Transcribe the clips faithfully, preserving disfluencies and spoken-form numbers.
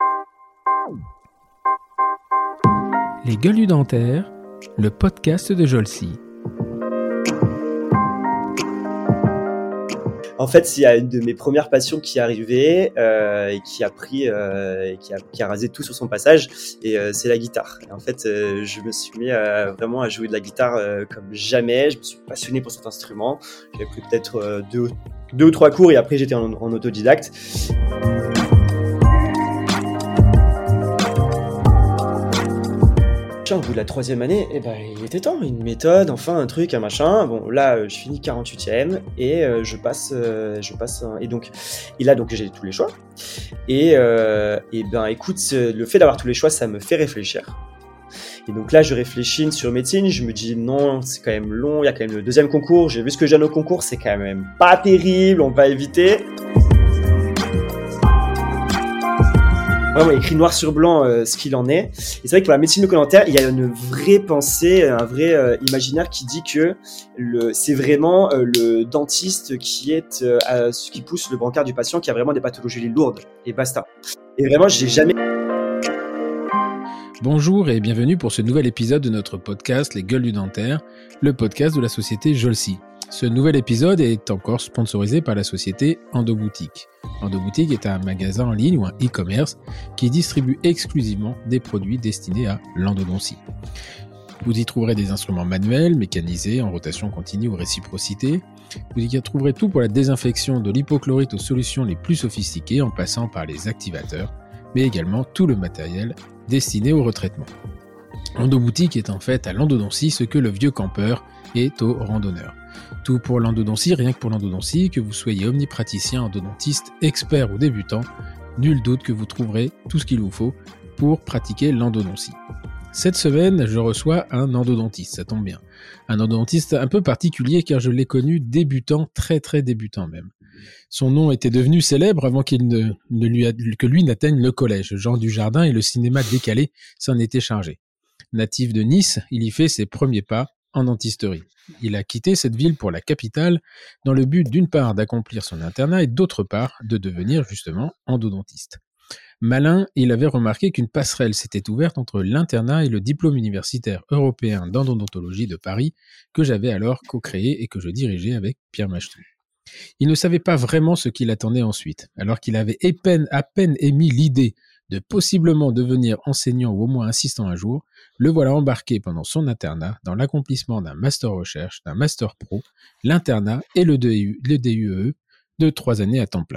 Les Gueules Dentaires, le podcast de Jolcy. En fait, il y a une de mes premières passions qui est arrivée euh, et qui a pris, euh, et qui a, qui a rasé tout sur son passage, et euh, c'est la guitare. Et en fait, euh, je me suis mis euh, vraiment à jouer de la guitare euh, comme jamais. Je me suis passionné pour cet instrument. J'ai pris peut-être euh, deux, deux ou trois cours et après j'étais en, en autodidacte. Au bout de la troisième année, eh ben, il était temps, une méthode, enfin un truc, un machin. Bon, là, je finis quarante-huitième et euh, je passe, euh, je passe, un... et donc, et là, donc j'ai tous les choix. Et, euh, et ben, écoute, le fait d'avoir tous les choix, ça me fait réfléchir. Et donc là, je réfléchis sur médecine, je me dis non, c'est quand même long, il y a quand même le deuxième concours. J'ai vu ce que j'ai au concours, c'est quand même pas terrible, on va éviter. Vraiment écrit noir sur blanc euh, ce qu'il en est. Et c'est vrai que pour la médecine bucco-dentaire, il y a une vraie pensée, un vrai euh, imaginaire qui dit que le, c'est vraiment euh, le dentiste qui est euh, à, qui pousse le brancard du patient qui a vraiment des pathologies lourdes. Et basta. Et vraiment, j'ai jamais... Bonjour et bienvenue pour ce nouvel épisode de notre podcast Les Gueules du Dentaire, le podcast de la société Jolcy. Ce nouvel épisode est encore sponsorisé par la société Endoboutique. Endoboutique est un magasin en ligne ou un e-commerce qui distribue exclusivement des produits destinés à l'endodontie. Vous y trouverez des instruments manuels, mécanisés, en rotation continue ou réciprocité. Vous y trouverez tout pour la désinfection de l'hypochlorite aux solutions les plus sophistiquées en passant par les activateurs, mais également tout le matériel destiné au retraitement. Endoboutique est en fait à l'endodontie ce que le vieux campeur est au randonneur. Tout pour l'endodontie, rien que pour l'endodontie, que vous soyez omnipraticien, endodontiste, expert ou débutant, nul doute que vous trouverez tout ce qu'il vous faut pour pratiquer l'endodontie. Cette semaine, je reçois un endodontiste, ça tombe bien. Un endodontiste un peu particulier car je l'ai connu débutant, très très débutant même. Son nom était devenu célèbre avant qu'il ne, ne lui a, que lui n'atteigne le collège. Jean Dujardin et le cinéma décalé s'en étaient chargés. Natif de Nice, il y fait ses premiers pas en dentisterie. Il a quitté cette ville pour la capitale dans le but d'une part d'accomplir son internat et d'autre part de devenir justement endodontiste. Malin, il avait remarqué qu'une passerelle s'était ouverte entre l'internat et le diplôme universitaire européen d'endodontologie de Paris que j'avais alors co-créé et que je dirigeais avec Pierre Machetou. Il ne savait pas vraiment ce qu'il attendait ensuite, alors qu'il avait à peine, à peine émis l'idée de possiblement devenir enseignant ou au moins assistant un jour, le voilà embarqué pendant son internat dans l'accomplissement d'un master recherche, d'un master pro, l'internat et le D U, le D U E E de trois années à temps plein.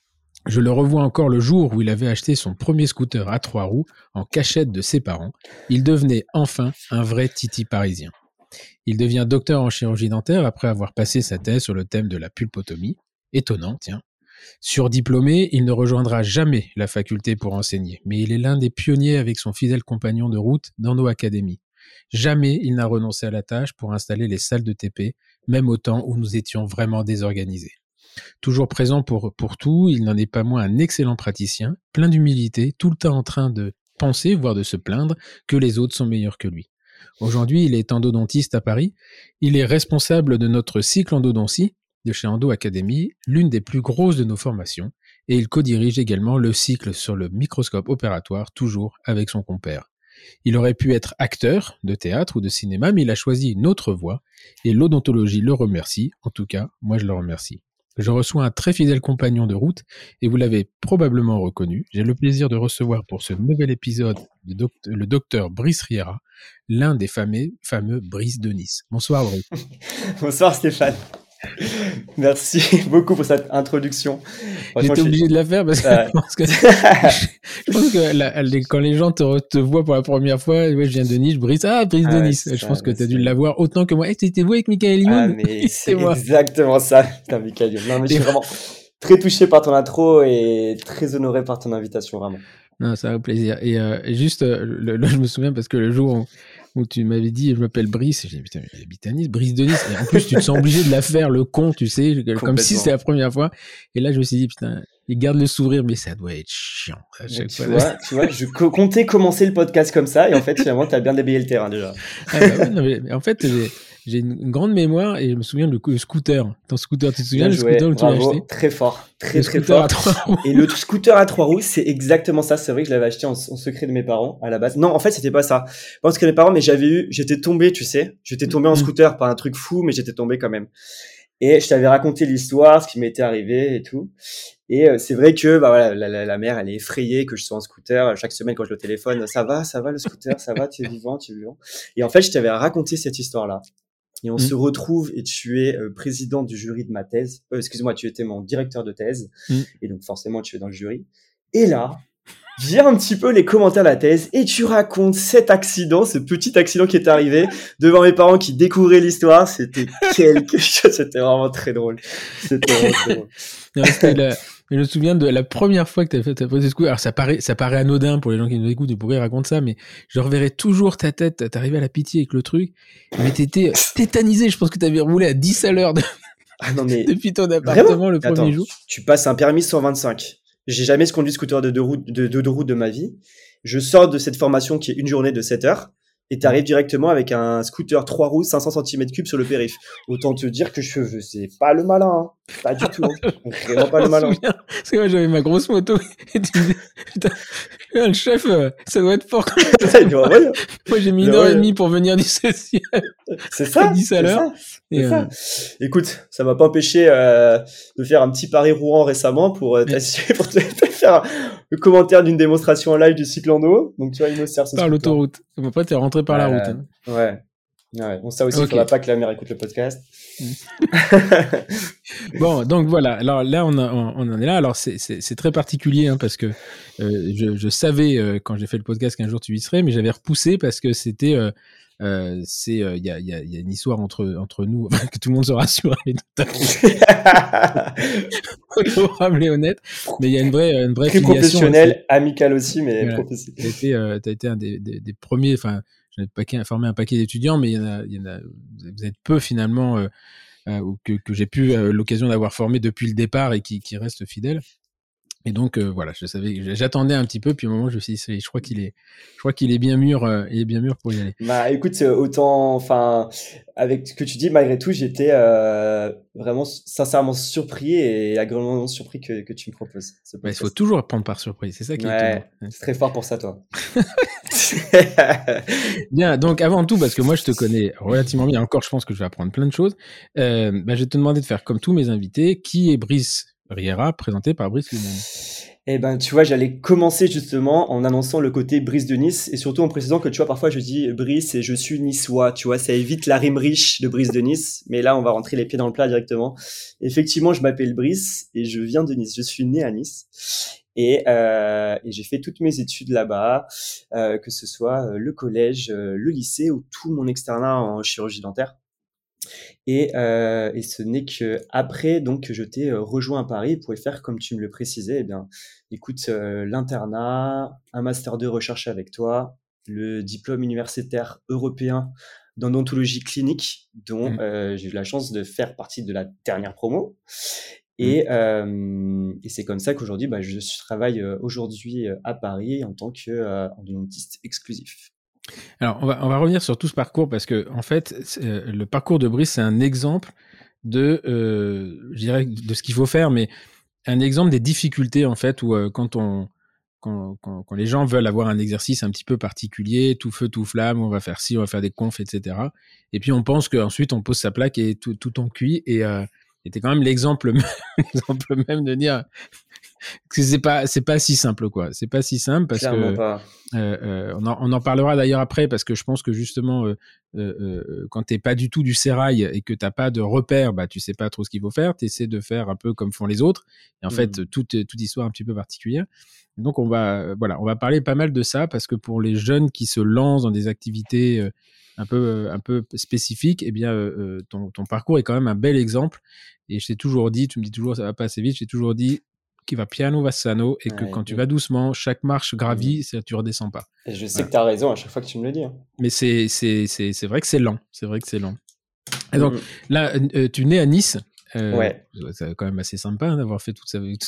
Je le revois encore le jour où il avait acheté son premier scooter à trois roues en cachette de ses parents. Il devenait enfin un vrai titi parisien. Il devient docteur en chirurgie dentaire après avoir passé sa thèse sur le thème de la pulpotomie. Étonnant, tiens. Surdiplômé, il ne rejoindra jamais la faculté pour enseigner, mais il est l'un des pionniers avec son fidèle compagnon de route dans nos académies. Jamais il n'a renoncé à la tâche pour installer les salles de T P, même au temps où nous étions vraiment désorganisés. Toujours présent pour, pour tout, il n'en est pas moins un excellent praticien, plein d'humilité, tout le temps en train de penser, voire de se plaindre, que les autres sont meilleurs que lui. Aujourd'hui, il est endodontiste à Paris. Il est responsable de notre cycle endodontie de chez Endo Academy, l'une des plus grosses de nos formations, et il co-dirige également le cycle sur le microscope opératoire, toujours avec son compère. Il aurait pu être acteur de théâtre ou de cinéma, mais il a choisi une autre voie, et l'odontologie le remercie. En tout cas, moi je le remercie. Je reçois un très fidèle compagnon de route, et vous l'avez probablement reconnu. J'ai le plaisir de recevoir pour ce nouvel épisode le, doct- le docteur Brice Riera, l'un des fameux, fameux Brice de Nice. Bonsoir Brice. Bonsoir Stéphane. Merci beaucoup pour cette introduction. J'étais obligé je... de la faire parce que, euh... je pense que, je pense que la, les, quand les gens te, te voient pour la première fois, ouais, je viens de Nice, Brice, ah, Brice ah, de Nice. Je ça, pense que tu as dû l'avoir autant que moi. Hey, c'était vous avec Michael Youn? Ah, mais c'est moi. Exactement ça. Putain, Michael Youn. Non, mais je suis vraiment très touché par ton intro et très honoré par ton invitation, vraiment. Non, ça va plaisir. Et euh, juste, euh, le, le, je me souviens parce que le jour où, où tu m'avais dit, je m'appelle Brice, j'ai dit, putain, il habite à Nice, Brice de Nice. Et en plus, tu te sens obligé de la faire, le con, tu sais, comme si c'était la première fois. Et là, je me suis dit, putain, il garde le sourire, mais ça doit être chiant. À chaque tu, fois, vois, tu vois, je co- comptais commencer le podcast comme ça, et en fait, finalement, t'as bien déblayé le terrain déjà. Ah bah ouais, non, mais, mais en fait, j'ai, j'ai une, une grande mémoire et je me souviens du le scooter. Ton scooter, tu te souviens Bien du joué, scooter où tu l'as bravo, acheté? très fort, très Le très scooter fort. à trois roues. Et le scooter à trois roues, c'est exactement ça. C'est vrai que je l'avais acheté en, en secret de mes parents à la base. Non, en fait, c'était pas ça. Pas en secret de mes parents, mais j'avais eu, j'étais tombé, tu sais, j'étais tombé en Mm. scooter, pas un truc fou, mais j'étais tombé quand même. Et je t'avais raconté l'histoire, ce qui m'était arrivé et tout. Et euh, c'est vrai que bah voilà, la, la, la mère, elle est effrayée que je sois en scooter. Chaque semaine, quand je le téléphone, ça va, ça va le scooter, ça va, tu es vivant, tu es vivant. Et en fait, je t'avais raconté cette histoire-là. Et on Mm. se retrouve et tu es euh, président du jury de ma thèse. Euh, excuse-moi, tu étais mon directeur de thèse. Mm. Et donc forcément, tu es dans le jury. Et là, vient un petit peu les commentaires de la thèse et tu racontes cet accident, ce petit accident qui est arrivé devant mes parents qui découvraient l'histoire. C'était quelque chose, c'était vraiment très drôle. C'était vraiment très drôle. Non, c'était la- Je me souviens de la première fois que tu as fait ta prise de scooter. Alors, ça paraît, ça paraît anodin pour les gens qui nous écoutent, et pourquoi ils racontent ça, mais je reverrai toujours ta tête. T'arrivais à la pitié avec le truc, mais t'étais tétanisé. Je pense que t'avais roulé à dix à l'heure de- Ah non mais depuis ton appartement vraiment le premier Attends, jour. tu passes un permis cent vingt-cinq. J'ai jamais conduit de scooter de deux roues de, de deux roues de ma vie. Je sors de cette formation qui est une journée de sept heures et t'arrives directement avec un scooter trois roues cinq cents centimètres cubes sur le périph. Autant te dire que je veux, c'est pas le malin, hein. Pas du tout, hein. Vraiment pas Je le me malin. souviens, parce que moi j'avais ma grosse moto et tu me disais, putain, le chef, euh, ça doit être fort quand même. Il doit- ouais, Moi j'ai mis il une doit- heure et ouais. demie pour venir dissocier C'est à ça, dix à c'est l'heure. ça. Et, C'est euh, ça. Écoute, ça m'a pas empêché euh, de faire un petit pari Rouen récemment pour euh, Mais- t'assurer, pour te, te faire le commentaire d'une démonstration en live du cycle en eau. Donc tu vois, il me sert ce par scooter. l'autoroute. Après t'es rentré par la Ouais, route. Hein. Ouais. Ouais. Bon, ça aussi, il Ok. faudra pas que la mère écoute le podcast. Bon, donc voilà. Alors là, on, a, on, on en est là. Alors c'est, c'est, c'est très particulier hein, parce que euh, je, je savais euh, quand j'ai fait le podcast qu'un jour tu y serais, mais j'avais repoussé parce que c'était, euh, euh, c'est, il euh, y, a, y, a, y a une histoire entre entre nous, enfin, que tout le monde se rassure, mais tout à fait honorable et honnête. Mais il y a une vraie, une vraie Très filiation. professionnel, amical aussi, mais Voilà. professionnel. T'as été, euh, t'as été un des, des, des premiers. Enfin, j'en ai paquet, formé un paquet d'étudiants, mais il y en a, il y en a. Vous êtes peu finalement. Euh, Euh, que, que j'ai pu euh, l'occasion d'avoir formé depuis le départ et qui, qui reste fidèle. Et donc euh, voilà, je savais, j'attendais un petit peu, puis au moment où je me suis dit, je crois qu'il est, je crois qu'il est bien mûr, euh, il est bien mûr pour y aller. Bah écoute, autant, enfin, avec ce que tu dis, malgré tout, j'étais euh, vraiment sincèrement surpris et agréablement surpris que, que tu me proposes ce Bah, il podcast. faut toujours prendre par surprise, c'est ça qui est Ouais, étonnant. c'est très fort pour ça, toi. Bien, donc avant tout, parce que moi je te connais relativement bien, encore je pense que je vais apprendre plein de choses, euh, bah, je vais te demander de faire comme tous mes invités, qui est Brice Riera, présenté par Brice lui-même. Eh ben, tu vois, j'allais commencer justement en annonçant le côté Brice de Nice et surtout en précisant que tu vois, parfois je dis Brice et je suis niçois, tu vois, ça évite la rime riche de Brice de Nice, mais là on va rentrer les pieds dans le plat directement. Effectivement, je m'appelle Brice et je viens de Nice, je suis né à Nice et, euh, et j'ai fait toutes mes études là-bas, euh, que ce soit le collège, le lycée ou tout mon externat en chirurgie dentaire. Et, euh, et ce n'est que après donc que je t'ai rejoint à Paris pour y faire comme tu me le précisais. Eh bien, écoute, euh, l'internat, un master de recherche avec toi, le diplôme universitaire européen d'odontologie clinique, dont Mmh. euh, j'ai eu la chance de faire partie de la dernière promo. Et, Mmh. euh, et c'est comme ça qu'aujourd'hui, bah, je travaille aujourd'hui à Paris en tant qu'endodontiste exclusif. Alors, on va, on va revenir sur tout ce parcours parce que, en fait, euh, le parcours de Brice, c'est un exemple de, euh, je dirais, de ce qu'il faut faire, mais un exemple des difficultés, en fait, où euh, quand on, quand, quand, quand les gens veulent avoir un exercice un petit peu particulier, tout feu, tout flamme, on va faire ci, on va faire des confs, et cetera. Et puis, on pense qu'ensuite, on pose sa plaque et tout, tout en cuit. Et euh, c'était quand même l'exemple même, l'exemple même de dire que c'est pas, c'est pas si simple, quoi. C'est pas si simple parce Clairement que pas. Euh, euh, on, en, on en parlera d'ailleurs après parce que je pense que justement euh, euh, euh, quand t'es pas du tout du sérail et que t'as pas de repères, bah tu sais pas trop ce qu'il faut faire, t'essaies de faire un peu comme font les autres et en mmh. fait toute toute histoire un petit peu particulière. Et donc on va euh, voilà on va parler pas mal de ça parce que pour les jeunes qui se lancent dans des activités euh, un peu euh, un peu spécifiques, eh bien euh, ton ton parcours est quand même un bel exemple. Et je t'ai toujours dit, tu me dis toujours ça va pas assez vite, j'ai toujours dit qui va piano va sano et que ouais, quand tu vas doucement, chaque marche gravie, mmh. tu redescends pas. Et je sais voilà. que tu as raison à chaque fois que tu me le dis. Hein. Mais c'est, c'est, c'est, c'est vrai que c'est lent. C'est vrai que c'est lent. Et donc, mmh. là, euh, tu nais à Nice. Euh, ouais. C'est quand même assez sympa hein, d'avoir fait toute, sa, toute,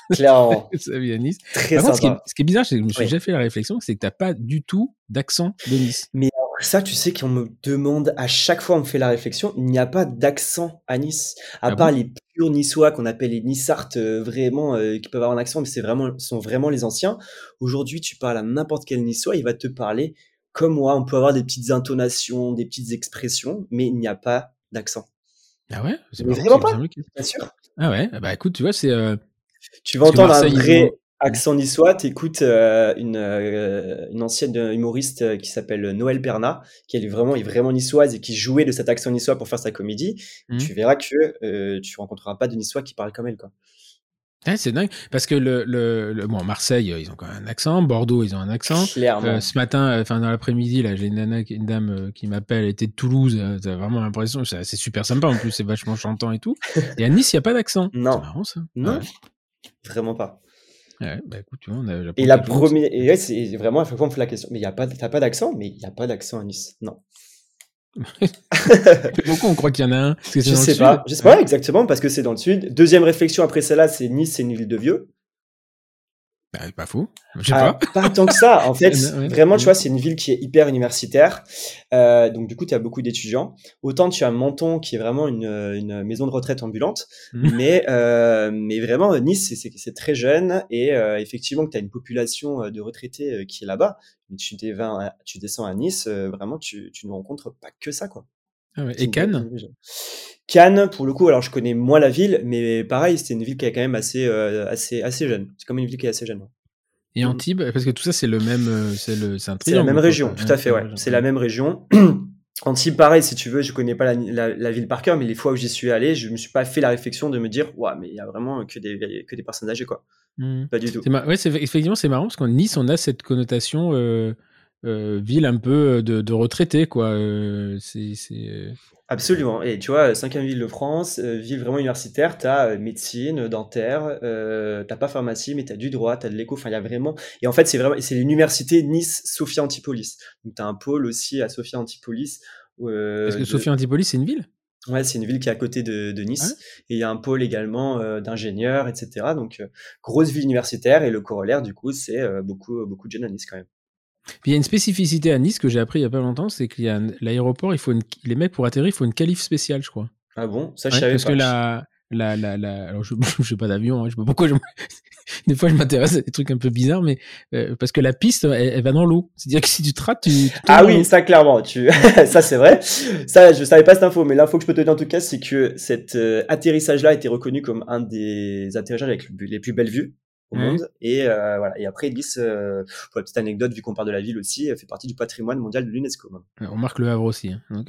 Clairement. Sa vie à Nice. Très Par contre, ce qui est, sympa. ce qui est bizarre, c'est que je me suis Oui. déjà fait la réflexion, c'est que t'as pas du tout d'accent de Nice. Mais alors ça, tu sais qu'on me demande à chaque fois, on me fait la réflexion, il n'y a pas d'accent à Nice. À Ah part bon? les purs niçois qu'on appelle les Nissards, euh, vraiment, euh, qui peuvent avoir un accent, mais c'est vraiment, sont vraiment les anciens. Aujourd'hui, tu parles à n'importe quel niçois, il va te parler comme moi. On peut avoir des petites intonations, des petites expressions, mais il n'y a pas d'accent. Ah ouais? C'est Mais marrant, parce vraiment qu'il me pas, semblait que... bien sûr. Ah ouais? Ah bah écoute, tu vois, c'est... euh, Tu vas Parce que entendre un Marseille, ils ont... vrai accent niçois, t'écoutes euh, une, euh, une ancienne humoriste euh, qui s'appelle Noël Bernat, qui elle est vraiment, est vraiment niçoise et qui jouait de cet accent niçois pour faire sa comédie. Hmm. Tu verras que euh, tu rencontreras pas de niçois qui parlent comme elle, quoi. Ouais, c'est dingue. Parce que le, le, le- bon, Marseille, euh, ils ont quand même un accent. Bordeaux, ils ont un accent. Euh, Clairement. ce matin, euh, enfin dans l'après-midi, là, j'ai une nana, qui- une dame euh, qui m'appelle, elle était de Toulouse. euh, T'as vraiment l'impression, c'est c'est super sympa en plus, c'est vachement chantant et tout. Et à Nice, il y a pas d'accent. C'est Non, marrant ça. non, Ouais. vraiment pas. Ouais, bah écoute, tu vois, on a, Et j'apprends la quelque chose. première, et ouais, c'est vraiment à chaque fois on me fait la question, mais il y a pas, t'as pas d'accent, mais il y a pas d'accent à Nice. Non. Pourquoi on croit qu'il y en a un? Parce que c'est Je dans le sais sud. pas, je sais Ouais. pas exactement parce que c'est dans le sud. Deuxième réflexion après celle-là, c'est Nice, c'est une ville de vieux. Bah, pas fou. Je sais pas. Ah, pas tant que ça. En C'est- fait, ouais. vraiment, tu Ouais. vois, c'est une ville qui est hyper universitaire. Euh, donc, du coup, tu as beaucoup d'étudiants. Autant tu as Menton, qui est vraiment une, une maison de retraite ambulante. Mhm. Mais, euh, mais vraiment, Nice, c'est- c'est c'est très jeune. Et euh, effectivement, tu as une population euh, de retraités euh, qui est là-bas. Mais tu, dévins à- tu descends à Nice, euh, vraiment, tu, tu ne rencontres pas que ça, quoi. Ah ouais. C'est Et une vraie, Cannes? une vraie ville. Cannes, pour le coup, alors je connais moins la ville, mais pareil, c'est une ville qui est quand même assez, euh, assez, assez jeune. C'est comme une ville qui est assez jeune. Ouais. Et Mm, mm. Antibes? Parce que tout ça, c'est le même, euh, c'est le, c'est un C'est la même triangle, quoi. région, Enfin, tout ouais, à fait, c'est la ouais. région. C'est la Ouais. même région. Antibes, pareil, si tu veux, je connais pas la, la- la ville par cœur, mais les fois où j'y suis allé, je me suis pas fait la réflexion de me dire, ouais, mais il y a vraiment que des, que des personnes âgées, quoi. Mhm. Pas du tout. C'est mar- ouais, c'est effectivement c'est marrant parce qu'en Nice on a cette connotation euh, euh, ville un peu de, de retraité quoi. Euh, c'est c'est euh, Absolument. Et tu vois, cinquième ville de France, euh, ville vraiment universitaire, t'as euh, médecine, dentaire, euh, t'as pas pharmacie, mais t'as du droit, t'as de l'éco. Enfin, il y a vraiment. Et en fait, c'est vraiment, c'est l'université Nice Sophia Antipolis. Donc, t'as un pôle aussi à Sophia Antipolis. parce euh, que de... Sophie Antipolis c'est une ville. Ouais, c'est une ville qui est à côté de, de Ah ouais. Nice. Et il y a un pôle également euh, d'ingénieurs, et cetera. Donc, euh, grosse ville universitaire. Et le corollaire, du coup, c'est euh, beaucoup, beaucoup de jeunes à Nice quand même. Puis il y a une spécificité à Nice que j'ai appris il y a pas longtemps, c'est qu'il y a un- l'aéroport, il faut une, les mecs pour atterrir, il faut une qualif spéciale, je crois. Ah bon? Ça, je Ouais, savais parce que pas. la la la, la alors je je sais pas d'avion, hein, je sais pas pourquoi je des fois je m'intéresse à des trucs un peu bizarres, mais euh, parce que la piste elle, elle va dans l'eau. C'est-à-dire que si tu te rates, tu, tu tombes Ah dans oui, l'eau. ça clairement, tu... ça c'est vrai. Ça, je savais pas cette info, mais l'info que je peux te donner en tout cas, c'est que cet euh, atterrissage-là a été reconnu comme un des atterrissages avec le- les plus belles vues au Ouais. monde. Et euh, voilà. Et après, Nice, euh, pour la petite anecdote, vu qu'on parle de la ville aussi, elle fait partie du patrimoine mondial de l'UNESCO. On marque le Havre aussi. Hein. Donc...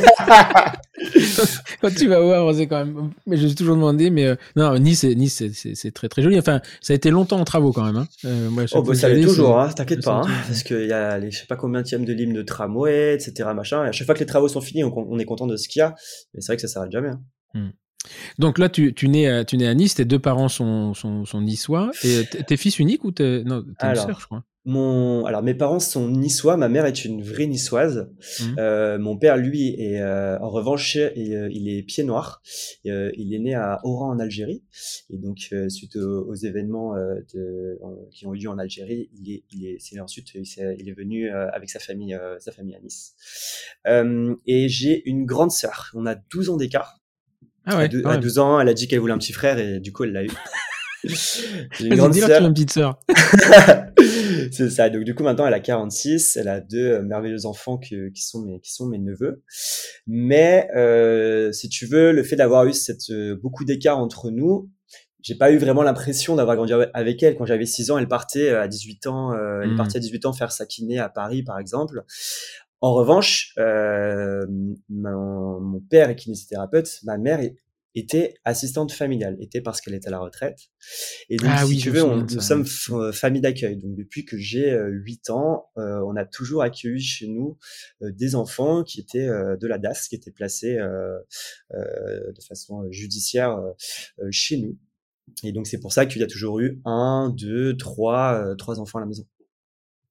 Quand tu vas au Havre, c'est quand même. Mais je me suis toujours demandé, mais euh, non, Nice, c'est- Nice, c'est- c'est c'est très très joli. Enfin, ça a été longtemps en travaux quand même. Hein. Euh, moi, à Oh chaque bah fois que ça j'y l'est allais, toujours, c'est hein, t'inquiète ça pas, a hein, été- parce qu'il y a les, je sais pas combien de lignes de tramway, et cetera machin. Et à chaque fois que les travaux sont finis, on, on est content de ce qu'il y a, mais c'est vrai que ça s'arrête jamais. Hein. Hmm. Donc là, tu, tu, nais à, tu nais à Nice, tes deux parents sont, sont, sont niçois, et t'es t'es fils unique ou t'es... Non, t'as une sœur, je Alors, crois. mon, alors mes parents sont niçois, ma mère est une vraie niçoise. Hmm. Euh, mon père, lui, est euh, en revanche, est, euh, il est pied noir. Euh, il est né à Oran en Algérie, et donc euh, suite aux, aux événements euh, de, euh, qui ont eu lieu en Algérie, il est, il est, c'est ensuite il, est, il est venu euh, avec sa famille, euh, sa famille à Nice. Euh, et j'ai une grande sœur. On a douze ans d'écart. Ah À, ouais, deux- quand à même. douze ans, elle a dit qu'elle voulait un petit frère et du coup, elle l'a eu. J'ai une Vas-y, grande dis-leur que tu as sœur. une petite sœur. C'est ça. Donc du coup maintenant elle a quarante-six, elle a deux euh, merveilleux enfants que- qui sont mes qui sont mes neveux. Mais euh, si tu veux, le fait d'avoir eu cette euh, beaucoup d'écart entre nous, j'ai pas eu vraiment l'impression d'avoir grandi ave- avec elle. Quand j'avais six ans, elle partait euh, à dix-huit ans, euh, elle est Hmm. partie à dix-huit ans faire sa kiné à Paris par exemple. En revanche, euh, mon, mon père est kinésithérapeute, ma mère est- était assistante familiale, était parce qu'elle est à la retraite. Et donc, Ah si oui, tu je me veux, souviens on- de nous ça. Ouais. sommes f- euh, famille d'accueil. Donc, depuis que j'ai euh, huit ans, euh, on a toujours accueilli chez nous euh, des enfants qui étaient euh, de la D A S, qui étaient placés euh, euh, de façon judiciaire euh, euh, chez nous. Et donc, c'est pour ça qu'il y a toujours eu un, deux, trois, euh, trois enfants à la maison.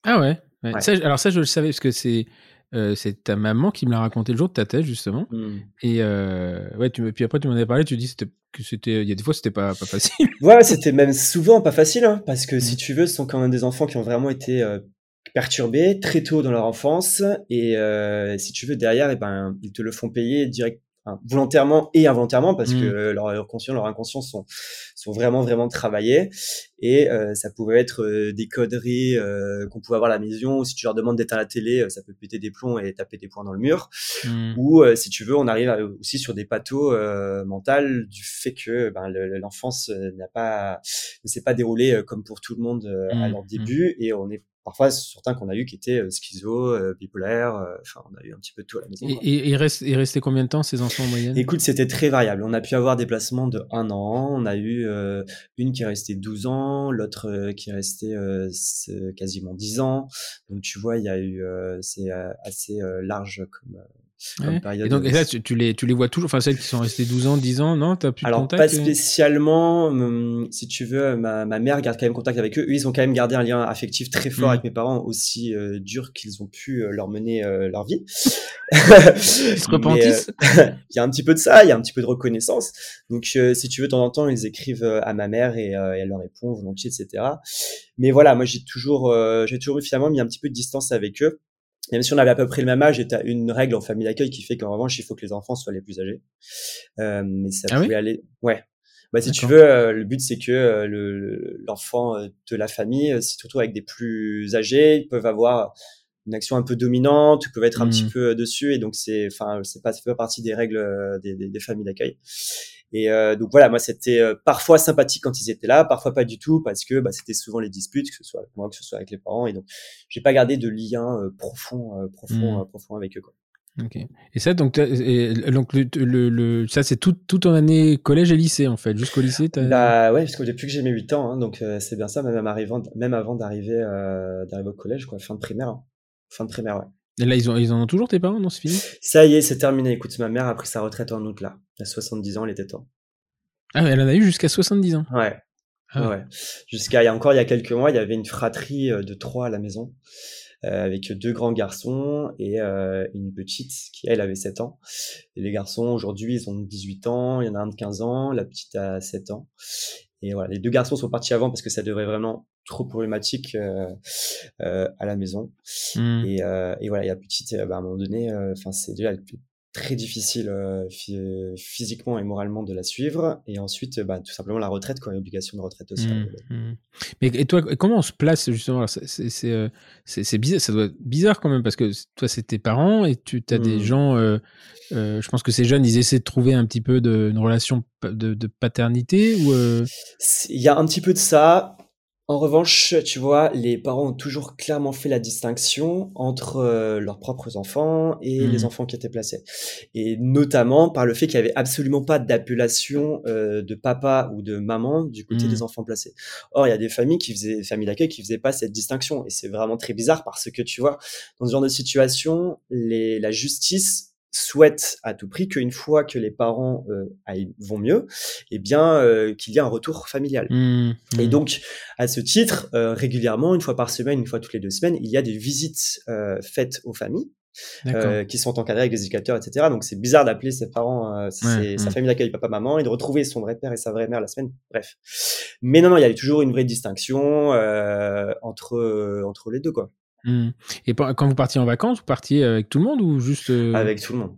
Ah ouais, ouais. Ouais. Ça, alors ça, je le savais parce que c'est, euh, c'est ta maman qui me l'a raconté le jour de ta thèse, justement. Mmh. Et euh, ouais, tu me, puis après, tu m'en avais parlé, tu dis c'était, que c'était, il y a des fois, c'était pas, pas facile. Ouais, c'était même souvent pas facile, hein, parce que si Mm. tu veux, ce sont quand même des enfants qui ont vraiment été euh, perturbés très tôt dans leur enfance, et euh, si tu veux, derrière, eh ben, ils te le font payer direct, enfin, volontairement et involontairement, parce que Mm. leur, leur conscient, leur inconscient sont, sont vraiment, vraiment travaillés, et euh, ça pouvait être euh, des conneries euh, qu'on pouvait avoir à la maison, ou si tu leur demandes d'éteindre la télé, euh, ça peut péter des plombs et taper des poings dans le mur. Mm. Ou euh, si tu veux, on arrive à, aussi sur des pathos euh, mentales du fait que ben, le, l'enfance euh, n'a pas, ne s'est pas déroulée euh, comme pour tout le monde euh, à Mm. leur Mm. début, et on est parfois certains qu'on a eu qui étaient euh, schizo, euh, bipolaires, euh, enfin on a eu un petit peu de tout à la maison. Et, Quoi. et, et il reste, il restait combien de temps ces enfants en moyenne? Écoute, c'était très variable. On a pu avoir des placements de un an, on a eu euh, une qui est restée douze ans, l'autre euh, qui est restée euh, quasiment dix ans. Donc tu vois, il y a eu, euh, c'est euh, assez euh, large comme, euh, comme Ouais. période. Et donc, de... et là, tu, tu, les, tu les vois toujours, enfin celles qui sont restées douze ans, dix ans, non? T'as plus de Alors, pas contact? spécialement. hum, Si tu veux, ma, ma mère garde quand même contact avec eux. Eux, ils ont quand même gardé un lien affectif très fort Mm. avec mes parents, aussi euh, dur qu'ils ont pu euh, leur mener euh, leur vie. Ils se repentissent? Mais euh, il y a un petit peu de ça, il y a un petit peu de reconnaissance. Donc, euh, si tu veux, de temps en temps, ils écrivent euh, à ma mère et, euh, et elle leur répond volontiers, et cetera. Mais voilà, moi, j'ai toujours, euh, j'ai toujours finalement mis un petit peu de distance avec eux. Même si on avait à peu près le même âge, et t'as une règle en famille d'accueil qui fait qu'en revanche, il faut que les enfants soient les plus âgés. Euh, mais ça Ah oui? pouvait aller. Ouais. Bah, si tu D'accord. veux, euh, le but c'est que euh, le, l'enfant euh, de la famille, euh, si tu te retrouves avec des plus âgés, ils peuvent avoir une action un peu dominante, ils peuvent être un petit Mm. peu euh, dessus, et donc c'est, enfin, c'est pas, ça fait pas partie des règles euh, des, des, des familles d'accueil. Et euh, donc voilà, moi c'était euh, parfois sympathique quand ils étaient là, parfois pas du tout, parce que bah, c'était souvent les disputes, que ce soit avec moi, que ce soit avec les parents, et donc j'ai pas gardé de lien euh, profond, euh, profond, Mm. euh, profond avec eux, quoi. Ok. Et ça, donc, t'as- et, donc le, le, le- ça, c'est tout, toute ton année collège et lycée, en fait. Jusqu'au lycée, t'as... Bah ouais, parce que depuis que j'ai mes huit ans, hein, donc euh, c'est bien ça, même, arrivant, même avant d'arriver euh, d'arriver au collège, quoi, fin de primaire. Hein. Fin de primaire, ouais. Et là, ils, ont, ils en ont toujours, tes parents, non, c'est fini? Ça y est, c'est terminé. Écoute, ma mère a pris sa retraite en août, là. À soixante-dix ans, elle était temps. Ah, elle en a eu jusqu'à soixante-dix ans. Ouais, Ah ouais, ouais. ouais. Jusqu'à il y a encore il y a quelques mois, il y avait une fratrie euh, de trois à la maison, euh, avec deux grands garçons et euh, une petite qui, elle, avait sept ans. Et les garçons, aujourd'hui, ils ont dix-huit ans, il y en a un de quinze ans, la petite a sept ans. Et voilà, les deux garçons sont partis avant parce que ça devenait vraiment trop problématique euh, euh, à la maison. Mm. Et, euh, et voilà, et la petite, euh, bah, à un moment donné, enfin, c'est déjà très difficile euh, phy- physiquement et moralement de la suivre. Et ensuite, bah, tout simplement la retraite, quoi, l'obligation de retraite aussi. Mm. Mm. Mais et toi, comment on se place justement? Alors, c'est, c'est, c'est, euh, c'est, c'est bizarre, ça doit être bizarre quand même parce que toi, c'est tes parents et tu as des Mm. gens. Euh, euh, je pense que ces jeunes, ils essaient de trouver un petit peu de, une relation de, de paternité ou. Euh... Il y a un petit peu de ça. En revanche, tu vois, les parents ont toujours clairement fait la distinction entre euh, leurs propres enfants et Mm. les enfants qui étaient placés. Et notamment par le fait qu'il n'y avait absolument pas d'appellation euh, de papa ou de maman du côté Mm. des enfants placés. Or, il y a des familles qui faisaient, des familles d'accueil qui faisaient pas cette distinction. Et c'est vraiment très bizarre parce que, tu vois, dans ce genre de situation, les, la justice souhaite à tout prix qu'une fois que les parents euh, aillent, vont mieux, eh bien, euh, qu'il y ait un retour familial. Mmh, mmh. Et donc, à ce titre, euh, régulièrement, une fois par semaine, une fois toutes les deux semaines, il y a des visites euh, faites aux familles euh, qui sont encadrées avec des éducateurs, et cetera. Donc, c'est bizarre d'appeler ses parents, euh, ses, Ouais, sa ouais. famille d'accueil papa-maman et de retrouver son vrai père et sa vraie mère la semaine. Bref. Mais non, non, il y a toujours une vraie distinction euh, entre, euh, entre les deux, quoi. Mmh. Et quand vous partiez en vacances, vous partiez avec tout le monde ou juste... Euh... Avec tout le monde.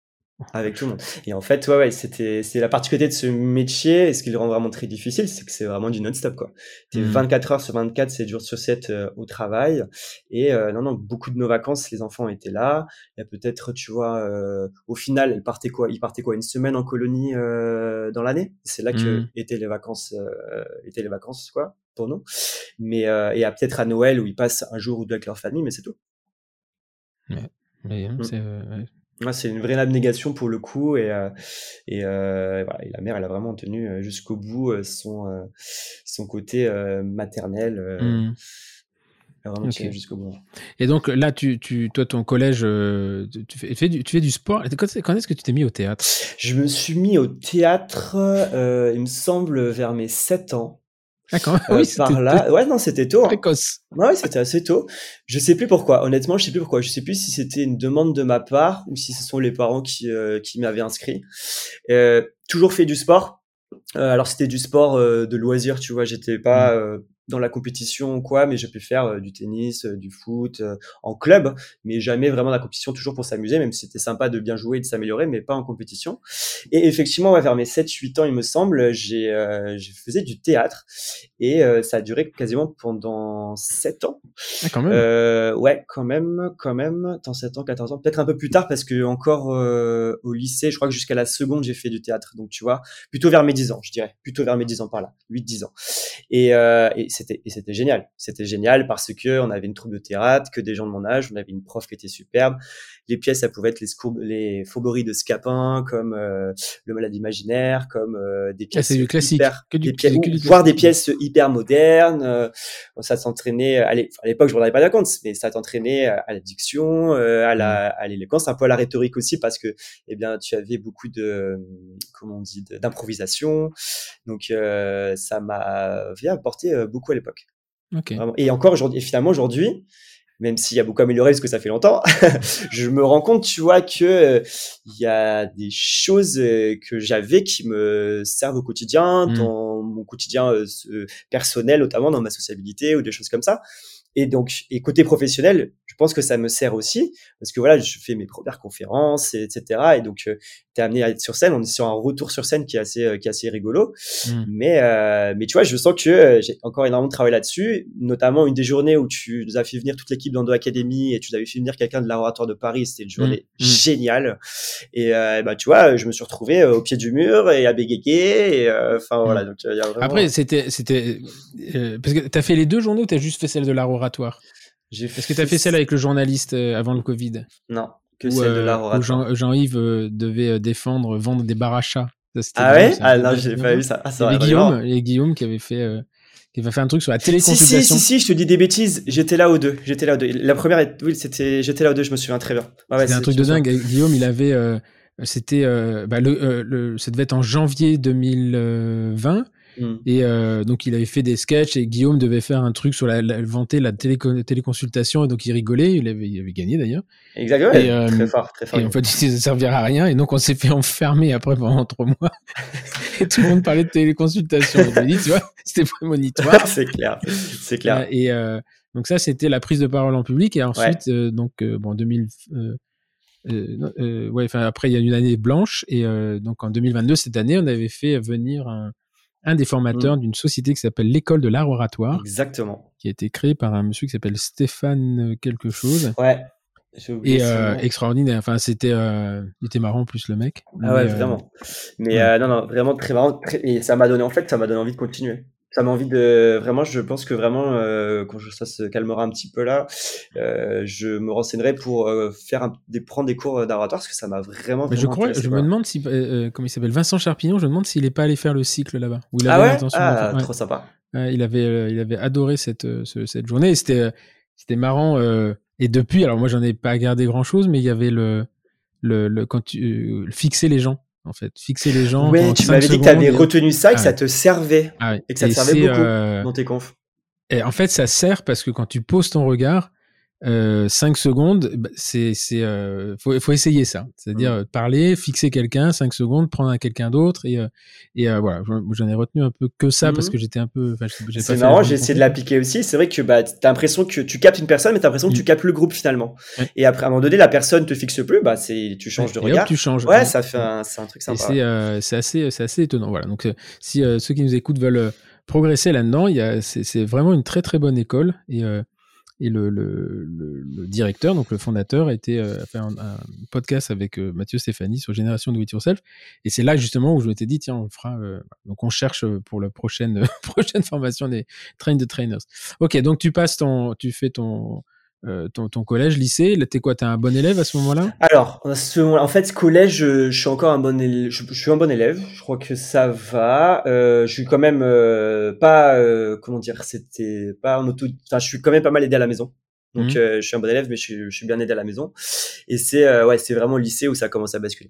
Avec tout le monde. Et en fait, ouais, ouais, c'était, c'est la particularité de ce métier, et ce qui le rend vraiment très difficile, c'est que c'est vraiment du non-stop, quoi. T'es Mmh. vingt-quatre heures sur vingt-quatre, sept jours sur sept euh, au travail. Et euh, non, non, beaucoup de nos vacances, les enfants étaient là. Il y a peut-être, tu vois, euh, au final, ils partaient quoi Ils partaient quoi Une semaine en colonie euh, dans l'année. C'est là que Mmh. étaient les vacances, euh, étaient les vacances, quoi, pour nous. Mais euh, et à peut-être à Noël où ils passent un jour ou deux avec leur famille, mais c'est tout. Ouais. Mais, Mmh. c'est, euh, ouais. Ouais, c'est une vraie abnégation pour le coup, et euh, et, euh, voilà, et la mère, elle a vraiment tenu jusqu'au bout euh, son euh, son côté euh, maternel, euh, Mmh. elle a vraiment Ok. tenu jusqu'au bout. Et donc là, tu, tu, toi, ton collège, euh, tu, tu, fais, fais du, tu fais du sport. Quand, quand est-ce que tu t'es mis au théâtre? Je me suis mis au théâtre, euh, il me semble, vers mes sept ans. Ah, quand même, euh, oui, c'était par là. Ouais, non, c'était tôt. Hein. précoce. Ouais, c'était assez tôt. Je sais plus pourquoi. Honnêtement, je sais plus pourquoi. Je sais plus si c'était une demande de ma part ou si ce sont les parents qui euh, qui m'avaient inscrit. Euh, toujours fait du sport. Euh, alors c'était du sport euh, de loisir, tu vois. J'étais Mm. pas euh, dans la compétition ou quoi, mais j'ai pu faire euh, du tennis, euh, du foot euh, en club, mais jamais vraiment la compétition, toujours pour s'amuser, même si c'était sympa de bien jouer et de s'améliorer, mais pas en compétition. Et effectivement, ouais, vers mes sept huit ans, il me semble, j'ai euh, je faisais du théâtre et euh, ça a duré quasiment pendant sept ans. Ah, quand même. Euh, ouais, quand même, quand même, dans sept ans, quatorze ans, peut-être un peu plus tard parce que encore euh, au lycée, je crois que jusqu'à la seconde, j'ai fait du théâtre. Donc tu vois, plutôt vers mes dix ans, je dirais, plutôt vers mes dix ans par là, huit dix ans. Et, euh, et c'était et c'était génial. C'était génial parce que on avait une troupe de théâtre, que des gens de mon âge, on avait une prof qui était superbe. Les pièces, ça pouvait être les, scourb- les fourberies de Scapin, comme euh, Le Malade imaginaire, comme euh, des Ah, c'est pièces du classique. hyper, Que du, des pièces, que ou du voire des classique. pièces hyper modernes. Euh, ça s'entraînait à l'é- à l'époque, je ne me rendais pas compte, mais ça t'entraînait à la diction, euh, à Mm. la à l'éloquence, un peu à la rhétorique aussi, parce que eh bien tu avais beaucoup de comment on dit de- d'improvisation. Donc euh, ça m'avait apporté euh, beaucoup à l'époque. Ok. Vraiment. Et encore aujourd'hui, et finalement aujourd'hui, même s'il y a beaucoup amélioré parce que ça fait longtemps, je me rends compte, tu vois, que euh, il y a des choses euh, que j'avais qui me servent au quotidien, Mm. dans mon quotidien euh, ce- personnel, notamment dans ma sociabilité ou des choses comme ça. Et donc, et côté professionnel, je pense que ça me sert aussi parce que voilà, je fais mes premières conférences, et, etc. Et donc, euh, t'es amené à être sur scène. On est sur un retour sur scène qui est assez, euh, qui est assez rigolo. Mm. Mais, euh, mais tu vois, je sens que euh, j'ai encore énormément travaillé là-dessus, notamment une des journées où tu nous as fait venir toute l'équipe d'Endo Academy et tu nous avais fait venir quelqu'un de laboratoire de Paris. C'était une Mm. journée Mm. géniale. Et euh, bah, tu vois, je me suis retrouvé euh, au pied du mur et à bégayer. Et euh, enfin, Mm. voilà. Donc, il y a vraiment. Après, c'était, c'était, euh, parce que t'as fait les deux journées ou t'as juste fait celle de l'art oratoire? J'ai Est-ce que t'as fait. fait celle avec le journaliste euh, avant le Covid? Non, que Où, celle de euh, l'art où oratoire. Jean, Jean-Yves euh, devait euh, défendre, vendre des bars à chats. Ça, c'était Ah drôle, ouais? c'est un Ah peu non, bien, j'ai bien pas fait. vu ça. Ah, Il y ça avait aurait été Guillaume, marrant. et Guillaume qui avait fait, euh, qui avait fait un truc sur la Si, si, si, téléconsultation. si, je te dis des bêtises. J'étais là aux deux. J'étais là aux deux. La première, est- oui, c'était, j'étais là aux deux, je me souviens très bien. Ouais, ouais, C'était un c'est, truc je me de souviens. dingue. Et Guillaume, il avait, euh, c'était, euh, bah, le, euh, le, ça devait être en janvier deux mille vingt. Hmm. Et euh, donc, il avait fait des sketchs et Guillaume devait faire un truc sur la, la vanter la téléco- téléconsultation. Et donc, il rigolait. Il avait, il avait gagné d'ailleurs. Exactement, Et, ouais, très euh, fort, très fort. et en fait, ça ne servira à rien. Et donc, on s'est fait enfermer après pendant trois mois. Et tout le monde parlait de téléconsultation. Et je me dis, tu vois, c'était prémonitoire. C'est clair, c'est Euh, clair. et euh, donc, ça, c'était la prise de parole en public. Et Ouais. ensuite, euh, donc, euh, bon, deux mille, euh, euh, non, euh, ouais, enfin, après, il y a une année blanche. Et euh, donc, en deux mille vingt-deux, cette année, on avait fait venir un, un des formateurs Hmm. d'une société qui s'appelle l'École de l'art oratoire, Exactement. qui a été créée par un monsieur qui s'appelle Stéphane quelque chose. Ouais, j'ai oublié Et son euh, nom. extraordinaire. Enfin, c'était, euh, il était marrant en plus le mec. Ah ouais, Mais euh, vraiment. Mais ouais. euh, non, non, vraiment très marrant. Très- Et ça m'a donné, en fait, ça m'a donné envie de continuer. Ça m'a envie de, vraiment, je pense que vraiment, euh, quand je- ça se calmera un petit peu là, euh, je me renseignerai pour euh, faire un, des, prendre des cours d'oratoire parce que ça m'a vraiment, Mais je vraiment crois, intéressé, je me quoi. demande si, euh, euh, comment il s'appelle, Vincent Charpignon. Je me demande s'il n'est pas allé faire le cycle là-bas, où il Ah avait ouais? l'intention de le faire. Ah, Ouais. trop sympa. Ouais, il avait, euh, il avait adoré cette, euh, ce- cette journée. Et c'était, euh, c'était marrant. euh, et depuis, alors moi, j'en ai pas gardé grand-chose, mais il y avait le, le, le quand tu euh, fixer les gens, en fait, fixer les gens Ouais, pendant tu cinq m'avais dit que tu secondes. avais Et, retenu ça et que ah ça ouais, te servait. ah ouais. Et que ça Et te servait c'est, beaucoup euh, dans tes confs. et en fait, ça sert parce que quand tu poses ton regard, euh, cinq secondes, bah, c'est, c'est, euh, faut, faut essayer ça. C'est-à-dire Mm. euh, parler, fixer quelqu'un, cinq secondes, prendre à quelqu'un d'autre, et, euh, et euh, voilà. J'en j'en ai retenu un peu que ça parce Mhm. que j'étais un peu, enfin, j'ai pas C'est fait la marrant, bonne j'ai essayé de config. l'appliquer aussi. C'est vrai que bah, tu as l'impression que tu captes une personne, mais tu as l'impression que Mm. tu captes le groupe finalement. Ouais. Et après, à un moment donné, la personne te fixe plus, bah, c'est, tu Ouais. changes de Et hop, tu regard. changes. Ouais, Ouais. ça fait Ouais. un, c'est un truc Et sympa. c'est, Ouais. euh, c'est assez, c'est assez étonnant. Voilà. Donc, euh, si euh, ceux qui nous écoutent veulent euh, progresser là-dedans, il y a, c'est, c'est vraiment une très très bonne école. Et euh, Et le, le, le, le directeur, donc le fondateur, a été euh, a fait un, un podcast avec euh, Mathieu Stéphanie sur Génération Do It Yourself. Et c'est là justement où je m'étais dit, tiens, on fera. Euh, donc on cherche pour la prochaine prochaine formation des train de trainers. Ok, donc tu passes ton, tu fais ton euh, ton, ton collège, lycée. Là, t'es quoi? T'es un bon élève à ce moment-là? Alors, à ce moment- en fait, collège, je, je suis encore un bon élève. Je, je suis un bon élève. Je crois que ça va. Euh, je suis quand même euh, pas, euh, comment dire, c'était pas en auto. Enfin, je suis quand même pas mal aidé à la maison. Donc, Mmh. euh, je suis un bon élève, mais je suis, je suis bien aidé à la maison. Et c'est, euh, ouais, c'est vraiment le lycée où ça commence à basculer.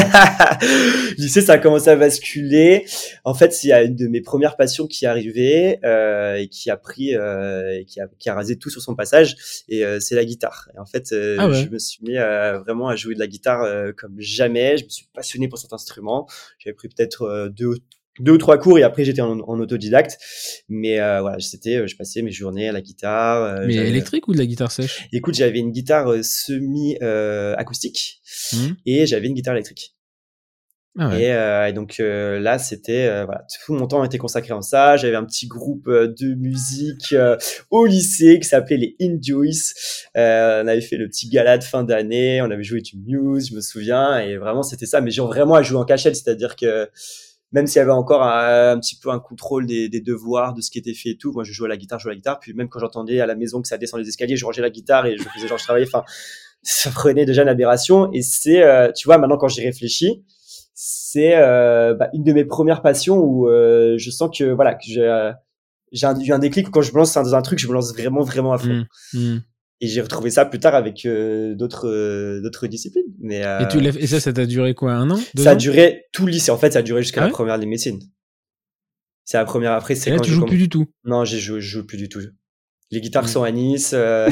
Lycée, ça a commencé à basculer. En fait, il y a une de mes premières passions qui est arrivée euh, et qui a pris, euh, et qui a, qui a rasé tout sur son passage. Et euh, c'est la guitare. Et en fait, euh, Ah ouais. je me suis mis euh, vraiment à jouer de la guitare euh, comme jamais. Je me suis passionné pour cet instrument. J'avais pris peut-être euh, deux deux ou trois cours et après j'étais en, en autodidacte, mais euh, voilà, c'était, je passais mes journées à la guitare. Euh, Mais j'avais... électrique ou de la guitare sèche? Écoute, j'avais une guitare euh, semi euh, acoustique Mmh. et j'avais une guitare électrique. Ah ouais. Et, euh, et donc euh, là, c'était euh, voilà, tout mon temps était consacré en ça. J'avais un petit groupe euh, de musique euh, au lycée qui s'appelait les Enjoys. Euh, on avait fait le petit gala de fin d'année, on avait joué du Muse, je me souviens, et vraiment c'était ça. Mais genre vraiment à jouer en cachette, c'est-à-dire que même s'il y avait encore un, un petit peu un contrôle des, des devoirs, de ce qui était fait et tout, moi je jouais à la guitare, je jouais à la guitare. Puis même quand j'entendais à la maison que ça descend les escaliers, je rangeais la guitare et je faisais genre je travaillais. Enfin, ça prenait déjà une aberration. Et c'est, euh, tu vois, maintenant quand j'y réfléchis, c'est euh, bah, une de mes premières passions où euh, je sens que voilà que j'ai, euh, j'ai un, eu un déclic où quand je me lance dans un truc, je me lance vraiment vraiment à fond. Mmh. Mmh. Et j'ai retrouvé ça plus tard avec euh, d'autres euh, d'autres disciplines. Mais euh, Et, tu l'as... et ça, ça t'a duré quoi, un an, deux ça a ans duré tout le lycée. En fait, ça a duré jusqu'à ah la ouais première de médecine. C'est la première. Après, c'est Et là, quand tu j'ai joues commencé. plus du tout. Non, j'ai joué, je joue plus du tout. Les guitares Mmh. sont à Nice. Euh...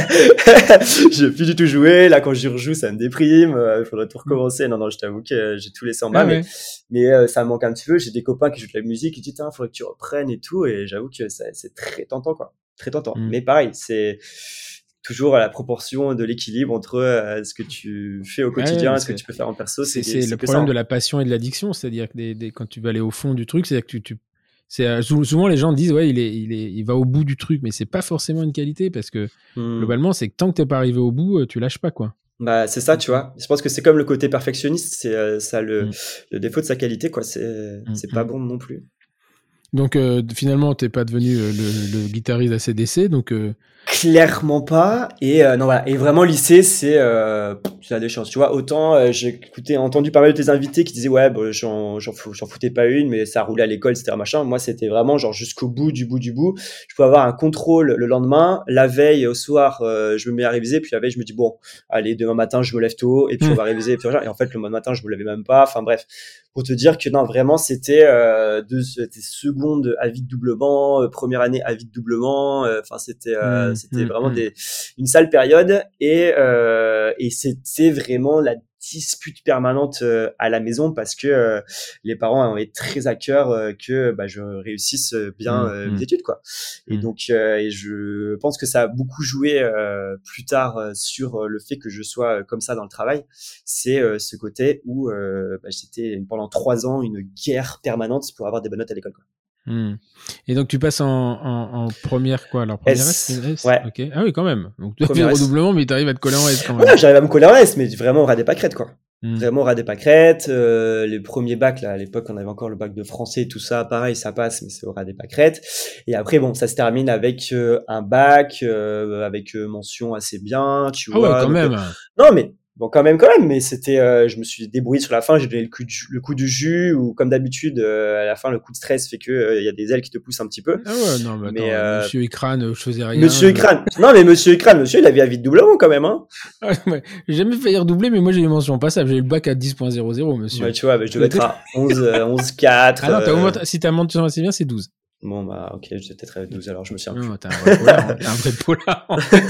j'ai plus du tout joué. Là, quand j'y rejoue, ça me déprime. Il euh, faudrait tout recommencer. Non, non, je t'avoue que j'ai tout laissé en bas. Ah mais ouais. mais euh, ça me manque un petit peu. J'ai des copains qui jouent de la musique. Ils disent, tiens, faudrait que tu reprennes et tout. Et j'avoue que ça, c'est très tentant, quoi. Très tentant. Mmh. Mais pareil, c'est toujours à la proportion de l'équilibre entre euh, ce que tu fais au quotidien Ouais, et ce que tu peux faire en perso. C'est, C'est, c'est c'est le que problème ça, hein. de la passion et de l'addiction. C'est-à-dire que des, des, quand tu vas aller au fond du truc, c'est-à-dire que tu... tu c'est, euh, souvent, les gens disent, ouais, il, est, il, est, il va au bout du truc, mais c'est pas forcément une qualité parce que Hmm. globalement, c'est que tant que t'es pas arrivé au bout, tu lâches pas, quoi. Bah, c'est ça, tu vois. Je pense que c'est comme le côté perfectionniste, c'est euh, ça le, Mm. le défaut de sa qualité, quoi. C'est, Mm. c'est pas bon non plus. Donc, euh, finalement, t'es pas devenu euh, le, le guitariste A C D C, donc. Euh... Clairement pas. Et euh, non voilà. Et vraiment lycée, c'est euh, c'est la déchéance. Tu vois, autant euh, j'ai écouté, entendu pas mal de tes invités qui disaient ouais, bon, j'en, j'en, fou, j'en foutais pas une, mais ça roulait à l'école, et cetera machin. Moi, c'était vraiment genre jusqu'au bout du bout du bout. Je pouvais avoir un contrôle le lendemain, la veille au soir, euh, je me mets à réviser, puis la veille je me dis bon, allez demain matin je me lève tôt et puis on va réviser. Et, puis, et en fait le lendemain matin je me levais même pas. Enfin bref. Pour te dire que non, vraiment, c'était euh, deux, c'était seconde à vide doublement, euh, première année à vide doublement. Enfin, euh, c'était, euh, mmh, c'était mmh, vraiment mmh. Des, une sale période et euh, et c'était vraiment la dispute permanente euh, à la maison parce que euh, les parents avaient très à cœur euh, que bah, je réussisse bien euh, mes études, quoi. Et mmh. donc, euh, et je pense que ça a beaucoup joué euh, plus tard euh, sur le fait que je sois euh, comme ça dans le travail. C'est euh, ce côté où euh, bah, c'était pendant trois ans une guerre permanente pour avoir des bonnes notes à l'école, quoi. Mmh. Et donc tu passes en, en, en première quoi alors première S, S, S ouais. Ok. Ah oui quand même. Donc tu as fait le redoublement mais tu arrives à te coller en S quand même. Ouais, j'arrive à me coller en S, mais vraiment au ras des pâquerettes, quoi. Mmh. Vraiment au ras des pâquerettes. Euh, les premiers bacs là, à l'époque on avait encore le bac de français, tout ça, pareil, ça passe, mais c'est au ras des pâquerettes. Et après bon, ça se termine avec euh, un bac euh, avec euh, mention assez bien, tu ah vois. Ouais, quand donc, même. Euh, non mais bon, quand même, quand même, mais c'était, euh, je me suis débrouillé sur la fin, j'ai donné le coup, du, le coup du jus, ou comme d'habitude, euh, à la fin, le coup de stress fait que il euh, y a des ailes qui te poussent un petit peu. Ah ouais, non, mais, mais attends, euh, Monsieur Écran, je faisais rien. Monsieur Écran, je... non, mais Monsieur Écran, monsieur, il avait à vide doublement quand même, hein. Ouais, j'ai jamais failli redoubler, mais moi j'ai eu mention passable, j'ai eu le bac à dix point zéro zéro, monsieur. Ouais, tu vois, bah, je devais être à onze, onze quatre. Ah non, t'as, euh... si ta mention assez bien, c'est douze. Bon, bah, ok, j'étais peut-être à douze, alors je me suis un Non, t'as un vrai polar. T'as un vrai polar.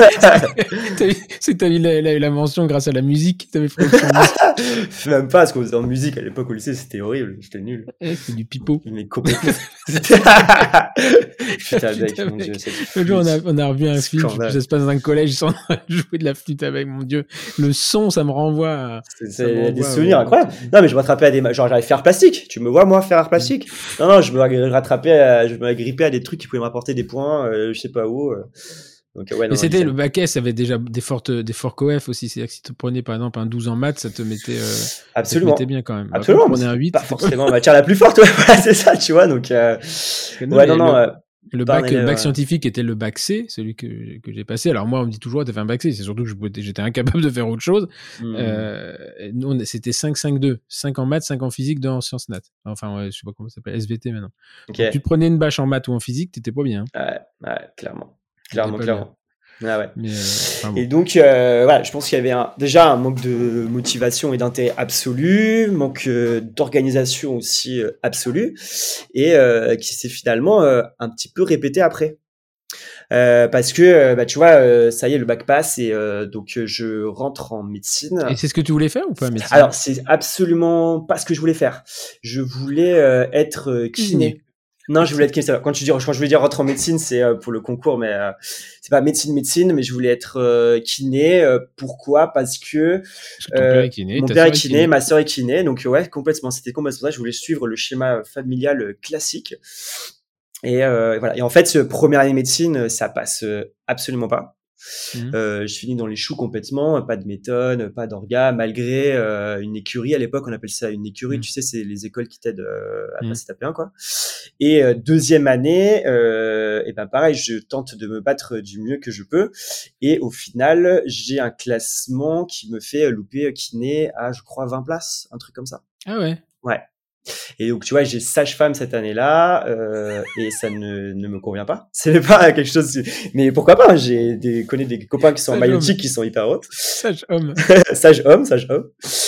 C'est que t'as eu la, la, la mention grâce à la musique. T'avais fait même pas, parce qu'on faisait en musique à l'époque au lycée, c'était horrible, j'étais nul. Eh, c'est du pipeau. Mais complètement. Putain, mec, mon Dieu, le jour, on a, on a revu un film, ça se passe dans un collège, ils sont jouer de la flûte avec, mon Dieu. Le son, ça me renvoie à... C'est, c'est des souvenirs incroyables. Non, mais je me rattrapais à des, genre, j'allais faire plastique. Tu me vois, moi, faire art plastique? Non, non, je me rattrapais à, je me grippais à des trucs qui pouvaient m'apporter des points, euh, je sais pas où. Euh. Donc, ouais, non, mais c'était, le bac S avait déjà des fortes, des forts coef aussi. C'est-à-dire que si tu prenais, par exemple, un douze en maths, ça te mettait, euh, absolument. Ça te mettait bien quand même. Absolument. Après, tu prenais un huit. Pas forcément la matière la plus forte, ouais, voilà, c'est ça, tu vois, donc, euh, non, ouais, non, non, euh, le bac, élève, bac scientifique était le bac C, celui que, que j'ai passé. Alors moi, on me dit toujours, t'as fait un bac C. C'est surtout que je, j'étais incapable de faire autre chose. Mmh. Euh, nous, c'était cinq cinq deux. cinq en maths, cinq en physique, deux en sciences nat. Enfin, ouais, je sais pas comment ça s'appelle, S V T maintenant. Okay. Donc, tu te prenais une bâche en maths ou en physique, t'étais pas bien. Ouais, ouais, clairement. Clairement, clairement. Ah ouais. Mais, euh, enfin, bon. Et donc, euh, voilà, je pense qu'il y avait un, déjà un manque de motivation et d'intérêt absolu, manque euh, d'organisation aussi euh, absolu, et euh, qui s'est finalement euh, un petit peu répété après. Euh, parce que, euh, bah, tu vois, euh, ça y est, le bac passe, et euh, donc euh, je rentre en médecine. Et c'est ce que tu voulais faire ou pas, médecine? Alors, c'est absolument pas ce que je voulais faire. Je voulais euh, être euh, kiné. Non, je voulais être kiné. Quand tu dis, quand je voulais dire rentrer en médecine, c'est euh, pour le concours, mais euh, c'est pas médecine, médecine, mais je voulais être euh, kiné. Euh, pourquoi? Parce que Parce que ton euh, père est kiné, mon ta père sœur est est kiné, kiné. ma sœur est kiné, donc ouais, complètement. C'était complètement ça. Je voulais suivre le schéma familial euh, classique. Et euh, voilà. Et en fait, ce première année de médecine, ça passe euh, absolument pas. Mmh. Euh, je finis dans les choux complètement, pas de méthode, pas d'orga, malgré euh, une écurie. À l'époque, on appelle ça une écurie. Mmh. Tu sais, c'est les écoles qui t'aident euh, à Mmh. passer ta P un, quoi. Et euh, deuxième année, euh, et ben pareil, je tente de me battre du mieux que je peux. Et au final, j'ai un classement qui me fait louper kiné à, je crois, vingt places, un truc comme ça. Ah ouais. Ouais. Et donc, tu vois, j'ai sage-femme cette année-là, euh, et ça ne, ne me convient pas. C'est pas quelque chose, mais pourquoi pas? J'ai des, connais des copains qui sont en Sage homme. maïotique qui sont hyper heureux. Sage homme. Sage homme, sage homme.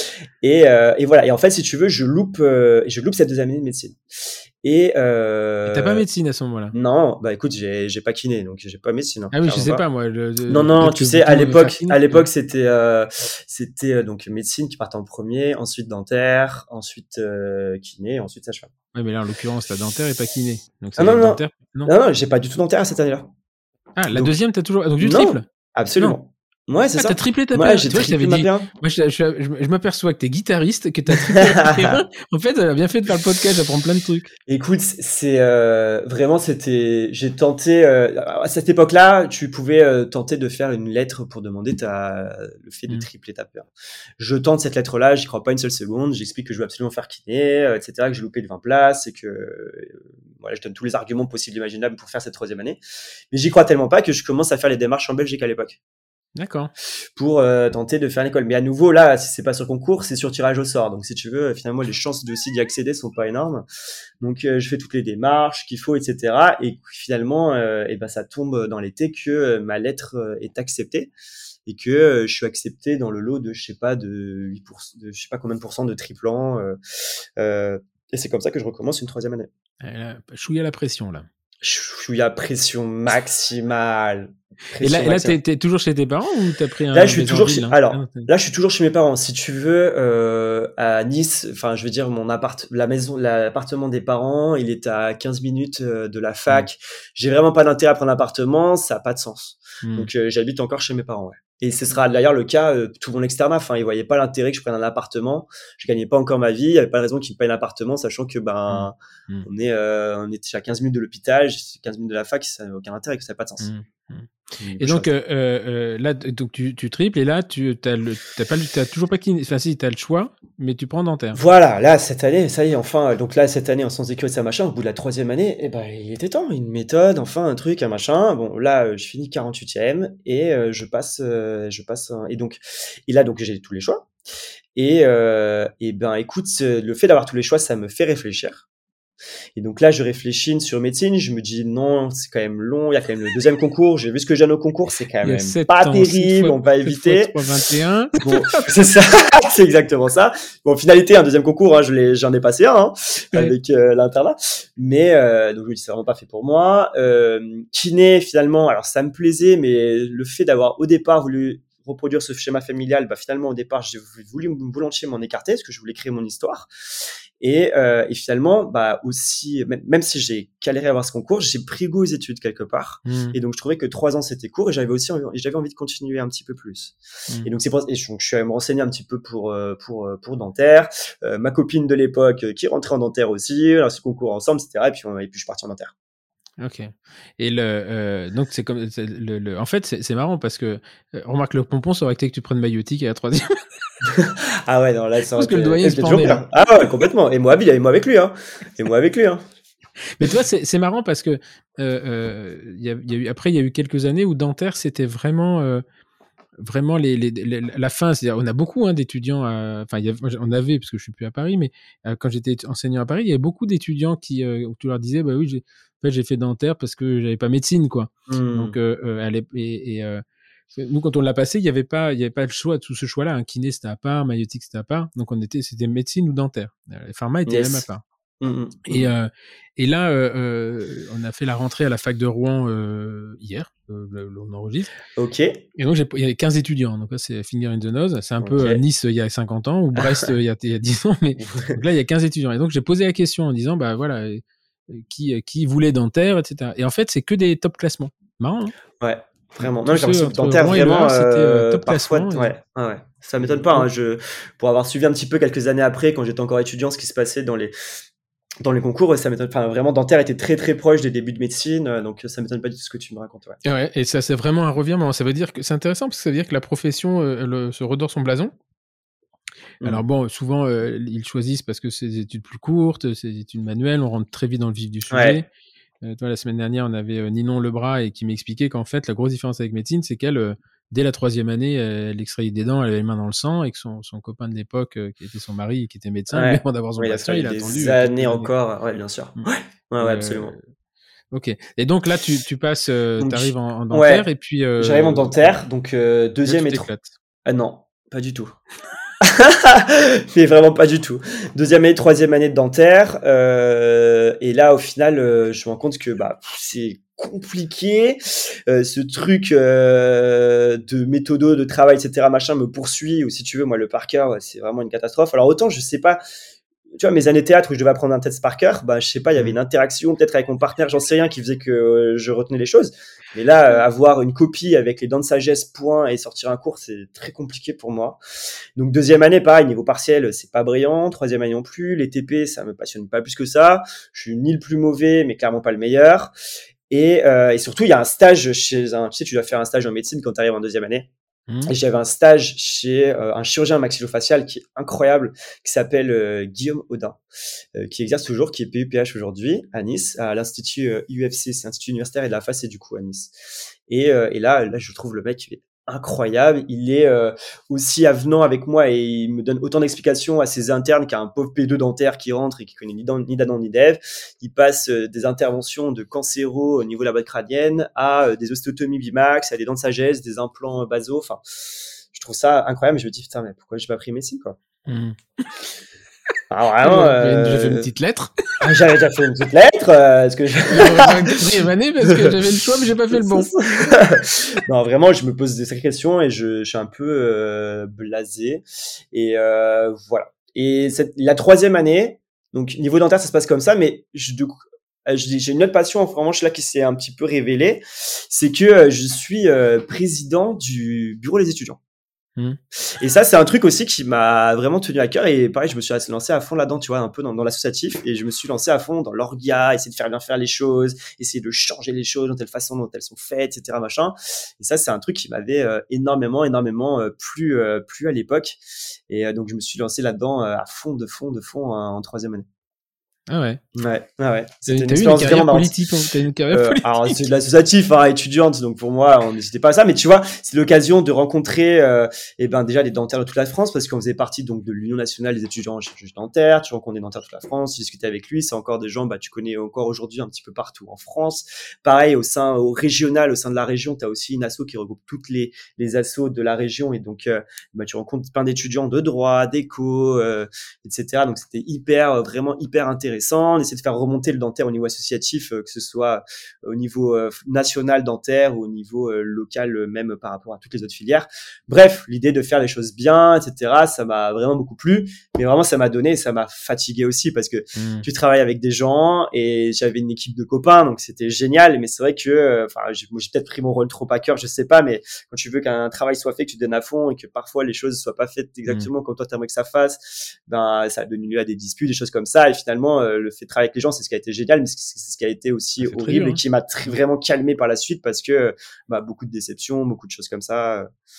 Et, euh, et voilà. Et en fait, si tu veux, je loupe, euh, je loupe cette deuxième année de médecine. Et, euh, Et t'as pas médecine à ce moment-là? Non, bah écoute, j'ai, j'ai pas kiné, donc j'ai pas médecine. Hein, Ah oui, je sais pas. pas moi. Le, le, non, non, tu sais, à l'époque, à l'époque, c'était, euh, c'était euh, donc médecine qui partait en premier, ensuite dentaire, ensuite euh, kiné, ensuite sage-femme. Ouais, mais là, en l'occurrence, t'as dentaire et pas kiné. Donc c'est ah non, non, dentaire. Non, non, non, j'ai pas du tout dentaire cette année-là. Ah, la donc, deuxième, t'as toujours. Donc du non, triple? Absolument. Non. Ouais, c'est ah, ça. T'as triplé ta Moi, P un. j'ai Tu vois, je t'avais dit. Moi, je, je, je, je m'aperçois que t'es guitariste, que t'as triplé ta P un. En fait, elle a bien fait de faire le podcast, j'apprends plein de trucs. Écoute, c'est euh, vraiment, c'était. J'ai tenté. Euh, à cette époque-là, tu pouvais euh, tenter de faire une lettre pour demander ta, le fait de tripler ta P un. Je tente cette lettre-là, j'y crois pas une seule seconde. J'explique que je veux absolument faire kiné, euh, et cetera, que j'ai loupé de vingt places et que. Euh, voilà, je donne tous les arguments possibles et imaginables pour faire cette troisième année. Mais j'y crois tellement pas que je commence à faire les démarches en Belgique à l'époque. D'accord. Pour euh, tenter de faire l'école. Mais à nouveau, là, si c'est pas sur concours, c'est sur tirage au sort. Donc, si tu veux, finalement, les chances de aussi d'y accéder sont pas énormes. Donc, euh, je fais toutes les démarches qu'il faut, et cetera. Et finalement, euh, et ben, ça tombe dans l'été que euh, ma lettre euh, est acceptée et que euh, je suis accepté dans le lot de, je sais pas, de huit pour cent, de je sais pas combien de pourcents de triplants. Euh, euh, et c'est comme ça que je recommence une troisième année. Chouille à la pression, là. Chouille à pression maximale. Et là, et là t'es, t'es toujours chez tes parents ou t'as pris un là je suis toujours chez, hein alors là je suis toujours chez mes parents. Si tu veux, euh, à Nice, enfin je veux dire mon appart, la maison, l'appartement des parents, il est à quinze minutes de la fac. Mmh. J'ai vraiment pas d'intérêt à prendre un appartement, ça a pas de sens. Mmh. Donc euh, j'habite encore chez mes parents. Ouais. Et ce sera d'ailleurs le cas euh, tout mon externat. Enfin, ils voyaient pas l'intérêt que je prenne un appartement. Je gagnais pas encore ma vie. Il y avait pas de raison qu'ils me payent un appartement, sachant que ben mmh. on est euh, on est à quinze minutes de l'hôpital, quinze minutes de la fac, ça n'a aucun intérêt, que ça n'a pas de sens. Mmh. Et donc euh, euh, là, donc tu, tu triples et là tu t'as le t'as pas t'as toujours pas kiné. Enfin si t'as le choix, mais tu prends dentaire. Voilà, là cette année, ça y est, enfin. Donc là cette année en sciences éco et ça machin. Au bout de la troisième année, eh ben il était temps, une méthode, enfin un truc, un machin. Bon là, je finis quarante-huitième et euh, je passe, euh, je passe. Un... Et donc et là donc j'ai tous les choix. Et euh, et ben écoute, le fait d'avoir tous les choix, ça me fait réfléchir. Et donc là, je réfléchis sur médecine, je me dis non, c'est quand même long, il y a quand même le deuxième concours, j'ai vu ce que j'ai au concours, c'est quand même pas ans, terrible, fois, on va éviter. trois vingt et un Bon, c'est ça, c'est exactement ça. Bon, en finalité, un deuxième concours, hein, je l'ai, j'en ai passé un, hein, ouais. avec euh, l'internat. Mais euh, donc oui, c'est vraiment pas fait pour moi. Euh, kiné, finalement, alors ça me plaisait, mais le fait d'avoir au départ voulu reproduire ce schéma familial, bah finalement au départ, j'ai voulu volontiers m'en écarter parce que je voulais créer mon histoire. Et, euh, et finalement, bah aussi, même, même si j'ai galéré à avoir ce concours, j'ai pris goût aux études quelque part. Mmh. Et donc je trouvais que trois ans c'était court et j'avais aussi envie, j'avais envie de continuer un petit peu plus. Mmh. Et donc c'est pour, et donc je suis allé me renseigner un petit peu pour pour pour dentaire. Euh, ma copine de l'époque qui rentrait en dentaire aussi, alors ce concours ensemble, et cetera. Et puis on, et puis je suis parti en dentaire. Ok. Et le euh, donc c'est comme c'est le, le en fait c'est, c'est marrant parce que euh, remarque le pompon ça aurait été que tu prennes maïotique à la troisième. ah ouais non là ça aurait parce que le doyen se pendait. Ah ouais complètement. Et moi et moi avec lui hein. Et moi avec lui hein. Mais tu vois c'est c'est marrant parce que euh, euh, y a, y a eu après il y a eu quelques années où dentaire c'était vraiment euh, vraiment les, les, les, la fin, c'est-à-dire on a beaucoup hein, d'étudiants, enfin on avait, parce que je suis plus à Paris, mais euh, quand j'étais enseignant à Paris, il y avait beaucoup d'étudiants qui, euh, où tu leur disais, bah oui, j'ai, en fait, j'ai fait dentaire parce que j'avais pas médecine, quoi. Mmh. Donc, euh, euh, elle est, et, et euh, nous, quand on l'a passé, il n'y avait pas, il y avait pas le choix, tout ce choix-là. Un kiné, c'était à part, maïeutique, c'était à part. Donc, on était, c'était médecine ou dentaire. Les pharma était yes. même à part. Mmh, et, mmh. Euh, et là, euh, euh, on a fait la rentrée à la fac de Rouen euh, hier, euh, on enregistre. Ok. Et donc, il y avait quinze étudiants. Donc là, c'est finger in the nose. C'est un okay. peu euh, Nice euh, il y a cinquante ans ou Brest euh, il, y a, il y a dix ans. Mais donc là, il y a quinze étudiants. Et donc, j'ai posé la question en disant, bah voilà, euh, qui, qui voulait dentaire, et cetera. Et en fait, c'est que des top classements. Marrant, hein. Ouais. Vraiment, non, j'ai l'impression que dentaire, vraiment, c'était euh, top parfois, classement. Ouais, ouais, ouais. Ça m'étonne pas. Hein, je, pour avoir suivi un petit peu quelques années après, quand j'étais encore étudiant, ce qui se passait dans les, dans les concours, ça m'étonne. Enfin, vraiment, dentaire était très très proche des débuts de médecine, donc ça m'étonne pas du tout ce que tu me racontes. Ouais. Ouais, et ça, c'est vraiment un revirement. Ça veut dire que c'est intéressant parce que ça veut dire que la profession euh, elle, se redore son blason. Mmh. Alors bon, souvent euh, ils choisissent parce que c'est des études plus courtes, c'est des études manuelles, on rentre très vite dans le vif du sujet. Ouais. Euh, toi, la semaine dernière, on avait euh, Ninon Lebras et qui m'expliquait qu'en fait, la grosse différence avec médecine, c'est qu'elle, euh, dès la troisième année, euh, elle extrayait des dents, elle avait les mains dans le sang et que son, son copain de l'époque, euh, qui était son mari et qui était médecin, ouais. lui, avant d'avoir son oui, patient, il a des attendu des années encore. Ouais, bien sûr. Mmh. Ouais, ouais, ouais, absolument. Euh, ok. Et donc là, tu, tu passes, euh, donc, t'arrives en, en dentaire ouais, et puis. Euh, j'arrive en dentaire, donc euh, deuxième là, et troisième. Ah non, pas du tout. Mais vraiment pas du tout. Deuxième année, troisième année de dentaire, euh, et là au final, euh, je me rends compte que bah c'est compliqué. Euh, ce truc euh, de méthodo, de travail, et cetera machin me poursuit. Ou si tu veux, moi le par cœur, c'est vraiment une catastrophe. Alors autant je sais pas. Tu vois, mes années théâtre où je devais apprendre un test par cœur, bah, je sais pas, il y avait une interaction peut-être avec mon partenaire, j'en sais rien, qui faisait que euh, je retenais les choses. Mais là, euh, avoir une copie avec les dents de sagesse, point, et sortir un cours, c'est très compliqué pour moi. Donc, deuxième année, pareil, niveau partiel, c'est pas brillant. Troisième année non plus. Les T P, ça me passionne pas plus que ça. Je suis ni le plus mauvais, mais clairement pas le meilleur. Et, euh, et surtout, il y a un stage chez un, tu sais, tu dois faire un stage en médecine quand tu arrives en deuxième année. Mmh. Et j'avais un stage chez euh, un chirurgien maxillofacial qui est incroyable, qui s'appelle euh, Guillaume Audin, euh, qui exerce toujours, qui est P U P H aujourd'hui à Nice, à l'Institut euh, I U F C, c'est l'Institut universitaire et de la face et du cou à Nice. Et, euh, et là, là, je trouve le mec, il est incroyable. Il est euh, aussi avenant avec moi et il me donne autant d'explications à ses internes qu'à un pauvre P deux dentaire qui rentre et qui connaît ni d'Adam ni d'Ève. Il passe euh, des interventions de cancéro au niveau de la boîte crânienne à euh, des ostéotomies bimax, à des dents de sagesse, des implants euh, basaux. Enfin, je trouve ça incroyable. Je me dis, putain, mais pourquoi j'ai pas pris médecine, quoi. Mmh. Alors vraiment, euh... j'ai fait une petite lettre. J'avais déjà fait une petite lettre. Euh, parce que je... une quatrième année parce que j'avais le choix, mais j'ai pas fait le bon. Non, vraiment, je me pose des sacrées questions et je, je suis un peu euh, blasé. Et euh, voilà. Et cette, la troisième année, donc niveau dentaire, ça se passe comme ça, mais je, du coup, j'ai une autre passion, vraiment, là qui s'est un petit peu révélée, c'est que je suis euh, président du bureau des étudiants. Mmh. Et ça, c'est un truc aussi qui m'a vraiment tenu à cœur. Et pareil, je me suis lancé à fond là-dedans, tu vois, un peu dans, dans l'associatif. Et je me suis lancé à fond dans l'orga, essayer de faire bien faire les choses, essayer de changer les choses dans telle façon dont elles sont faites, et cetera machin. Et ça, c'est un truc qui m'avait euh, énormément, énormément euh, plu, euh, plu à l'époque. Et euh, donc, je me suis lancé là-dedans euh, à fond, de fond, de fond en, en troisième année. Ah ouais. Ouais, ah ouais. C'était une expérience vraiment politique. T'as une carrière euh, politique. Alors, c'est de l'associatif, hein, étudiante. Donc, pour moi, on n'hésitait pas à ça. Mais tu vois, c'est l'occasion de rencontrer, euh, eh ben, déjà les dentaires de toute la France parce qu'on faisait partie, donc, de l'Union nationale des étudiants en chirurgie dentaire. Tu rencontres des dentaires de toute la France. Tu discutais avec lui. C'est encore des gens, bah, tu connais encore aujourd'hui un petit peu partout en France. Pareil, au sein, au régional, au sein de la région, t'as aussi une asso qui regroupe toutes les, les assos de la région. Et donc, euh, bah, tu rencontres plein d'étudiants de droit, d'éco, euh, et cetera. Donc, c'était hyper, vraiment hyper intéressant. On essaie de faire remonter le dentaire au niveau associatif, euh, que ce soit au niveau euh, national dentaire ou au niveau euh, local euh, même par rapport à toutes les autres filières. Bref, l'idée de faire les choses bien, et cetera, ça m'a vraiment beaucoup plu, mais vraiment ça m'a donné, ça m'a fatigué aussi parce que mmh. tu travailles avec des gens et j'avais une équipe de copains, donc c'était génial, mais c'est vrai que, enfin, euh, j'ai, moi, j'ai peut-être pris mon rôle trop à cœur, je sais pas, mais quand tu veux qu'un travail soit fait, que tu donnes à fond et que parfois les choses soient pas faites exactement mmh. comme toi t'aimerais que ça fasse, ben ça donne lieu à des disputes, des choses comme ça, et finalement euh, le fait de travailler avec les gens, c'est ce qui a été génial, mais c'est, c'est ce qui a été aussi horrible dur, hein. Et qui m'a tr- vraiment calmé par la suite parce que bah, beaucoup de déceptions, beaucoup de choses comme ça.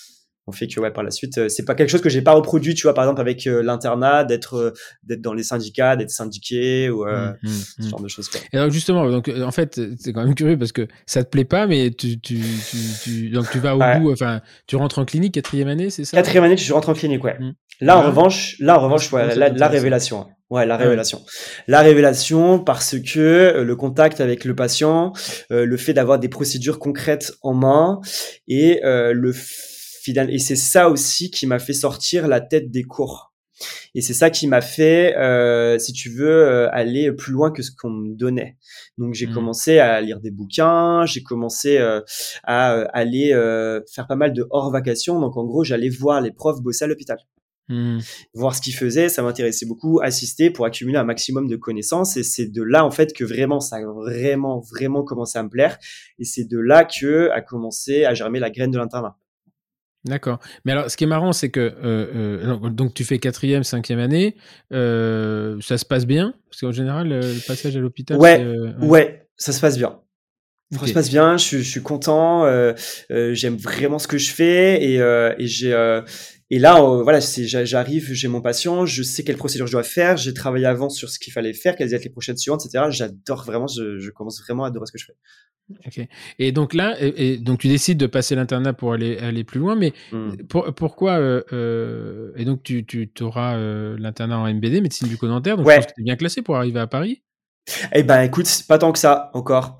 ont fait que ouais, par la suite, euh, c'est pas quelque chose que j'ai pas reproduit, tu vois, par exemple avec euh, l'internat, d'être euh, d'être dans les syndicats, d'être syndiqué ou euh, Mmh, mmh, ce mmh. genre de choses. Quoi. Et donc justement, donc en fait, c'est quand même curieux parce que ça te plaît pas, mais tu tu tu, tu donc tu vas au Ouais. bout. Enfin, tu rentres en clinique quatrième année, c'est ça? Quatrième année, je rentre en clinique, ouais. Mmh. Là, Et en là, revanche, là, en là, revanche, ça ouais, commence à la, la t'intéresser. révélation. hein. Ouais, la Ah ouais. révélation. La révélation parce que euh, le contact avec le patient, euh, le fait d'avoir des procédures concrètes en main et euh, le final, et c'est ça aussi qui m'a fait sortir la tête des cours. Et c'est ça qui m'a fait, euh, si tu veux, euh, aller plus loin que ce qu'on me donnait. Donc j'ai Mmh. commencé à lire des bouquins, j'ai commencé euh, à euh, aller euh, faire pas mal de hors vacations. Donc en gros, j'allais voir les profs bosser à l'hôpital, Mmh. voir ce qu'ils faisaient. Ça m'intéressait beaucoup, assister pour accumuler un maximum de connaissances. Et c'est de là en fait que vraiment, ça a vraiment, vraiment commencé à me plaire. Et c'est de là que a commencé à germer la graine de l'internat. D'accord. Mais alors, ce qui est marrant, c'est que euh, euh, donc tu fais quatrième, cinquième année, euh, ça se passe bien, parce qu'en général, le, le passage à l'hôpital, Ouais, c'est euh, ouais. ouais, ça se passe bien. Ça Ok. se passe bien, je, suis- je suis content, euh, euh, j'aime vraiment ce que je fais et, euh, et j'ai euh, et là euh, voilà, c'est, j'a- j'arrive, j'ai mon patient, je sais quelle procédure je dois faire, j'ai travaillé avant sur ce qu'il fallait faire, quelles étaient les prochaines suivantes, et cetera. J'adore vraiment, je, je commence vraiment à adorer ce que je fais. Ok. Et donc là, et, et donc tu décides de passer l'internat pour aller aller plus loin, mais Mm. pour, pourquoi euh, euh, et donc tu tu auras euh, l'internat en M B D, médecine bucco-dentaire, donc je pense que Ouais. tu es bien classé pour arriver à Paris. Eh ben écoute, pas tant que ça encore.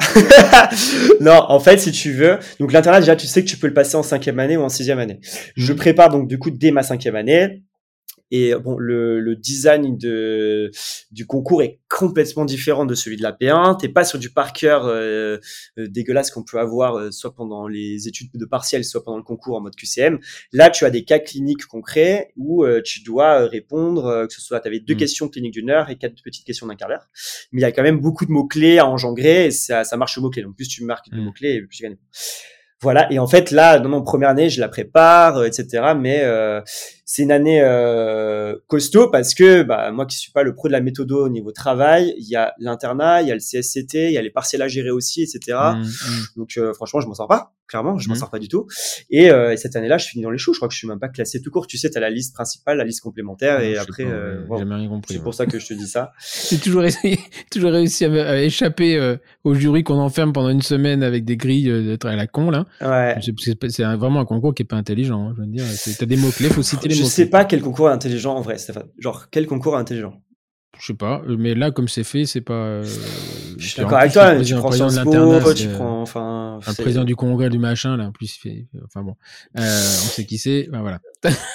Non, en fait, si tu veux, donc l'internat déjà, tu sais que tu peux le passer en cinquième année ou en sixième année. Je Mhm. prépare donc du coup dès ma cinquième année. Et bon, le, le design de, du concours est complètement différent de celui de la P un. T'es pas sur du par cœur euh, euh, dégueulasse qu'on peut avoir euh, soit pendant les études de partiel, soit pendant le concours en mode Q C M. Là, tu as des cas cliniques concrets où euh, tu dois euh, répondre, euh, que ce soit, tu avais deux Mhm. questions cliniques d'une heure et quatre petites questions d'un quart d'heure. Mais il y a quand même beaucoup de mots-clés à engendrer et ça, ça marche au mot-clé. Donc, plus tu marques de Mhm. mots-clés, plus tu gagnes. Voilà, et en fait là, dans mon première année, je la prépare, euh, et cetera. Mais euh, c'est une année euh, costaud parce que bah, moi qui suis pas le pro de la méthodo au niveau travail, il y a l'internat, il y a le C S C T, il y a les partiels à gérer aussi, et cetera. Mhm. Donc euh, franchement, je m'en sors pas, clairement, je m'en Mhm. sors pas du tout. Et, euh, et cette année-là, je finis dans les choux. Je crois que je suis même pas classé tout court. Tu sais, t'as la liste principale, la liste complémentaire, Non, et je sais après, pas, euh, ouais, j'ai wow. jamais rien compris. C'est Ouais. pour ça que je te dis ça. J'ai toujours essayé, toujours réussi à, me- à échapper euh, au jury qu'on enferme pendant une semaine avec des grilles euh, d'être à la con là. Ouais. C'est, c'est, pas- c'est un- vraiment un concours qui est pas intelligent. Hein, je veux dire, c'est, t'as des mots clés, faut citer les Je mots sais clés. pas quel concours est intelligent en vrai, Stéphane. Genre, quel concours est intelligent? Je sais pas, euh, mais là comme c'est fait, c'est pas. Euh, Je suis c'est- en d'accord avec plus le toi, mais tu président, le prends président de Sciences l'internat, Po, c'est tu euh, prends, enfin, un c'est... président du congrès du machin là. En plus, il fait, enfin bon, euh, on sait qui c'est. Ben voilà.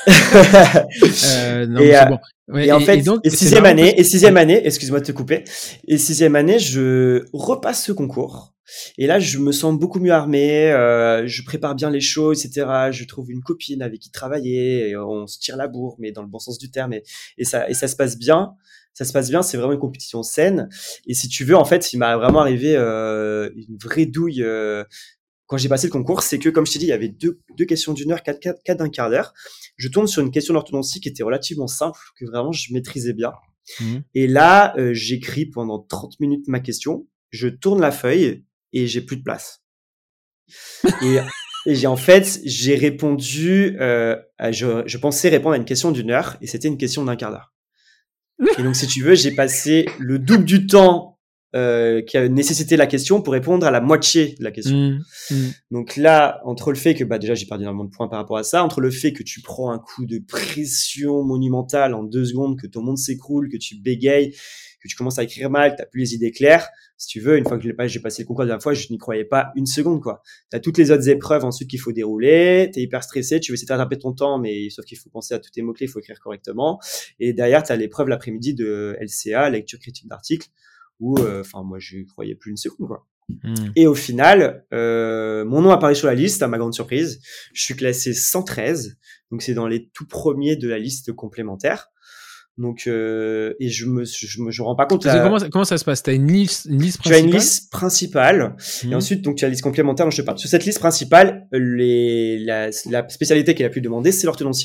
euh, non mais et, c'est euh, bon. Ouais, et en et, et fait, donc et c'est sixième marrant parce année, que. et sixième Ouais. année, excuse-moi de te couper, et sixième année, je repasse ce concours. Et là, je me sens beaucoup mieux armé, euh, je prépare bien les choses, et cetera. Je trouve une copine avec qui travailler, et on se tire la bourre, mais dans le bon sens du terme, et, et ça, et ça se passe bien. Ça se passe bien, c'est vraiment une compétition saine. Et si tu veux, en fait, il m'a vraiment arrivé euh, une vraie douille euh, quand j'ai passé le concours, c'est que, comme je t'ai dit, il y avait deux, deux questions d'une heure, quatre, quatre, quatre d'un quart d'heure. Je tombe sur une question d'orthodontie qui était relativement simple, que vraiment je maîtrisais bien. Mmh. Et là, euh, j'écris pendant trente minutes ma question, je tourne la feuille et j'ai plus de place. Et, et j'ai en fait, j'ai répondu, euh, à, je, je pensais répondre à une question d'une heure et c'était une question d'un quart d'heure. Et donc, si tu veux, j'ai passé le double du temps euh, qui a nécessité la question pour répondre à la moitié de la question. Mmh. Mmh. Donc là, entre le fait que bah déjà j'ai perdu énormément de points par rapport à ça, entre le fait que tu prends un coup de pression monumentale en deux secondes, que ton monde s'écroule, que tu bégayes, que tu commences à écrire mal, t'as plus les idées claires. Si tu veux, une fois que j'ai passé le concours la dernière fois, je n'y croyais pas une seconde, quoi. T'as toutes les autres épreuves ensuite qu'il faut dérouler, t'es hyper stressé, tu veux essayer de rattraper ton temps, mais sauf qu'il faut penser à tous tes mots-clés, il faut écrire correctement. Et derrière, t'as l'épreuve l'après-midi de L C A, lecture critique d'articles, où, enfin, euh, moi, je croyais plus une seconde, quoi. Mmh. Et au final, euh, mon nom apparaît sur la liste, à ma grande surprise. Je suis classé cent treize, donc c'est dans les tout premiers de la liste complémentaire. Donc, euh, et je me, je me, je me rends pas compte. La... La... Comment, ça, comment ça se passe? T'as une liste, une liste principale. Tu as une liste principale, mmh. et ensuite, donc, tu as la liste complémentaire dont je te parle. Sur cette liste principale, les, la, la spécialité qui est la plus demandée, c'est l'orthodontie.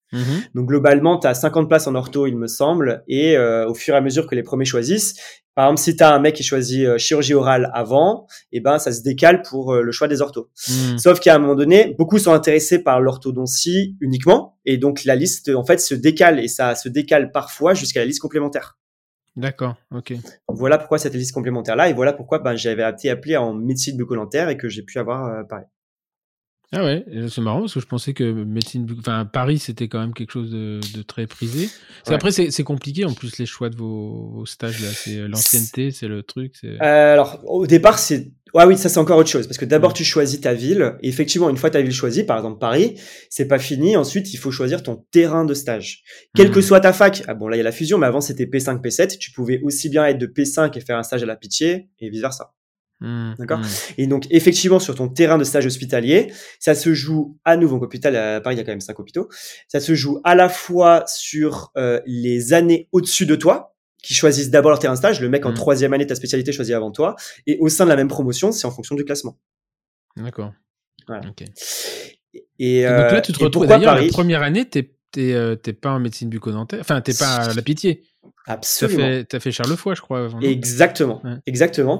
Mmh. Donc globalement, tu as cinquante places en ortho, il me semble, et euh, au fur et à mesure que les premiers choisissent, par exemple, si tu as un mec qui choisit euh, chirurgie orale avant, eh ben ça se décale pour euh, le choix des orthos. Mmh. Sauf qu'à un moment donné, beaucoup sont intéressés par l'orthodontie uniquement, et donc la liste en fait se décale, et ça se décale parfois jusqu'à la liste complémentaire. D'accord, ok. Voilà pourquoi cette liste complémentaire là, et voilà pourquoi ben, j'avais été appelé en médecine bucco-dentaire et que j'ai pu avoir euh, pareil. Ah ouais, c'est marrant parce que je pensais que médecine, enfin Paris, c'était quand même quelque chose de, de très prisé. C'est Ouais. Après, c'est, c'est compliqué en plus les choix de vos, vos stages là. C'est l'ancienneté, c'est le truc. C'est... Euh, alors au départ, c'est ah oui, ça c'est encore autre chose parce que d'abord Ouais. tu choisis ta ville. Et effectivement, une fois ta ville choisie, par exemple Paris, c'est pas fini. Ensuite, il faut choisir ton terrain de stage. Quelle Mmh. que soit ta fac. Ah bon, là il y a la fusion, mais avant c'était P cinq, P sept. Tu pouvais aussi bien être de P cinq et faire un stage à la Pitié et vice versa. Mmh. D'accord. Mmh. Et donc, effectivement, sur ton terrain de stage hospitalier, ça se joue à nouveau. Donc, hôpital, à Paris, il y a quand même cinq hôpitaux. Ça se joue à la fois sur euh, les années au-dessus de toi, qui choisissent d'abord leur terrain de stage. Le mec en Mmh. troisième année de ta spécialité choisit avant toi. Et au sein de la même promotion, c'est en fonction du classement. D'accord. Voilà. Ok. Et, Et euh, donc là, tu te et retrouves pourquoi d'ailleurs Paris la première année, t'es, t'es, euh, t'es pas en médecine bucco-dentaire, enfin t'es pas à la Pitié. T'as Absolument. fait, t'as fait Charlefoy, je crois, avant, non ? Exactement, Ouais. exactement.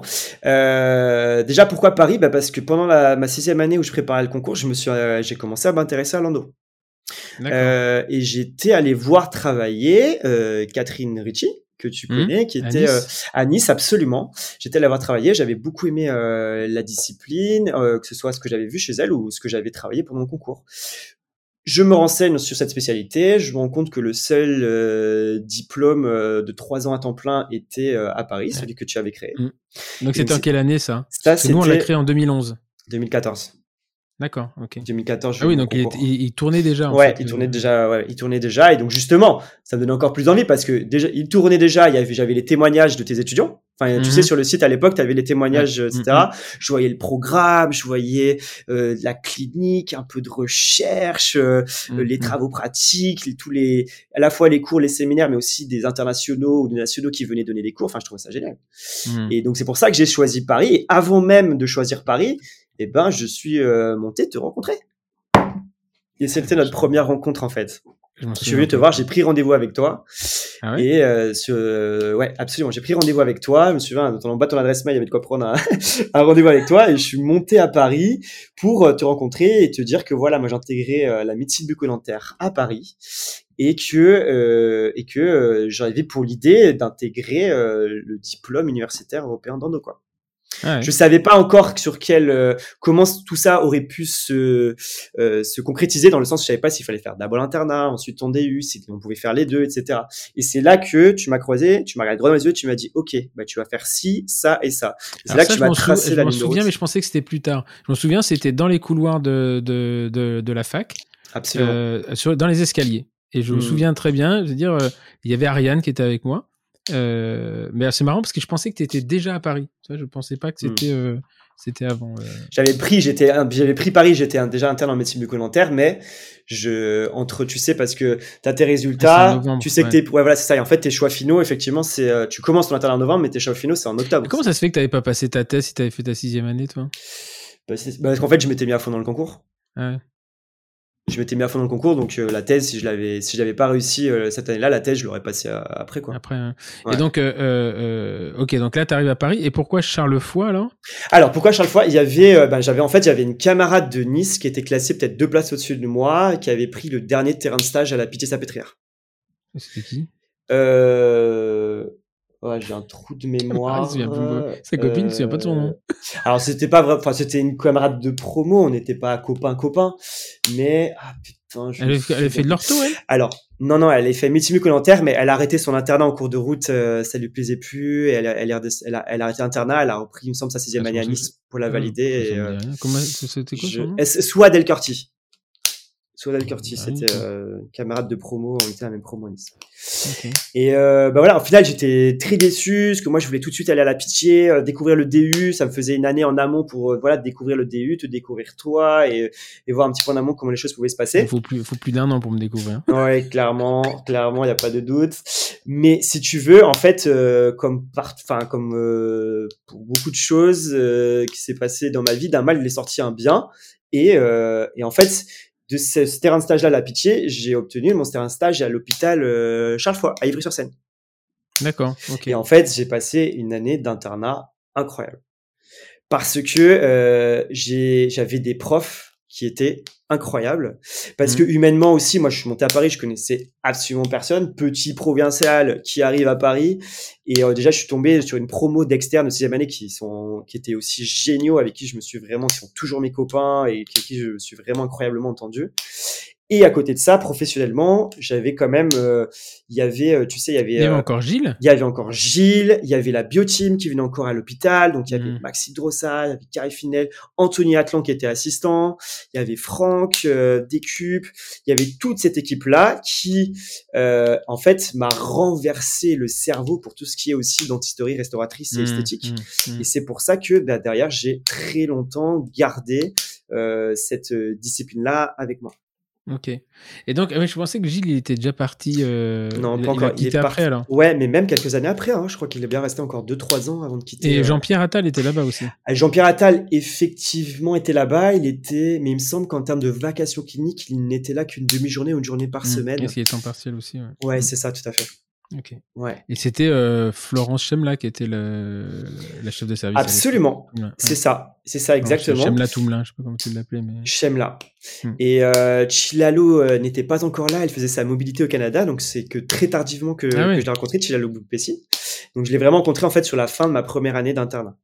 Euh, déjà, pourquoi Paris ? Bah parce que pendant la, ma sixième année où je préparais le concours, je me suis, euh, j'ai commencé à m'intéresser à l'endo. D'accord. Euh, et j'étais allé voir travailler euh, Catherine Ritchie, que tu Mmh. connais, qui À était Nice. euh, à Nice, absolument. J'étais allé la voir travailler, j'avais beaucoup aimé euh, la discipline, euh, que ce soit ce que j'avais vu chez elle ou ce que j'avais travaillé pendant le concours. Je me renseigne sur cette spécialité, je me rends compte que le seul euh, diplôme euh, de trois ans à temps plein était euh, à Paris, Ouais. celui que tu avais créé. Mmh. Donc Et donc, c'était en c'est- quelle année ça ? ça, Parce que nous, on l'a c'était créé en deux mille onze. deux mille quatorze. D'accord, ok. deux mille quatorze, j'ai Ah eu oui, mon donc il, concours. était- il- il tournait déjà en Ouais, fait. il le- tournait déjà, ouais, il tournait déjà, et donc justement, ça me donnait encore plus d'envie parce que déjà, il tournait déjà, il y avait, j'avais les témoignages de tes étudiants. Enfin, tu Mhm. sais, sur le site à l'époque, tu avais les témoignages, Ouais. et cetera. Je voyais le programme, je voyais euh, de la clinique, un peu de recherche, euh, Mhm. les travaux pratiques, les, tous les, à la fois les cours, les séminaires, mais aussi des internationaux ou des nationaux qui venaient donner des cours. Enfin, je trouvais ça génial. Mhm. Et donc c'est pour ça que j'ai choisi Paris. Et avant même de choisir Paris, eh ben, je suis euh, monté te rencontrer. Et c'était notre première rencontre en fait. Je, m'en Je suis souviens venu te pas. voir, j'ai pris rendez-vous avec toi. Ah ouais. Et euh, sur, euh, ouais, absolument, j'ai pris rendez-vous avec toi. Je me souviens, en bas de ton adresse mail, il y avait de quoi prendre un, un rendez-vous avec toi. Et je suis monté à Paris pour euh, te rencontrer et te dire que voilà, moi j'ai intégré euh, la médecine bucco-dentaire à Paris et que euh, et que euh, j'avais pour l'idée d'intégrer euh, le diplôme universitaire européen d'endo quoi. Ah ouais. Je savais pas encore sur quel euh, comment tout ça aurait pu se euh, se concrétiser dans le sens où je savais pas s'il fallait faire d'abord l'internat, ensuite ton D U, si on pouvait faire les deux, et cetera. Et c'est là que tu m'as croisé, tu m'as regardé droit dans les yeux, tu m'as dit ok, bah tu vas faire ci, ça et ça. Et c'est Alors là ça, que tu je m'as m'en, sou- tracé je la m'en ligne de souviens, route. mais je pensais que c'était plus tard. Je m'en souviens, c'était dans les couloirs de, de, de, de la fac, Absolument. euh, sur, dans les escaliers. Et je me Mm. souviens très bien, je veux dire, euh, il y avait Ariane qui était avec moi. Euh, mais c'est marrant parce que je pensais que tu étais déjà à Paris. Tu vois, je pensais pas que c'était, euh, c'était avant. euh. J'avais pris, j'étais, j'avais pris Paris, j'étais un- déjà interne en médecine bucco-dentaire, mais je, entre, tu sais, parce que t'as tes Ah, c'est en résultats, novembre, tu sais que ouais. t'es, ouais, voilà, c'est ça. Et en fait, tes choix finaux, effectivement, c'est, euh, tu commences ton internat en novembre, mais tes choix finaux, c'est en octobre. Comment ça se fait que tu n'avais pas passé ta thèse si tu avais fait ta sixième année, toi ? Bah, c'est- bah, parce qu'en fait, je m'étais mis à fond dans le concours. Ah ouais. Je m'étais mis à fond dans le concours, donc euh, la thèse, si je l'avais, si j'avais pas réussi euh, cette année-là, la thèse, je l'aurais passée euh, après, quoi. Après, hein. Ouais. Et donc, euh, euh, euh, ok, donc là, tu arrives à Paris. Et pourquoi Charlefoy, alors ? Alors, pourquoi Charlefoy ? Il y avait, euh, ben, j'avais en fait, j'avais une camarade de Nice qui était classée peut-être deux places au-dessus de moi, qui avait pris le dernier terrain de stage à la Pitié-Salpêtrière. C'était qui ? Euh... Ouais, j'ai un trou de mémoire. Ah, il se souvient plus. Sa copine, il se souvient pas de son nom. Alors, c'était pas vrai, enfin, c'était une camarade de promo, on n'était pas copains-copains, mais, ah putain, je Elle, me a- elle a fait souviens de l'ortho, elle ? Alors, non, non, elle a fait médecine bucco-dentaire, mais elle a arrêté son internat en cours de route, euh, ça lui plaisait plus, et elle, a- elle, a redesc- elle, a, elle a arrêté l'internat, elle a repris, il me semble, sa sixième Ah, année à je pense que Nice pour la Ah, valider. ça et, me dit euh, rien. Comment c'était quoi je... son nom ? est-ce- Soit Del Curti. Soit Del Curti, Ah, c'était ok. euh, camarade de promo, on était à la même promo à Nice. Ok. Et euh, bah voilà, au final, j'étais très déçu, parce que moi, je voulais tout de suite aller à la Pitié, euh, découvrir le D U, ça me faisait une année en amont pour euh, voilà découvrir le D U, te découvrir toi, et, et voir un petit peu en amont comment les choses pouvaient se Il passer. faut plus, faut plus d'un an pour me découvrir. Ouais, clairement, clairement, il y a pas de doute. Mais si tu veux, en fait, euh, comme part, enfin comme euh, pour beaucoup de choses euh, qui s'est passé dans ma vie, d'un mal il est sorti un bien. Et, euh, et en fait, de ce, ce terrain de stage-là, la Pitié, j'ai obtenu mon terrain de stage à l'hôpital euh, Charles Foix, à Ivry-sur-Seine. D'accord, ok. Et en fait, j'ai passé une année d'internat incroyable. Parce que euh, j'ai, j'avais des profs qui étaient incroyables. Parce mmh. que humainement aussi, moi je suis monté à Paris, je connaissais absolument personne. Petit provincial qui arrive à Paris. Et euh, déjà, je suis tombé sur une promo d'externes de sixième année qui, sont, qui étaient aussi géniaux, avec qui je me suis vraiment, qui sont toujours mes copains et avec qui je me suis vraiment incroyablement entendu. Et à côté de ça, professionnellement, j'avais quand même, euh, il y avait, euh, tu sais, il y avait, il y avait euh, encore Gilles. Il y avait encore Gilles, il y avait la bioteam qui venait encore à l'hôpital, donc il y avait mmh. Maxime Drossat, il y avait Carrie Finel, Anthony Atlan qui était assistant, il y avait Franck euh, Décup, il y avait toute cette équipe-là qui, euh, en fait, m'a renversé le cerveau pour tout ce qui est aussi dentisterie restauratrice et mmh. esthétique. Mmh. Et c'est pour ça que bah, derrière, j'ai très longtemps gardé euh, cette euh, discipline-là avec moi. Ok. Et donc, je pensais que Gilles, il était déjà parti. Euh, non, il, pas encore. Il a quitté il est après, parti... alors. Ouais, mais même quelques années après. Hein, je crois qu'il est bien resté encore deux trois ans avant de quitter. Et euh... Jean-Pierre Attal était là-bas aussi. Jean-Pierre Attal, effectivement, était là-bas. Il était, mais il me semble qu'en termes de vacations cliniques, il n'était là qu'une demi-journée ou une journée par mmh. semaine. Est-ce qu'il est en partiel aussi? Ouais, ouais mmh. c'est ça, tout à fait. Ok. Ouais. Et c'était euh, Florence Chemla qui était le, la chef de service. Absolument. Ouais, c'est ouais. ça. C'est ça, exactement. Chemla Toumelin, je sais pas comment tu l'appelais. Mais... Chemla. Hmm. Et euh, Chilalo euh, n'était pas encore là. Elle faisait sa mobilité au Canada. Donc, c'est que très tardivement que, ah ouais. que je l'ai rencontré, Chilalo Boupessi. Donc, je l'ai vraiment rencontré en fait sur la fin de ma première année d'internat.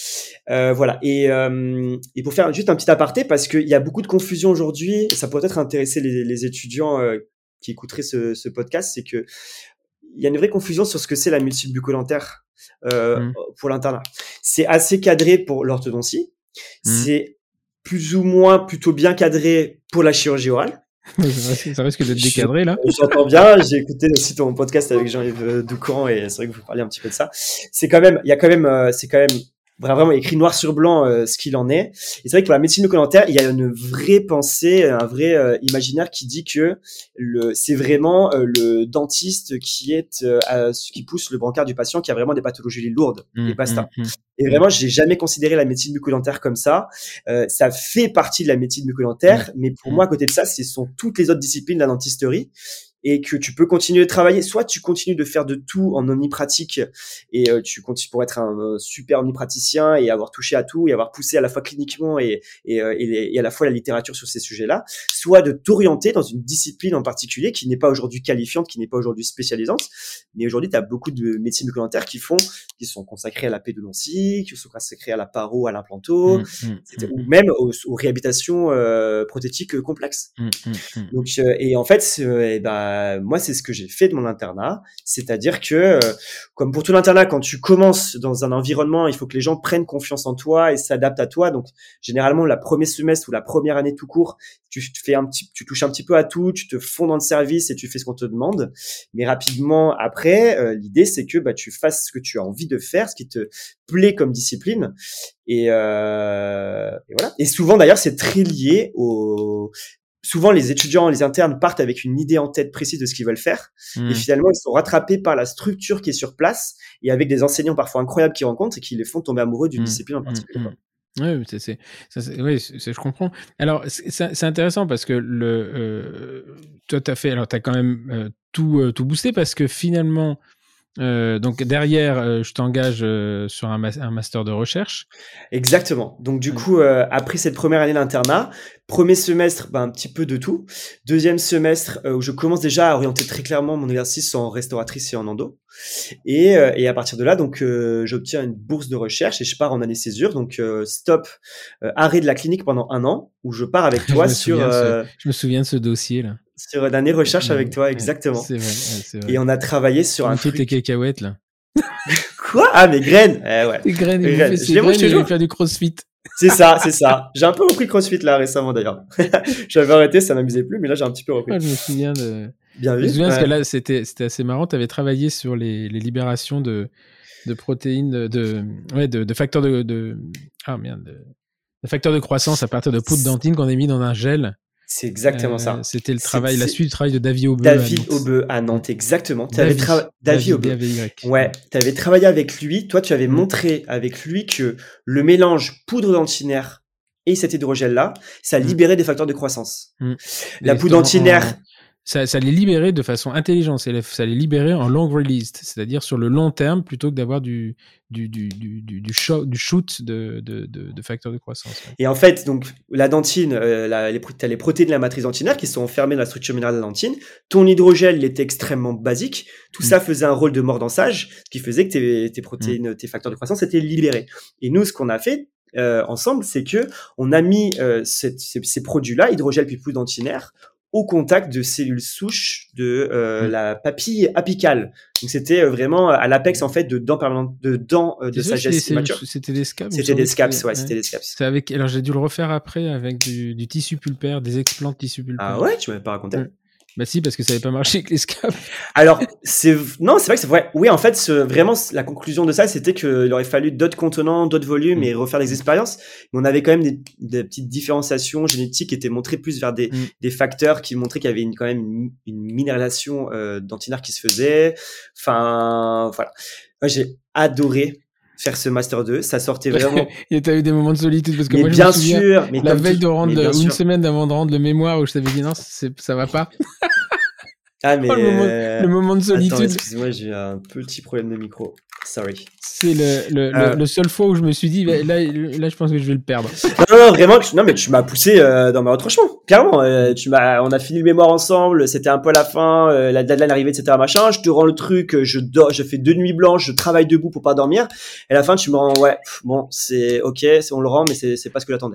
Euh, voilà. Et, euh, et pour faire juste un petit aparté, parce qu'il y a beaucoup de confusion aujourd'hui, et ça pourrait peut-être intéresser les, les étudiants euh, qui écouteraient ce, ce podcast, c'est que il y a une vraie confusion sur ce que c'est la médecine bucco-dentaire euh, mmh. pour l'internat. C'est assez cadré pour l'orthodontie. Mmh. C'est plus ou moins plutôt bien cadré pour la chirurgie orale. Ça risque d'être décadré, là. J'entends bien. J'ai écouté aussi ton podcast avec Jean-Yves Doucan et c'est vrai que vous parlez un petit peu de ça. C'est quand même, il y a quand même, euh, c'est quand même vraiment écrit noir sur blanc euh, ce qu'il en est. Et c'est vrai que pour la médecine bucco-dentaire, il y a une vraie pensée, un vrai euh, imaginaire qui dit que le, c'est vraiment euh, le dentiste qui est euh, à, qui pousse le brancard du patient qui a vraiment des pathologies lourdes mmh, et basta. Mmh, mmh. Et vraiment, j'ai jamais considéré la médecine bucco-dentaire comme ça. Euh, ça fait partie de la médecine bucco-dentaire, mmh, mais pour mmh. moi, à côté de ça, ce sont toutes les autres disciplines de la dentisterie. Et que tu peux continuer de travailler, soit tu continues de faire de tout en omnipratique et euh, tu continues pour être un euh, super omnipraticien et avoir touché à tout et avoir poussé à la fois cliniquement et, et, euh, et, et à la fois la littérature sur ces sujets-là, soit de t'orienter dans une discipline en particulier qui n'est pas aujourd'hui qualifiante, qui n'est pas aujourd'hui spécialisante, mais aujourd'hui tu as beaucoup de médecines bucco-dentaires qui font, qui sont consacrées à la pédodontie, qui sont consacrées à la paro, à l'implanto, mmh, mmh, ou même aux, aux réhabilitations euh, prothétiques complexes. Mmh, mmh, Donc euh, et en fait, euh, et bah moi, c'est ce que j'ai fait de mon internat, c'est-à-dire que, euh, comme pour tout l'internat, quand tu commences dans un environnement, il faut que les gens prennent confiance en toi et s'adaptent à toi. Donc, généralement, la premier semestre ou la première année tout court, tu te fais un petit, tu touches un petit peu à tout, tu te fonds dans le service et tu fais ce qu'on te demande. Mais rapidement après, euh, l'idée, c'est que bah tu fasses ce que tu as envie de faire, ce qui te plaît comme discipline. Et, euh, et voilà. Et souvent, d'ailleurs, c'est très lié au Souvent, les étudiants, les internes partent avec une idée en tête précise de ce qu'ils veulent faire. Mmh. Et finalement, ils sont rattrapés par la structure qui est sur place et avec des enseignants parfois incroyables qu'ils rencontrent et qui les font tomber amoureux d'une mmh. discipline en particulier. Mmh. Oui, c'est, c'est, ça, c'est, oui c'est, je comprends. Alors, c'est, c'est intéressant parce que le, euh, toi, tu as fait, alors tu as quand même euh, tout, euh, tout boosté parce que finalement, Euh, donc derrière, euh, je t'engage euh, sur un, ma- un master de recherche. Exactement. Donc du coup, euh, après cette première année d'internat, premier semestre, bah, un petit peu de tout. Deuxième semestre, euh, où je commence déjà à orienter très clairement mon exercice en restauratrice et en endo. Et, euh, et à partir de là, donc euh, j'obtiens une bourse de recherche et je pars en année césure. Donc euh, stop, euh, arrêt de la clinique pendant un an, où je pars avec toi je sur. Euh, ce, je me souviens de ce dossier là. Sur une année recherche avec toi, exactement. C'est vrai, ouais, c'est vrai. Et on a travaillé sur on un fait truc... tes cacahuètes, là. Quoi? Ah, mes graines! Eh ouais. Tes graines, il graines. fait ses graines, il faire du crossfit. C'est ça, c'est ça. J'ai un peu repris crossfit, là, récemment, d'ailleurs. J'avais arrêté, ça m'amusait plus, mais là, j'ai un petit peu repris. Ouais, je me souviens de... Bien vu. Je me souviens ouais. parce que là, c'était, c'était assez marrant. Tu avais travaillé sur les, les libérations de, de protéines, de, de, ouais, de, de facteurs de, de... Ah, merde. De, de facteurs de croissance à partir de poudre dentine qu'on a mis dans un gel. C'est exactement euh, ça. C'était le travail, c'est, la suite du travail de David Aubeu. David Aubeu à Nantes, exactement. David, tra- David Aubeu. Ouais, tu avais travaillé avec lui. Toi, tu avais mmh. montré avec lui que le mélange poudre dentinaire et cet hydrogel-là, ça Mm. libérait des facteurs de croissance. Mm. La Et poudre en- antinaire, en- ça, ça les libérait de façon intelligente, ça les, ça les libérait en long released, c'est-à-dire sur le long terme plutôt que d'avoir du, du, du, du, du, du, show- du shoot de, de, de, de facteurs de croissance. Ouais. et en fait, donc la dentine, euh, la, les, pro- t'as les protéines de la matrice dentinaire qui sont enfermées dans la structure minérale de la dentine. Ton hydrogel, il était extrêmement basique. Tout Mm. ça faisait un rôle de mordançage, ce qui faisait que tes, tes protéines, tes facteurs de croissance étaient libérés. Et nous, ce qu'on a fait euh, ensemble, c'est que on a mis euh, cette, ces, ces produits-là, hydrogel puis poudre dentinaire, au contact de cellules souches de euh, Mm. la papille apicale. Donc c'était euh, vraiment à l'apex en fait de dents permanentes, de dents euh, de Tu sais, sagesse c'était- immature. C'était des scabs. il me C'était semblait des que scaps, c'était- ouais, c'était des scaps. C'est avec, alors j'ai dû le refaire après avec du, du tissu pulpaire, des explants de tissu pulpaire. Ah ouais, tu m'avais pas raconté. Ouais. Bah si, parce que ça n'avait pas marché avec les scabs. Alors, c'est non, c'est vrai que c'est vrai. Oui, en fait, ce, vraiment, la conclusion de ça, c'était qu'il aurait fallu d'autres contenants, d'autres volumes Mm. et refaire des expériences. Mais on avait quand même des, des petites différenciations génétiques qui étaient montrées plus vers des, Mm. des facteurs qui montraient qu'il y avait une, quand même une, une minéralisation euh, dentinaire qui se faisait. Enfin, voilà. Moi, j'ai adoré faire ce Master deux. Ça sortait vraiment. Et t'as eu des moments de solitude parce que mais moi je bien me souviens, sûr. Mais la comme veille tout- de rendre, mais bien ou une sûr. semaine avant de rendre le mémoire où je t'avais dit non, c'est, ça va pas. Ah, mais. Oh, le, moment, euh, le moment de Attends, solitude, excuse-moi, j'ai eu un petit problème de micro. Sorry. c'est le, le, Euh. le, le seul fois où je me suis dit, là, là, là je pense que je vais le perdre. Non, non, vraiment, tu- non, mais tu m'as poussé euh, dans mes retranchements, clairement. Euh, tu m'as, on a fini le mémoire ensemble, c'était un peu à la fin, euh, la deadline arrivée, et cetera. Machin. Je te rends le truc, euh, je dors, je fais deux nuits blanches, je travaille debout pour pas dormir. Et à la fin, tu me rends, ouais, pff, bon, c'est ok, c'est- on le rend, mais c'est, c'est pas ce que j'attendais.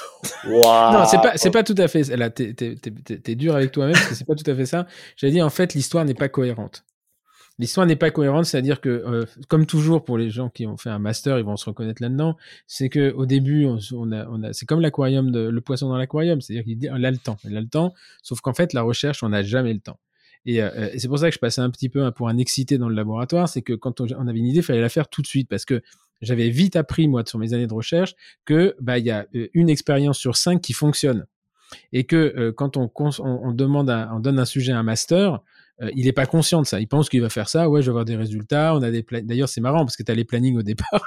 Waouh. Non, c'est pas, c'est pas tout à fait. Là, t'es, t'es, t'es, t'es- t'es dur avec toi-même parce que c'est pas tout à fait ça. J'allais dire, en fait, l'histoire n'est pas cohérente. L'histoire n'est pas cohérente, c'est-à-dire que, euh, comme toujours pour les gens qui ont fait un master, ils vont se reconnaître là-dedans. C'est que au début, on, on a, on a, c'est comme l'aquarium de, le poisson dans l'aquarium, c'est-à-dire qu'il dit, il a le temps, il a le temps. Sauf qu'en fait, la recherche, on n'a jamais le temps. Et, euh, et c'est pour ça que je passais un petit peu hein, pour un excité dans le laboratoire, c'est que quand on, on avait une idée, il fallait la faire tout de suite parce que j'avais vite appris moi sur mes années de recherche que bah il y a une expérience sur cinq qui fonctionne et que euh, quand on, on, on demande, un, on donne un sujet à un master. Euh, il est pas conscient de ça. Il pense qu'il va faire ça. Ouais, je vais avoir des résultats. On a des pla... D'ailleurs, c'est marrant parce que tu as les plannings au départ.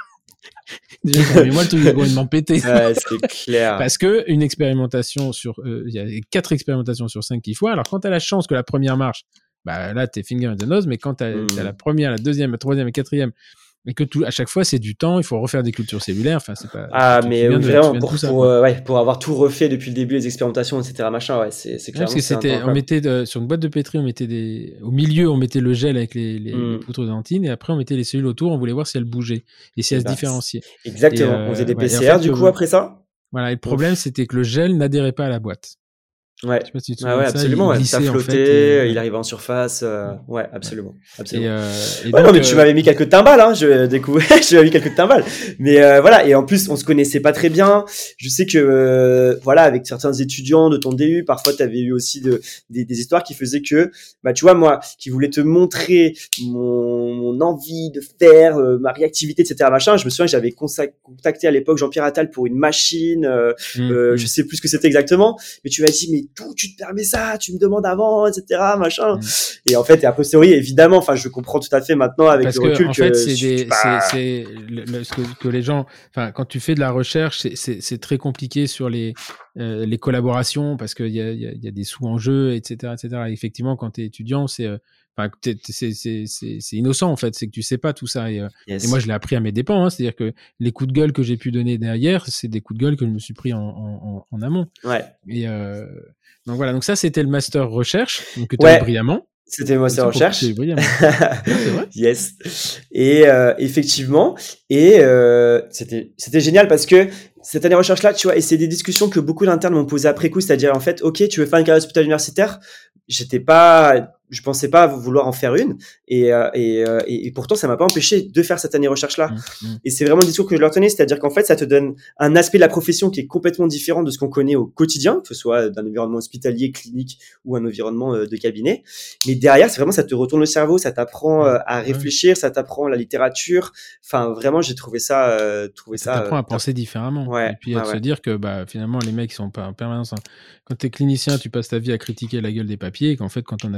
Déjà, mais moi, le truc est complètement pété. Ouais, c'est clair. Parce que une expérimentation sur, il euh, y a quatre expérimentations sur cinq qu'il faut. Alors, quand tu as la chance que la première marche, bah là, t'es finger in the nose. Mais quand tu as Mm. la première, la deuxième, la troisième et quatrième, et que tout, à chaque fois, c'est du temps, il faut refaire des cultures cellulaires. Enfin, c'est pas. Ah, tu, tu mais viens de- tu vraiment, viens de pour, tout ça, pour, quoi. euh, ouais, pour avoir tout refait depuis le début, les expérimentations, et cetera. Machin, ouais, c'est, c'est Ouais, clairement. parce que c'est un c'était, temps on mettait de- sur une boîte de pétri, on mettait des, au milieu, on mettait le gel avec les, les, Mm. les poutres de dentine, et après on mettait les cellules autour, on voulait voir si elles bougeaient et si Eh elles ben, se différenciaient. Exactement. Et, euh, on faisait des ouais, et en P C R, fait, du le- coup, après ça. Voilà. Et le problème, c'était que le gel n'adhérait pas à la boîte. Ouais. Je sais pas si tu te Ah souviens ouais, de ça, absolument. il ouais. glissait, Ça en flottait, fait, et- il arrivait en surface. euh, Ouais, absolument. absolument. Et, euh, et Ouais, donc, non, mais tu euh, m'avais mis quelques timbales, hein. Je découvrais, je m'avais mis quelques timbales. Mais euh, voilà. Et en plus, on se connaissait pas très bien. Je sais que euh, voilà, avec certains étudiants de ton D U, parfois, tu avais eu aussi de, des, des histoires qui faisaient que, bah, tu vois, moi, qui voulais te montrer mon, mon envie de faire euh, ma réactivité, et cetera. Machin. Je me souviens que j'avais consa- contacté à l'époque Jean-Pierre Attal pour une machine. Euh, hum, euh, hum. je sais plus ce que c'était exactement. Mais tu m'as dit, mais d'où tu te permets ça? Tu me demandes avant, et cetera. Machin. Mm. Et en fait, et a posteriori, évidemment, enfin, je comprends tout à fait maintenant avec Parce le que, recul en fait, que c'est je- des, bah, c'est, c'est le, le- ce que, que les gens, enfin, quand tu fais de la recherche, c'est, c'est, c'est très compliqué sur les, euh, les collaborations parce qu'il y a, il y, a, il y a des sous en jeu, et cetera, et cetera. Et effectivement, quand t'es étudiant, c'est, euh, enfin, t'es- t'es- c'est, c'est, c'est, c'est innocent en fait, c'est que tu sais pas tout ça. Et, euh, yes. et moi, je l'ai appris à mes dépens. Hein, c'est-à-dire que les coups de gueule que j'ai pu donner derrière, c'est des coups de gueule que je me suis pris en, en, en, en amont. Ouais. Et euh, donc voilà, donc ça, c'était le master recherche, donc que tu as Ouais. eu brillamment. C'était moi, C'est c'est pour recherche. que tu aies eu brillamment. C'est vrai. Yes. Et euh, effectivement, et euh, c'était c'était génial parce que cette année recherche là, tu vois, et c'est des discussions que beaucoup d'internes m'ont posées après coup, c'est-à-dire en fait, ok, tu veux faire une carrière hospitalière universitaire, j'étais pas, je pensais pas vouloir en faire une, et euh, et, euh, et et pourtant ça m'a pas empêché de faire cette année recherche là. Mmh, mmh. Et c'est vraiment le discours que je leur tenais, c'est-à-dire qu'en fait, ça te donne un aspect de la profession qui est complètement différent de ce qu'on connaît au quotidien, que ce soit d'un environnement hospitalier, clinique ou un environnement euh, de cabinet. Mais derrière, c'est vraiment, ça te retourne le cerveau, ça t'apprend euh, à réfléchir, ça t'apprend la littérature. Enfin, vraiment, j'ai trouvé ça, euh, trouvé Ça ça. t'apprend euh, à penser différemment. Ouais, et puis à ouais, se ouais. dire que bah, finalement, les mecs, ils sont pas en permanence. hein. Quand t'es clinicien, tu passes ta vie à critiquer la gueule des papiers, et qu'en fait, quand on a fait un, tu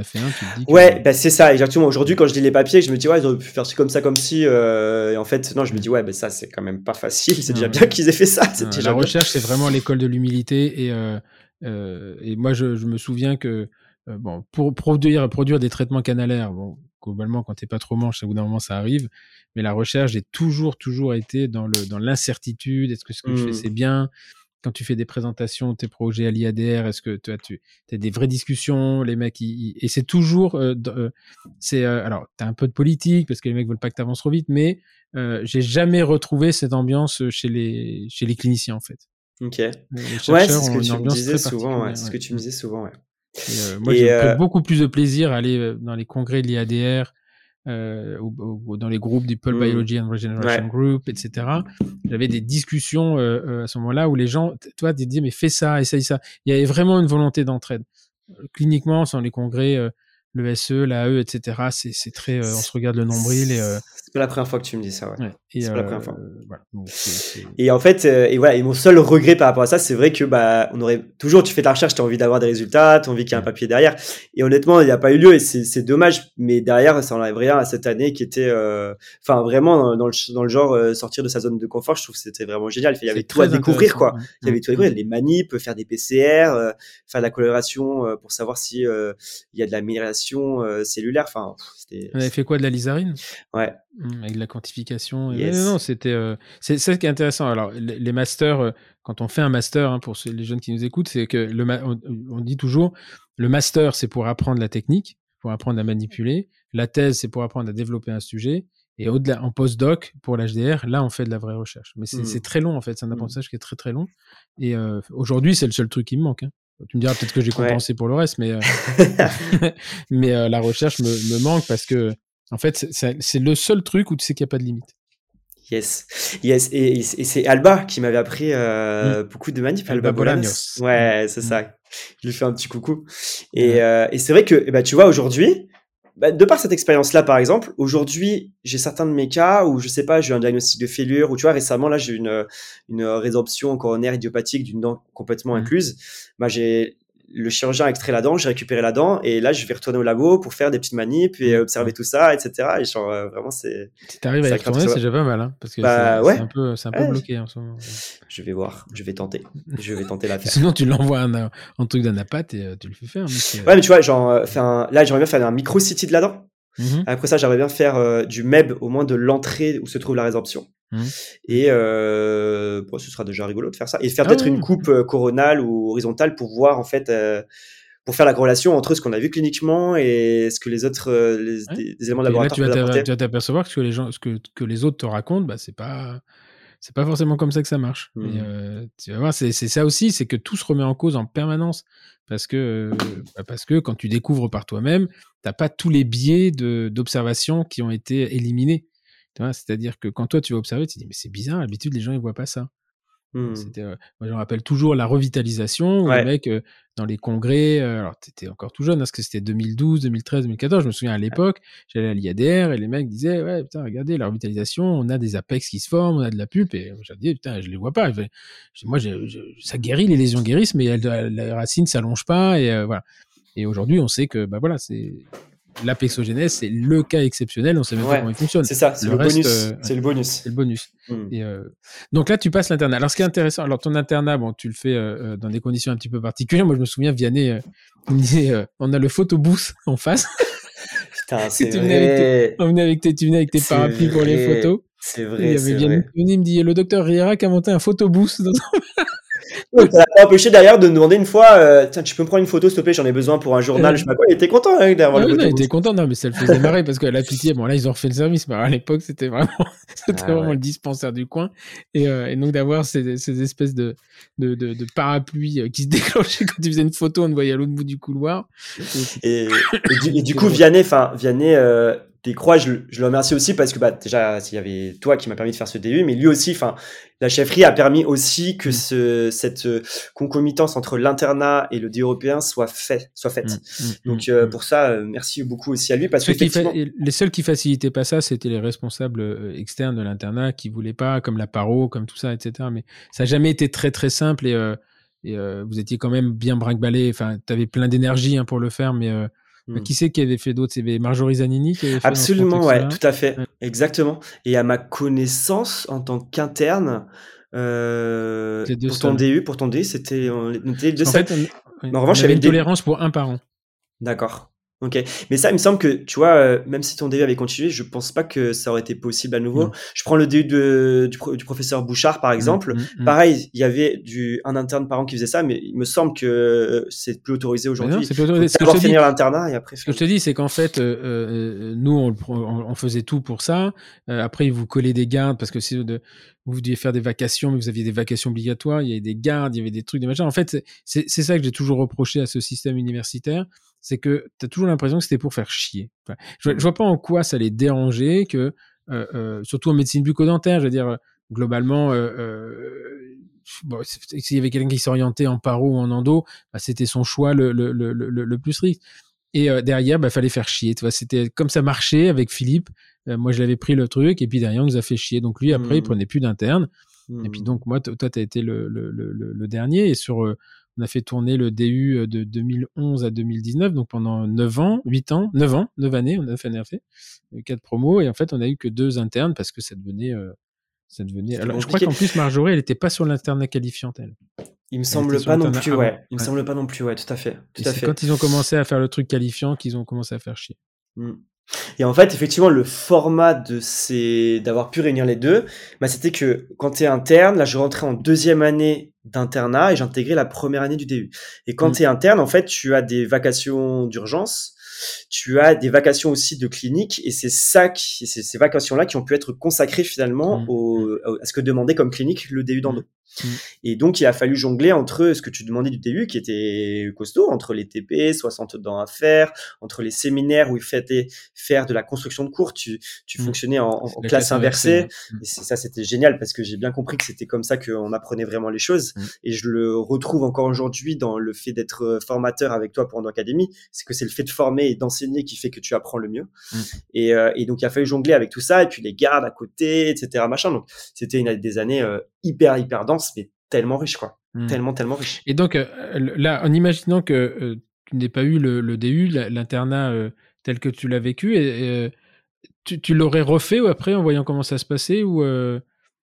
te dis que... Ouais, bah c'est ça, exactement. Aujourd'hui, quand je lis les papiers, je me dis, ouais, ils auraient pu faire comme ça, comme si. Euh, et en fait, non, je me dis, ouais, bah ça, c'est quand même pas facile. C'est Non, déjà ouais. bien qu'ils aient fait ça. C'est Non, déjà la bien. recherche, c'est vraiment l'école de l'humilité. Et, euh, euh, et moi, je, je me souviens que euh, bon, pour produire, produire des traitements canalaires, bon, globalement, quand t'es pas trop manche, au bout d'un moment, ça arrive. Mais la recherche, j'ai toujours, toujours été dans, le, dans l'incertitude. Est-ce que ce que je fais, Mm. c'est bien? Quand tu fais des présentations de tes projets à l'I A D R, est-ce que tu as, tu as des vraies discussions, les mecs, ils, ils... et c'est toujours, euh, euh, c'est, euh, alors, tu as un peu de politique parce que les mecs veulent pas que tu avances trop vite, mais euh, j'ai jamais retrouvé cette ambiance chez les, chez les cliniciens, en fait. Ok. Les Ouais, chercheurs c'est ce que ont une tu me ambiance disais très souvent, ouais. particulière. C'est ce Ouais. que tu me disais souvent, ouais. Et euh, moi, Et j'ai pris euh, beaucoup plus de plaisir à aller dans les congrès de l'I A D R, euh, ou, ou dans les groupes du Pulp mm. Biology and Regeneration Ouais. Group, et cetera. J'avais des discussions euh, euh, à ce moment-là où les gens, toi, te disaient, mais fais ça, essaye ça. Il y avait vraiment une volonté d'entraide. Cliniquement, sans les congrès, euh, le S E, l'A E, et cetera, c'est, c'est très... Euh, on se regarde le nombril et... Euh, C'est pas la première fois que tu me dis ça, ouais. ouais, et C'est pas la euh, première fois. voilà, donc c'est, c'est... Et en fait, euh, et voilà, et mon seul regret par rapport à ça, c'est vrai que bah, on aurait toujours, tu fais ta recherche, tu as envie d'avoir des résultats, tu as envie qu'il y ait un papier derrière. Et honnêtement, il n'y a pas eu lieu et c'est, c'est dommage. Mais derrière, ça enlève rien à cette année qui était, enfin, euh, vraiment dans le, dans le genre euh, sortir de sa zone de confort. Je trouve que c'était vraiment génial. Il y avait c'est tout à découvrir, quoi. Ouais. Il y avait tout à découvrir, les manips, faire des P C R, euh, faire de la coloration euh, pour savoir si euh, il y a de la minéralisation euh, cellulaire. Enfin, pff, c'était. On avait fait quoi, de la lysarine? Ouais. Mmh, avec de la quantification. Yes. Non, non, c'était. Euh, c'est ça qui est intéressant. Alors, les, les masters, euh, quand on fait un master, hein, pour ceux, les jeunes qui nous écoutent, c'est que le ma- on, on dit toujours, le master, c'est pour apprendre la technique, pour apprendre à manipuler. La thèse, c'est pour apprendre à développer un sujet. Et au-delà, en post-doc, pour l'H D R, là, on fait de la vraie recherche. Mais c'est, Mmh. c'est très long, en fait. C'est un apprentissage mmh. qui est très, très long. Et euh, aujourd'hui, c'est le seul truc qui me manque. Hein. Tu me diras peut-être que j'ai compensé ouais. pour le reste, mais, euh, mais euh, la recherche me, me manque parce que, en fait, c'est, c'est, c'est le seul truc où tu sais qu'il n'y a pas de limite. Yes, yes, et, et c'est Alba qui m'avait appris euh, mmh. beaucoup de manip, Alba, Alba Bolanos. Ouais, mmh. c'est mmh. ça. Je lui fais un petit coucou. Et, mmh. euh, et c'est vrai que, bah, tu vois, aujourd'hui, bah, de par cette expérience-là, par exemple, aujourd'hui, j'ai certains de mes cas où, je sais pas, j'ai eu un diagnostic de fêlure, ou tu vois, récemment, là, j'ai eu une, une résorption coronaire idiopathique d'une dent complètement mmh. incluse. Bah, j'ai, le chirurgien a extrait la dent, j'ai récupéré la dent, et là, je vais retourner au labo pour faire des petites manips et mmh. observer tout ça, et cetera. Et genre, euh, vraiment, c'est. Si t'arrives à y retourner, c'est déjà pas mal, hein, parce que bah, c'est, ouais. c'est un peu, c'est un peu ouais. bloqué en ce moment. Je vais voir, je vais tenter, je vais tenter l'affaire. Sinon, tu l'envoies un, un truc d'anapathe et euh, tu le fais faire. Mais ouais, mais tu vois, genre, euh, un... là, j'aimerais bien faire un micro-city de la dent. Mmh. Après ça, j'aimerais bien faire euh, du M E B, au moins de l'entrée où se trouve la résorption. Mmh. Et euh, bon, ce sera déjà rigolo de faire ça. Et faire ah peut-être oui. une coupe euh, coronale ou horizontale pour voir, en fait, euh, pour faire la corrélation entre ce qu'on a vu cliniquement et ce que les autres, euh, les, ouais. des, des éléments de laboratoire peuvent apporter. Tu vas t'apercevoir que ce que les gens, ce que, que les autres te racontent, bah, c'est pas, c'est pas forcément comme ça que ça marche. Mmh. Et, euh, tu vas voir, c'est, c'est ça aussi, c'est que tout se remet en cause en permanence. Parce que, bah parce que quand tu découvres par toi-même, t'as pas tous les biais de, d'observation qui ont été éliminés. Tu vois, c'est-à-dire que quand toi tu vas observer, tu te dis mais c'est bizarre, d'habitude les gens ils voient pas ça. Mmh. C'était, euh, moi je me rappelle toujours la revitalisation où ouais. le mec euh, dans les congrès, euh, alors t'étais encore tout jeune, hein, parce que c'était deux mille douze, deux mille treize, deux mille quatorze, je me souviens à l'époque, j'allais à l'I A D R et les mecs disaient ouais putain regardez la revitalisation, on a des apex qui se forment, on a de la pulpe et j'ai dit putain je les vois pas, je, je, moi je, je, ça guérit, les lésions guérissent mais elles, les racines s'allongent pas et euh, voilà. Et aujourd'hui on sait que bah voilà c'est l'apexogénèse, c'est le cas exceptionnel, on sait même ouais, pas comment il fonctionne. C'est ça, c'est le, le reste, bonus. Euh, c'est le bonus. C'est le bonus. Mm. Et euh, donc là, tu passes l'internat. Alors, ce qui est intéressant, alors ton internat, bon, tu le fais euh, dans des conditions un petit peu particulières. Moi, je me souviens, Vianney, euh, il me disait, euh, on a le photobooth en face. Putain, c'est tu vrai. Venais avec tes, on venait avec tes, tu venais avec tes c'est parapluies vrai. Pour les photos. C'est vrai, il y avait Vianney qui venait, il me dit, le docteur Riera qui a monté un photobooth dans son... Ouais, ça l'a pas empêché d'ailleurs de me demander une fois, euh, tiens, tu peux me prendre une photo s'il te plaît, j'en ai besoin pour un journal, euh... je sais pas quoi. Il était content hein, d'avoir ah, le oui, non, il était content, non, mais ça le faisait marrer parce que la pitié, bon là ils ont refait le service, mais à l'époque c'était vraiment, c'était ah, vraiment ouais. le dispensaire du coin et, euh, et donc d'avoir ces, ces espèces de, de, de, de parapluies qui se déclenchaient quand tu faisais une photo, on te voyait à l'autre bout du couloir. Et, et, et, du, et du coup, Vianney, enfin Vianney. Euh... Croix, je, je le remercie aussi parce que bah, déjà, il y avait toi qui m'a permis de faire ce D U, mais lui aussi, enfin, la chefferie a permis aussi que ce, cette concomitance entre l'internat et le D U européen soit fait, soit faite. Mmh, mmh, Donc euh, mmh. pour ça, euh, merci beaucoup aussi à lui parce que fa- les seuls qui facilitaient pas ça, c'était les responsables euh, externes de l'internat qui voulaient pas, comme la paro, comme tout ça, et cetera. Mais ça n'a jamais été très très simple et, euh, et euh, vous étiez quand même bien brinque-ballé. Enfin, tu avais plein d'énergie hein, pour le faire, mais euh, Mmh. Qui c'est qui avait fait d'autres? C'est Marjorie Zanini qui avait fait Absolument, ouais, tout à fait, ouais. Exactement. Et à ma connaissance, en tant qu'interne, euh, pour ton D U, pour ton D U, c'était on était deux seuls. En fait, on, Mais en revanche, on avait une tolérance pour un par an. D'accord. Ok, mais ça, il me semble que, tu vois, euh, même si ton D U avait continué, je pense pas que ça aurait été possible à nouveau. Non. Je prends le D U de, du, du professeur Bouchard, par exemple. Mmh, mmh, Pareil, il y avait du, un interne par an qui faisait ça, mais il me semble que c'est plus autorisé aujourd'hui. C'est plus autorisé. Ce que je te finir dis, l'internat et après. Ce que je te dis, c'est qu'en fait, euh, euh, nous, on, on, on faisait tout pour ça. Euh, après, ils vous collaient des gardes parce que c'est de, vous deviez faire des vacations, mais vous aviez des vacations obligatoires. Il y avait des gardes, il y avait des trucs, des machins. En fait, c'est, c'est ça que j'ai toujours reproché à ce système universitaire. C'est que tu as toujours l'impression que c'était pour faire chier. Enfin, je, je vois pas en quoi ça les dérangeait que, euh, euh, surtout en médecine bucco-dentaire, je veux dire, globalement, euh, euh, bon, s'il y avait quelqu'un qui s'orientait en paro ou en endo, bah, c'était son choix le, le, le, le, le plus strict. Et euh, derrière, bah, fallait faire chier. Tu vois, c'était comme ça marchait avec Philippe. Euh, moi, je l'avais pris le truc, et puis derrière, on nous a fait chier. Donc lui, après, mmh. il prenait plus d'interne. Mmh. Et puis donc, moi, t- toi, tu as été le, le, le, le dernier. Et sur, euh, on a fait tourner le D U de deux mille onze à deux mille dix-neuf. Donc pendant neuf ans, huit ans, neuf ans, neuf années, on a fait, on a fait quatre promos. Et en fait, on a eu que deux internes parce que ça devenait... Euh, ça devenait... Alors, je crois qu'en plus, Marjorie, elle n'était pas sur l'internat qualifiante, elle. Il me semble pas non plus, ouais. Il me ouais. semble pas non plus, ouais, tout à fait. Tout et à c'est fait. quand ils ont commencé à faire le truc qualifiant qu'ils ont commencé à faire chier. Mm. Et en fait, effectivement, le format de ces, d'avoir pu réunir les deux, bah, c'était que quand t'es interne, là, je rentrais en deuxième année d'internat et j'intégrais la première année du D U. Et quand mm. t'es interne, en fait, tu as des vacations d'urgence, tu as des vacations aussi de clinique, et c'est ça qui, c'est ces vacations-là qui ont pu être consacrées finalement mm. au, à ce que demandait comme clinique le D U d'endo. Mmh. Et donc, il a fallu jongler entre ce que tu demandais du D U, qui était costaud, entre les T P, soixante dents à faire, entre les séminaires où il fallait faire de la construction de cours, tu, tu mmh. fonctionnais en, en classe, classe inversée. inversée. Mmh. Et c'est, ça, c'était génial parce que j'ai bien compris que c'était comme ça qu'on apprenait vraiment les choses. Mmh. Et je le retrouve encore aujourd'hui dans le fait d'être formateur avec toi pour Endo Academy. C'est que c'est le fait de former et d'enseigner qui fait que tu apprends le mieux. Mmh. Et, euh, et donc, il a fallu jongler avec tout ça, et puis les gardes à côté, et cetera, machin. Donc, c'était une, des années euh, hyper, hyper denses, mais tellement riche, quoi. Mmh. Tellement, tellement riche. Et donc, euh, là, en imaginant que euh, tu n'aies pas eu le, le D U, l'internat euh, tel que tu l'as vécu, et, euh, tu, tu l'aurais refait ou après, en voyant comment ça se passait, ou, euh,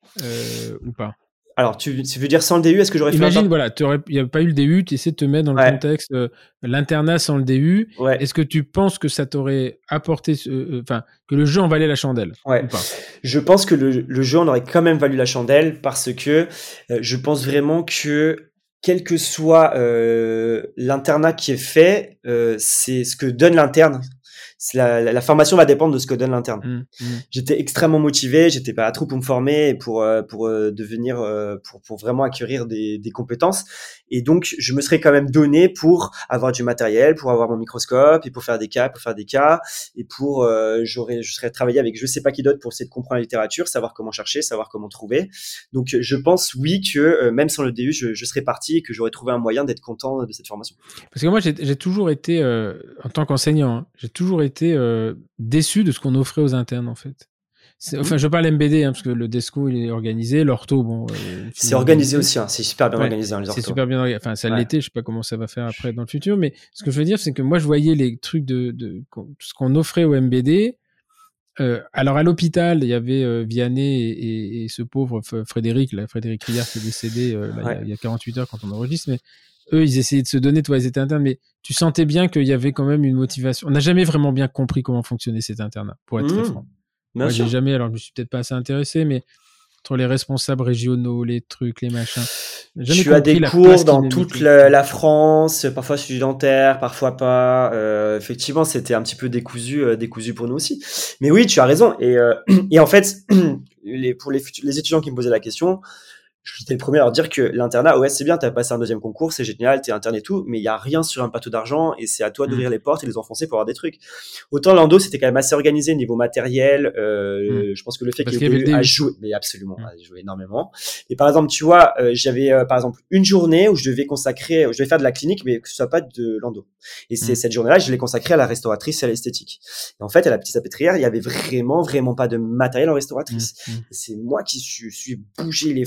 euh, ou pas? Alors, tu, tu veux dire sans le D U, est-ce que j'aurais fait Imagine, voilà, il n'y a pas eu le D U, tu essaies de te mettre dans le ouais. contexte, euh, l'internat sans le D U. Ouais. Est-ce que tu penses que ça t'aurait apporté, enfin, euh, que le jeu en valait la chandelle ouais. ou pas? Je pense que le, le jeu en aurait quand même valu la chandelle parce que euh, je pense vraiment que quel que soit euh, l'internat qui est fait, euh, c'est ce que donne l'interne. La, la, la formation va dépendre de ce que donne l'interne. Mmh, mmh. J'étais extrêmement motivé, j'étais pas à trop pour me former pour pour euh, devenir euh, pour pour vraiment acquérir des des compétences, et donc je me serais quand même donné pour avoir du matériel, pour avoir mon microscope et pour faire des cas, pour faire des cas et pour euh, j'aurais je serais travaillé avec je sais pas qui d'autre pour essayer de comprendre la littérature, savoir comment chercher, savoir comment trouver. Donc je pense oui que euh, même sans le D U, je je serais parti et que j'aurais trouvé un moyen d'être content de cette formation. Parce que moi j'ai j'ai toujours été euh, en tant qu'enseignant, hein, j'ai toujours été été euh, déçu de ce qu'on offrait aux internes en fait. C'est, enfin, je parle M B D hein, parce que le Desco il est organisé, l'ortho bon. Euh, c'est organisé aussi, hein, c'est super bien ouais, organisé. Hein, les c'est super bien organisé. Enfin, ça ouais. l'était. Je sais pas comment ça va faire après dans le futur, mais ce que je veux dire, c'est que moi je voyais les trucs de, de ce qu'on offrait au M B D. Euh, alors à l'hôpital, il y avait euh, Vianney et, et, et ce pauvre Frédéric, là, Frédéric Riard qui est décédé euh, là, ouais. il, y a, il y a quarante-huit heures quand on enregistre, mais eux, ils essayaient de se donner, toi, ils étaient internes, mais tu sentais bien qu'il y avait quand même une motivation. On n'a jamais vraiment bien compris comment fonctionnait cet internat, pour être mmh, très franc. Moi, sûr. j'ai jamais, alors je me suis peut-être pas assez intéressé, mais entre les responsables régionaux, les trucs, les machins. Jamais tu as des cours dans toute la, la France, parfois studentaire, parfois pas. Euh, effectivement, c'était un petit peu décousu, euh, décousu pour nous aussi. Mais oui, tu as raison. Et, euh, et en fait, les, pour les, les étudiants qui me posaient la question, j'étais le premier à leur dire que l'internat, ouais, c'est bien, t'as passé un deuxième concours, c'est génial, t'es interne et tout, mais il y a rien sur un plateau d'argent et c'est à toi d'ouvrir mmh. les portes et les enfoncer pour avoir des trucs. Autant l'endo, c'était quand même assez organisé niveau matériel, euh, mmh. je pense que le fait Parce qu'il y ait eu à jouer, mais absolument, mmh. à jouer énormément. Et par exemple, tu vois, euh, j'avais, euh, par exemple, une journée où je devais consacrer, je devais faire de la clinique, mais que ce soit pas de l'endo. Et c'est mmh. cette journée-là, je l'ai consacrée à la restauratrice et à l'esthétique. Et en fait, à la petite salpêtrière, il y avait vraiment, vraiment pas de matériel en restauratrice. Mmh. Et c'est moi qui suis, suis bougé les fesses pour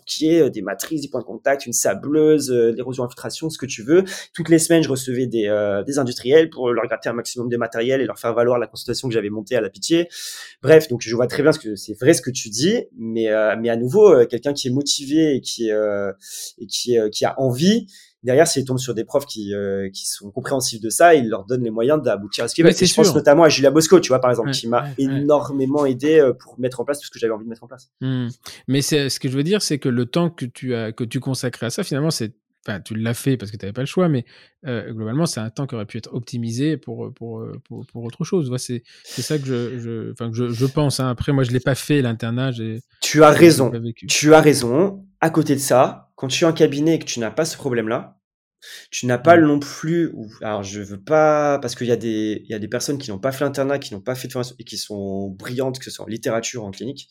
qui est des matrices, des points de contact, une sableuse, euh, l'érosion infiltration, ce que tu veux. Toutes les semaines, je recevais des, euh, des industriels pour leur gratter un maximum de matériel et leur faire valoir la consultation que j'avais montée à la Pitié. Bref, donc je vois très bien ce que c'est vrai ce que tu dis, mais euh, mais à nouveau, euh, quelqu'un qui est motivé et qui euh, et qui euh, qui a envie. Derrière, s'ils tombent sur des profs qui euh, qui sont compréhensifs de ça, ils leur donnent les moyens d'aboutir à ce qu'ils veulent. Ouais, c'est je pense sûr. notamment à Julia Bosco, tu vois, par exemple, Ouais, qui m'a ouais, ouais. énormément aidé pour mettre en place tout ce que j'avais envie de mettre en place. Mmh. Mais c'est, ce que je veux dire, c'est que le temps que tu as que tu consacrais à ça, finalement, c'est, enfin, tu l'as fait parce que tu n'avais pas le choix, mais euh, globalement, c'est un temps qui aurait pu être optimisé pour pour pour, pour autre chose. Ouais, c'est c'est ça que je je enfin que je, je pense. Hein. Après, moi, je l'ai pas fait l'internat. J'ai, tu as j'ai, raison. j'ai pas vécu. Tu as raison. À côté de ça, quand tu es en cabinet et que tu n'as pas ce problème-là, tu n'as pas Mmh. non plus, ou, alors je veux pas, parce qu'il y a des, il y a des personnes qui n'ont pas fait l'internat, qui n'ont pas fait de formation et qui sont brillantes, que ce soit en littérature ou en clinique.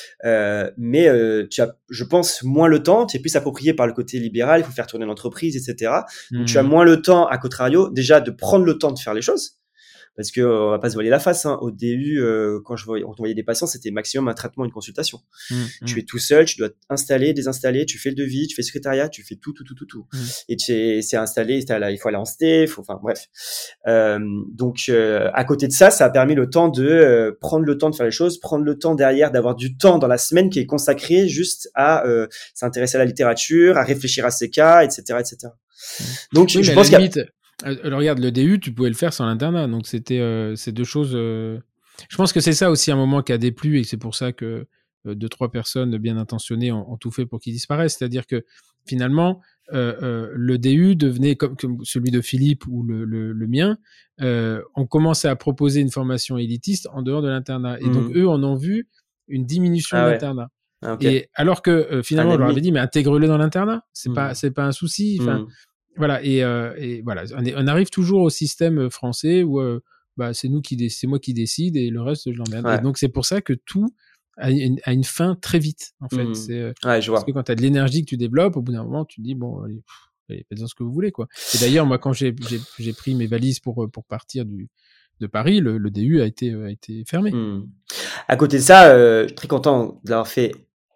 Euh, mais euh, tu as, je pense, moins le temps, tu es plus approprié par le côté libéral, il faut faire tourner l'entreprise, et cetera. Donc Mmh. tu as moins le temps, à contrario, déjà de prendre le temps de faire les choses. Parce que euh, on va pas se voiler la face. Hein. Au début, euh, quand je voyais, on voyait des patients, c'était maximum un traitement, une consultation. Mmh, Tu mmh. es tout seul, tu dois installer, désinstaller, tu fais le devis, tu fais le secrétariat, tu fais tout, tout, tout, tout, tout. Mmh. Et tu es, c'est installé, c'est à la, il faut aller en S T, il faut, enfin bref. Euh, donc euh, à côté de ça, ça a permis le temps de euh, prendre le temps de faire les choses, prendre le temps derrière d'avoir du temps dans la semaine qui est consacré juste à euh, s'intéresser à la littérature, à réfléchir à ces cas, et cetera, et cetera. Mmh. Donc oui, je mais pense à la qu'il y a... limite, alors, regarde, le D U, tu pouvais le faire sans l'internat, donc c'était euh, c'est deux choses. Euh... Je pense que c'est ça aussi un moment qui a déplu et c'est pour ça que euh, deux trois personnes bien intentionnées ont, ont tout fait pour qu'il disparaisse. C'est-à-dire que finalement, euh, euh, le D U devenait comme, comme celui de Philippe ou le, le, le mien. Euh, on commençait à proposer une formation élitiste en dehors de l'internat et mmh. donc eux en ont vu une diminution ah de ouais. l'internat. Ah, okay. Et alors que euh, finalement, on leur avait dit mais intègre-le dans l'internat, c'est mmh. pas c'est pas un souci. Enfin. Mmh. Voilà, et, euh, et voilà, on, est, on arrive toujours au système français où euh, bah, c'est nous qui dé- c'est moi qui décide et le reste je l'emmerde. Ouais. Et donc c'est pour ça que tout a une, a une fin très vite en fait. Mmh. C'est, euh, ouais, je vois. Parce que quand tu as de l'énergie que tu développes, au bout d'un moment tu te dis bon, allez, pff, allez faites ce que vous voulez quoi. Et d'ailleurs moi quand j'ai, j'ai, j'ai pris mes valises pour pour partir du de Paris, le, le D U a été a été fermé. Mmh. À côté de ça, euh, je suis très content d'avoir fait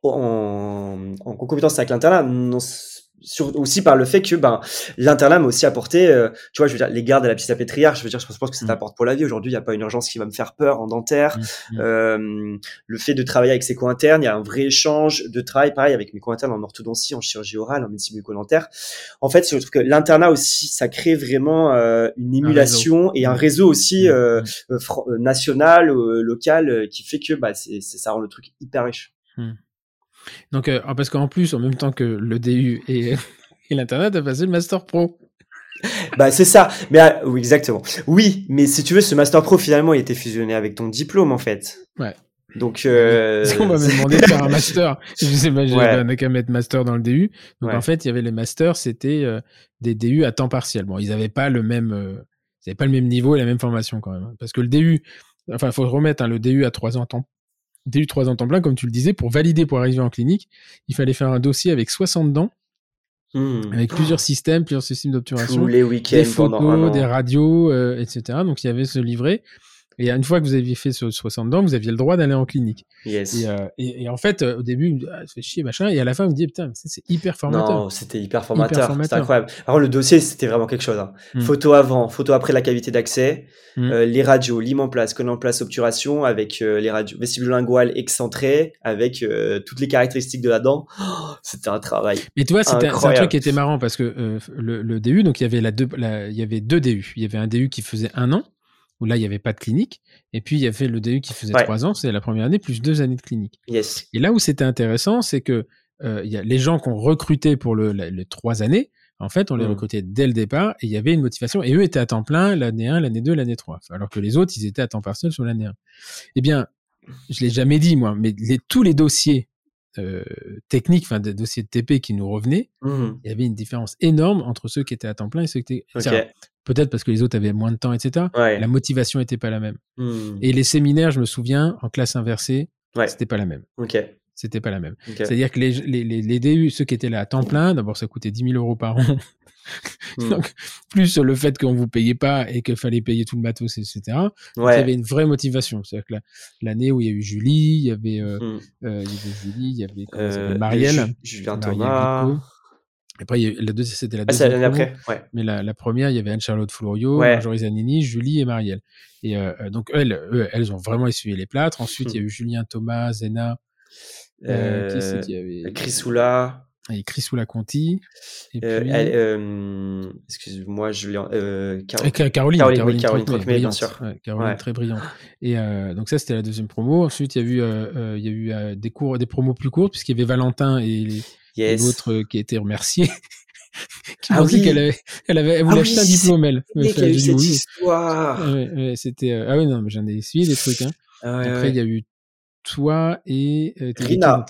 en, en concomitance avec l'internat. Non, sur, aussi par le fait que ben l'internat m'a aussi apporté, euh, tu vois, je veux dire, les gardes à la psychiatrie, je veux dire, je pense que ça t'apporte pour la vie. Aujourd'hui, il n'y a pas une urgence qui va me faire peur en dentaire. Mmh. Euh, le fait de travailler avec ses co-internes, il y a un vrai échange de travail, pareil, avec mes co-internes en orthodontie, en chirurgie orale, en médecine bucco-dentaire. En fait, je trouve que l'internat aussi, ça crée vraiment euh, une émulation un et un réseau aussi euh, mmh. euh, national, euh, local, euh, qui fait que bah, c'est, c'est, ça rend le truc hyper riche. Mmh. Donc, euh, parce qu'en plus, en même temps que le D U et, et l'internat, t'as passé le Master Pro. Bah, c'est ça. Mais, ah, oui, exactement. Oui, mais si tu veux, ce Master Pro, finalement, il était fusionné avec ton diplôme, en fait. Ouais. Donc, euh... Parce qu'on m'a demandé de faire un master. Je sais pas, j'avais ouais. qu'à mettre master dans le D U. Donc, ouais. en fait, il y avait les masters, c'était euh, des D U à temps partiel. Bon, ils avaient pas le même, euh, ils avaient pas le même niveau et la même formation, quand même. Hein, parce que le D U, enfin, il faut remettre, hein, le D U à trois ans à temps D U trois ans temps plein, comme tu le disais, pour valider, pour arriver en clinique, il fallait faire un dossier avec soixante dents, mmh. avec oh. plusieurs systèmes, plusieurs systèmes d'obturation, tous les week-ends, des photos, des radios, euh, et cetera. Donc, il y avait ce livret. Et une fois que vous aviez fait ce soixante dents, vous aviez le droit d'aller en clinique. Yes. Et, euh, et, et en fait, euh, au début, ah, ça fait chier, machin. Et à la fin, vous me dites, putain, c'est, c'est hyper formateur. Non, c'était hyper formateur. Hyper formateur. C'était incroyable. Alors, le dossier, c'était vraiment quelque chose. Hein. Mm. Photo avant, photo après la cavité d'accès, mm. euh, les radios, lime en place, colle en place, obturation, avec euh, les radios vestibulo-linguales excentrées, avec euh, toutes les caractéristiques de la dent. Oh, c'était un travail. Mais tu vois, c'était un, c'est un truc qui était marrant parce que euh, le, le D U, donc il y avait la deux, la, il y avait deux D U. Il y avait un D U qui faisait un an, où là, il n'y avait pas de clinique. Et puis, il y avait le D U qui faisait ouais. trois ans, c'est la première année, plus deux années de clinique. Yes. Et là où c'était intéressant, c'est que euh, y a les gens qu'on recrutait pour le, la, les trois années, en fait, on les mmh. recrutait dès le départ et il y avait une motivation. Et eux étaient à temps plein l'année un, l'année deux, l'année trois. Alors que les autres, ils étaient à temps partiel sur l'année un. Eh bien, je ne l'ai jamais dit, moi, mais les, tous les dossiers euh, techniques, enfin, des dossiers de T P qui nous revenaient, mmh. il y avait une différence énorme entre ceux qui étaient à temps plein et ceux qui étaient... Okay. Peut-être parce que les autres avaient moins de temps, et cetera. Ouais. La motivation n'était pas la même. Mmh. Et les séminaires, je me souviens, en classe inversée, ouais. c'était pas la même. Ok. C'était pas la même. Okay. C'est-à-dire que les, les, les, les D U, ceux qui étaient là à temps plein, d'abord, ça coûtait dix mille euros par an. Mm. Donc, plus le fait qu'on vous payait pas et qu'il fallait payer tout le matos, et cetera. Ouais. Il y avait une vraie motivation. C'est-à-dire que la, l'année où il y a eu Julie, il y avait, euh, mm. euh, il y avait Julie, il y avait comment euh, Marielle, Ju- Julien Thomas. Après, il y a, la deuxième, c'était la deuxième. Ah, c'est l'année après, ouais. Mais la, la première, il y avait Anne-Charlotte Florio, ouais. Marjorie Zanini, Julie et Marielle. Et euh, donc, elles, eux, elles ont vraiment essuyé les plâtres. Ensuite, il mm. y a eu Julien Thomas, Zena, euh, euh, qui c'est qu'il y avait Chris Oula. Et Chris Oula-Conti. Et euh, puis... elle, euh, excuse-moi, Julien. Euh, Car... Caroline. Caroline, Caroline, oui, Caroline Trocmé, bien sûr. Ouais, Caroline, ouais. Très brillante. Et euh, donc, ça, c'était la deuxième promo. Ensuite, il y a eu, euh, euh, il y a eu euh, des cours, des promos plus courtes, puisqu'il y avait Valentin et, les, yes. et l'autre qui étaient remerciés. qui ah pensait oui. qu'elle avait, elle avait, elle voulait ah acheter oui, un diplôme, elle. Mais qu'il y a eu cette oui. histoire. Ah, ouais, ouais, c'était, euh, ah oui, non, mais j'en ai suivi des trucs, hein. Ah ouais, Après, il ouais. y a eu toi et, euh, Rina.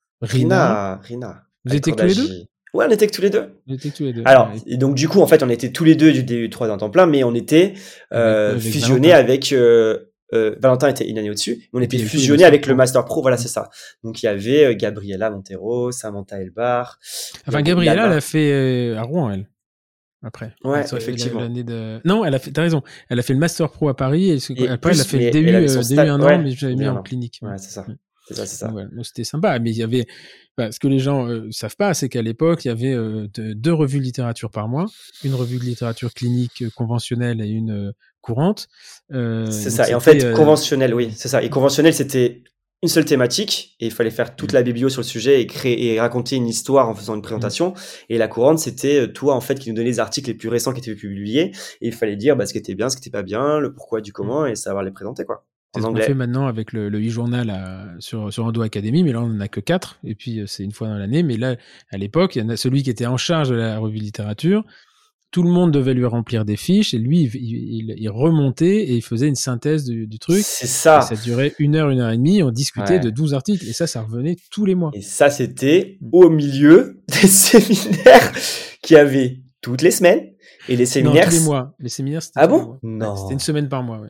Rina. Rina. Vous étiez que tous les deux? Ouais, on était que tous les deux. On était que tous les deux. Alors, ouais. et donc, du coup, en fait, on était tous les deux du D U trois d'un temps plein, mais on était, euh, avec, avec fusionnés Valentin. avec, euh, Euh, Valentin était une année au-dessus, on était fusionné avec le Master Pro, voilà, c'est ça. Donc il y avait euh, Gabriella Montero, Samantha Elbar. Enfin, Gabriella, elle a fait euh, à Rouen, elle. Après. Ouais, elle, effectivement. Elle de... Non, elle a fait, t'as raison, elle a fait le Master Pro à Paris, et, et après plus, elle a fait le D U, euh, D U un ouais, an, mais j'avais mis en clinique. Ouais, c'est ça. C'est ça, c'est ça. Ouais, c'était sympa, mais il y avait, bah, ce que les gens euh, savent pas, c'est qu'à l'époque, il y avait euh, de, deux revues de littérature par mois, une revue de littérature clinique euh, conventionnelle et une euh, courante. Euh, c'est ça. Et en fait, euh... conventionnel, oui, c'est ça. Et conventionnel, c'était une seule thématique et il fallait faire toute mmh. la biblio sur le sujet et créer et raconter une histoire en faisant une présentation. Mmh. Et la courante, c'était toi en fait qui nous donnait les articles les plus récents qui étaient publiés et il fallait dire bah, ce qui était bien, ce qui était pas bien, le pourquoi du comment mmh. et savoir les présenter quoi. C'est ce qu'on fait maintenant avec le, le e-journal à, sur, sur Endo Academy, mais là on n'en a que quatre, et puis c'est une fois dans l'année. Mais là, à l'époque, il y en a celui qui était en charge de la revue littérature, tout le monde devait lui remplir des fiches, et lui, il, il, il remontait et il faisait une synthèse du, du truc. C'est ça. Et ça durait une heure, une heure et demie, on discutait ouais. de douze articles, et ça, ça revenait tous les mois. Et ça, c'était au milieu des séminaires qu'il y avait toutes les semaines, et les séminaires... Non, tous les mois. Les séminaires, c'était Ah bon Non. Ouais, c'était une semaine par mois, ouais.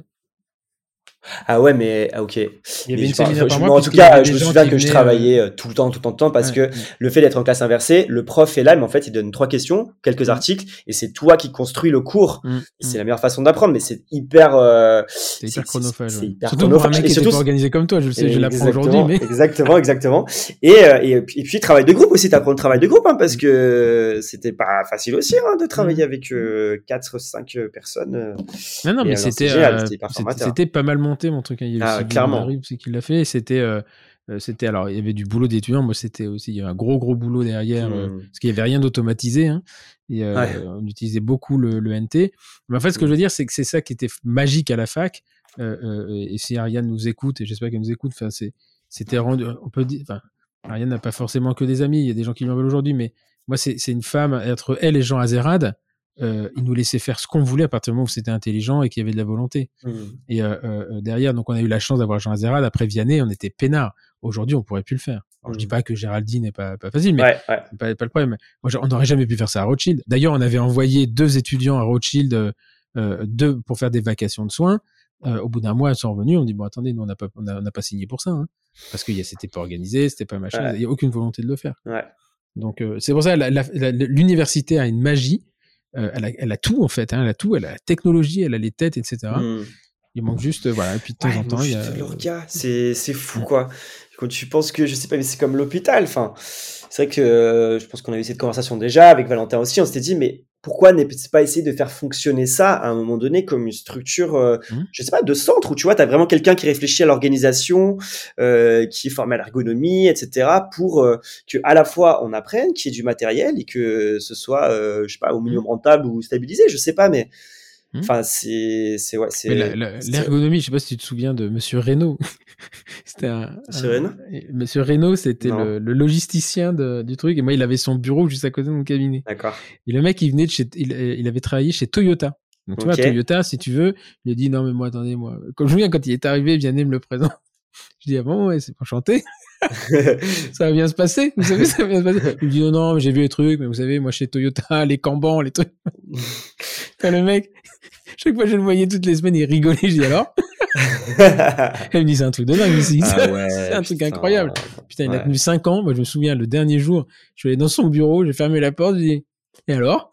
Ah ouais, mais ah, ok. Il y avait mais une je, séminaire je, par mois, en tout cas, je me souviens que je venaient, travaillais euh... tout le temps, tout le temps, tout le temps, parce ouais. que le fait d'être en classe inversée, le prof est là, mais en fait, il donne trois questions, quelques mmh. articles, et c'est toi qui construis le cours. Mmh. Et c'est la meilleure façon d'apprendre, mais c'est hyper, euh, c'est hyper chronophage. C'est, c'est, c'est ouais. hyper surtout chronophage. Pour un mec et qui surtout, était pas organisé comme toi, je le sais, je l'apprends aujourd'hui, mais. Exactement, exactement. Et, euh, et, et puis, travail de groupe aussi, t'apprends le travail de groupe, hein, parce que c'était pas facile aussi, hein, de travailler mmh. avec, euh, quatre, cinq personnes. Non, non, mais c'était, génial, c'était, c'était pas mal monté, mon truc, il y a eu clairement. Qu'il l'a fait, c'était euh, c'était alors il y avait du boulot d'étudiant, moi c'était aussi il y avait un gros gros boulot derrière mmh. euh, parce qu'il y avait rien d'automatisé hein, et euh, ouais. on utilisait beaucoup le, le N T, mais en fait ce que mmh. je veux dire c'est que c'est ça qui était magique à la fac euh, euh, et si Ariane nous écoute et j'espère qu'elle nous écoute, enfin c'est c'était rendu, on peut dire, enfin Ariane n'a pas forcément que des amis, il y a des gens qui lui en veulent aujourd'hui, mais moi c'est c'est une femme, entre elle et Jean Azérad, Euh, il nous laissait faire ce qu'on voulait à partir du moment où c'était intelligent et qu'il y avait de la volonté. Mmh. Et euh, euh, derrière, donc on a eu la chance d'avoir Jean Azérad. Après Vianney, on était peinards. Aujourd'hui, on pourrait plus le faire. Alors, mmh. je dis pas que Géraldine n'est pas, pas facile, mais ouais, ouais. c'est pas, pas le problème. Moi, on n'aurait jamais pu faire ça à Rothschild. D'ailleurs, on avait envoyé deux étudiants à Rothschild euh, deux, pour faire des vacations de soins. Euh, au bout d'un mois, ils sont revenus. On dit bon, attendez, nous on n'a pas, on a, on a pas signé pour ça, hein, parce que c'était pas organisé, c'était pas machin. Il ouais. y a aucune volonté de le faire. Ouais. Donc euh, c'est pour ça la, la, la, l'université a une magie. Euh, elle, a, elle a tout en fait, hein, elle a tout, elle a la technologie, elle a les têtes, et cetera. Mmh. Il manque juste, voilà, et puis de temps ouais, en temps, il y a. L'orga, c'est, c'est fou quoi. Quand tu penses que, je sais pas, mais c'est comme l'hôpital, enfin, c'est vrai que euh, je pense qu'on avait eu cette conversation déjà avec Valentin aussi, on s'était dit, mais pourquoi ne pas essayer de faire fonctionner ça à un moment donné comme une structure, euh, mmh. je sais pas, de centre où tu vois, t'as vraiment quelqu'un qui réfléchit à l'organisation, euh, qui est formé à l'ergonomie, et cetera, pour euh, que à la fois on apprenne, qu'il y ait du matériel et que ce soit, euh, je sais pas, au minimum rentable ou stabilisé, je sais pas, mais enfin, c'est, c'est, ouais, c'est. La, la, c'est... L'ergonomie, je sais pas si tu te souviens de Monsieur Reynaud. C'était un. Monsieur Reynaud? Monsieur Reynaud, c'était le, le logisticien de, du truc, et moi, il avait son bureau juste à côté de mon cabinet. D'accord. Et le mec, il venait de chez, il, il avait travaillé chez Toyota. Donc, tu okay. vois, Toyota, si tu veux, il a dit, non, mais moi, attendez, moi. Comme je me souviens, quand il est arrivé, Vianney me le présente. Je dis, ah bon, ouais, c'est enchanté. Ça va bien se passer, vous savez, ça va bien se passer. Il me dit non, non, j'ai vu les trucs, mais vous savez, moi chez Toyota, les Kanban, les trucs. Quand le mec, chaque fois que je le voyais toutes les semaines, il rigolait, je dis alors. Elle me dit c'est un truc de dingue ici, Ah ouais, c'est un truc putain. incroyable. Putain, il Ouais. a tenu cinq ans. Moi, je me souviens, le dernier jour, je suis allé dans son bureau, j'ai fermé la porte, j'ai dit et alors.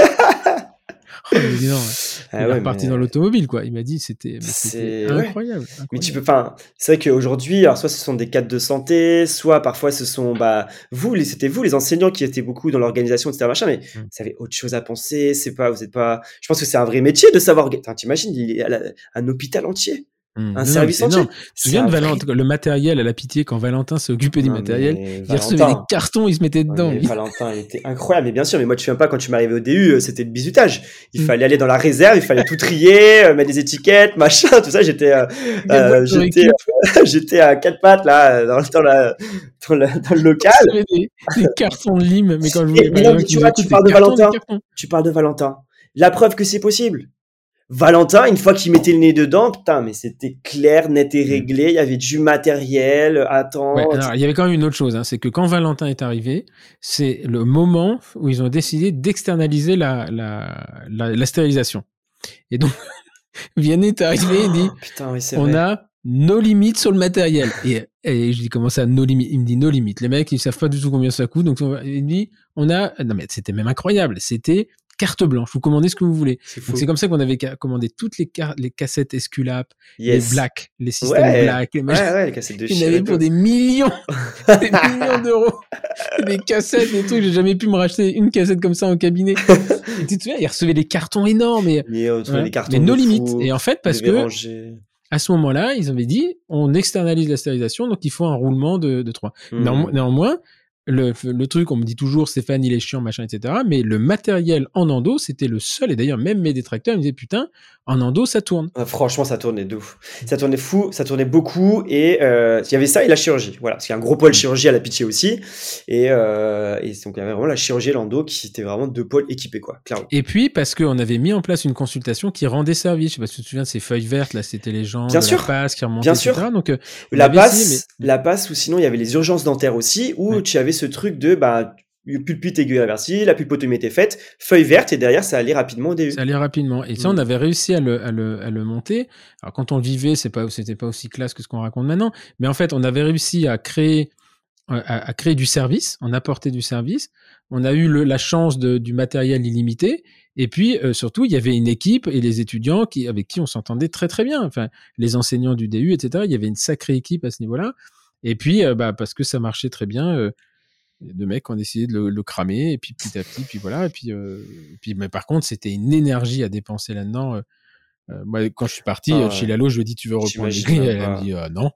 Oh, il m'a dit non. Ah Il est ouais, reparti mais- dans l'automobile, quoi. Il m'a dit c'était, mais C'est- c'était ouais. incroyable, Mais tu incroyable. peux, enfin, c'est vrai qu'aujourd'hui, alors soit ce sont des cadres de santé, soit parfois ce sont, bah, vous, les, c'était vous, les enseignants qui étaient beaucoup dans l'organisation, et cetera, machin, mais Mm. vous avez autre chose à penser, c'est pas, vous êtes pas, je pense que c'est un vrai métier de savoir, orga- enfin, t'imagines, il y a la- un hôpital entier, Hum. un Non, non, mais service c'est entier. énorme. Je me C'est souviens un de vrai- Valentin, le matériel à la pitié, quand Valentin s'est occupé du Non, matériel, mais il recevait des Valentin. cartons, il se mettait Ouais, dedans. mais lui. Valentin, il était incroyable, mais bien sûr, mais moi, tu viens pas quand tu m'arrivais au D U, euh, c'était le bizutage. Il Mm. fallait aller dans la réserve, il fallait tout trier, euh, mettre des étiquettes, machin, tout ça, j'étais, euh, euh, Sur j'étais, équipe, j'étais à quatre pattes, là, dans, dans la, dans, la- dans le local. il recevait des, des cartons de lime, mais quand je voulais, Et- enfin, mais les non, gens mais qui tu nous vois, écoutent, tu parles des de cartons, des Valentin. cartons. Tu parles de Valentin. La preuve que c'est possible. Valentin, une fois qu'il mettait le nez dedans, putain, mais c'était clair, net et réglé. Il y avait du matériel. Attends. Ouais, alors, il y avait quand même une autre chose, hein, c'est que quand Valentin est arrivé, c'est le moment où ils ont décidé d'externaliser la, la, la, la stérilisation. Et donc, Vianney est arrivé et dit, Oh, putain, oui, c'est on vrai. a nos limites sur le matériel. Et, et je dis, comment ça, nos limites? Il me dit, nos limites. Les mecs, ils savent pas du tout combien ça coûte. Donc, on va- il me dit, on a, non, mais c'était même incroyable. C'était carte blanche. Vous commandez ce que vous voulez. C'est Donc, fou. c'est comme ça qu'on avait ca- commandé toutes les, car- les cassettes Esculap, Yes. les Black, les systèmes Ouais. Black, les Ouais, machins. ouais, les cassettes de Il y en chien. avait et pour tout. des millions, des millions d'euros. Des cassettes, des trucs. J'ai jamais pu me racheter une cassette comme ça en cabinet. Et tu te souviens, ils recevaient des cartons énormes. Et, Mais on trouvait voilà. des cartons mais de nos fou. limites. Et en fait, parce Ils devaient que ranger. à ce moment-là, ils avaient dit, on externalise la stérilisation, donc il faut un roulement de, de trois. Hmm. Néanmo- néanmoins, le, le truc, on me dit toujours, Stéphane, il est chiant, machin, et cetera. Mais le matériel en endo, c'était le seul. Et d'ailleurs, même mes détracteurs, ils me disaient, putain, en endo, ça tourne. Ah, franchement, ça tournait de ouf. Ça tournait fou, ça tournait beaucoup. Et euh, il y avait ça et la chirurgie. Voilà, parce qu'il y a un gros pôle chirurgie à la Pitié aussi. Et, euh, et donc, il y avait vraiment la chirurgie et l'endo qui étaient vraiment deux pôles équipés, quoi, clairement. Et puis, parce qu'on avait mis en place une consultation qui rendait service. Je sais pas si tu te souviens de ces feuilles vertes, là, c'était les gens Bien de sûr. la passe qui remontaient, Bien et cetera. sûr. Donc, euh, on La avait passe, essayé, mais- la passe, ou sinon, il y avait les urgences dentaires aussi, où Ouais. tu avais ce truc de, bah, pulpite aiguë réversible, la pulpotomie était faite, feuille verte, et derrière, ça allait rapidement au D U. Ça allait rapidement. Et ça, Mm. on avait réussi à le, à le, à le monter. Alors, quand on le vivait, c'est pas, c'était pas aussi classe que ce qu'on raconte maintenant. Mais en fait, on avait réussi à créer, à, à créer du service, en apporter du service. On a eu le, la chance de, du matériel illimité. Et puis, euh, surtout, il y avait une équipe et les étudiants qui, avec qui on s'entendait très, très bien. Enfin, les enseignants du D U, et cetera. Il y avait une sacrée équipe à ce niveau-là. Et puis, euh, bah, parce que ça marchait très bien, euh, deux mecs ont décidé de le, le cramer, et puis petit à petit, puis voilà, et puis, euh, et puis mais par contre, c'était une énergie à dépenser là-dedans. Euh, euh, moi, quand je suis parti, Ah euh, ouais. chez Lalo, je lui ai dit, tu veux reprendre les J'imagine grilles? même Elle pas. me dit, euh, non.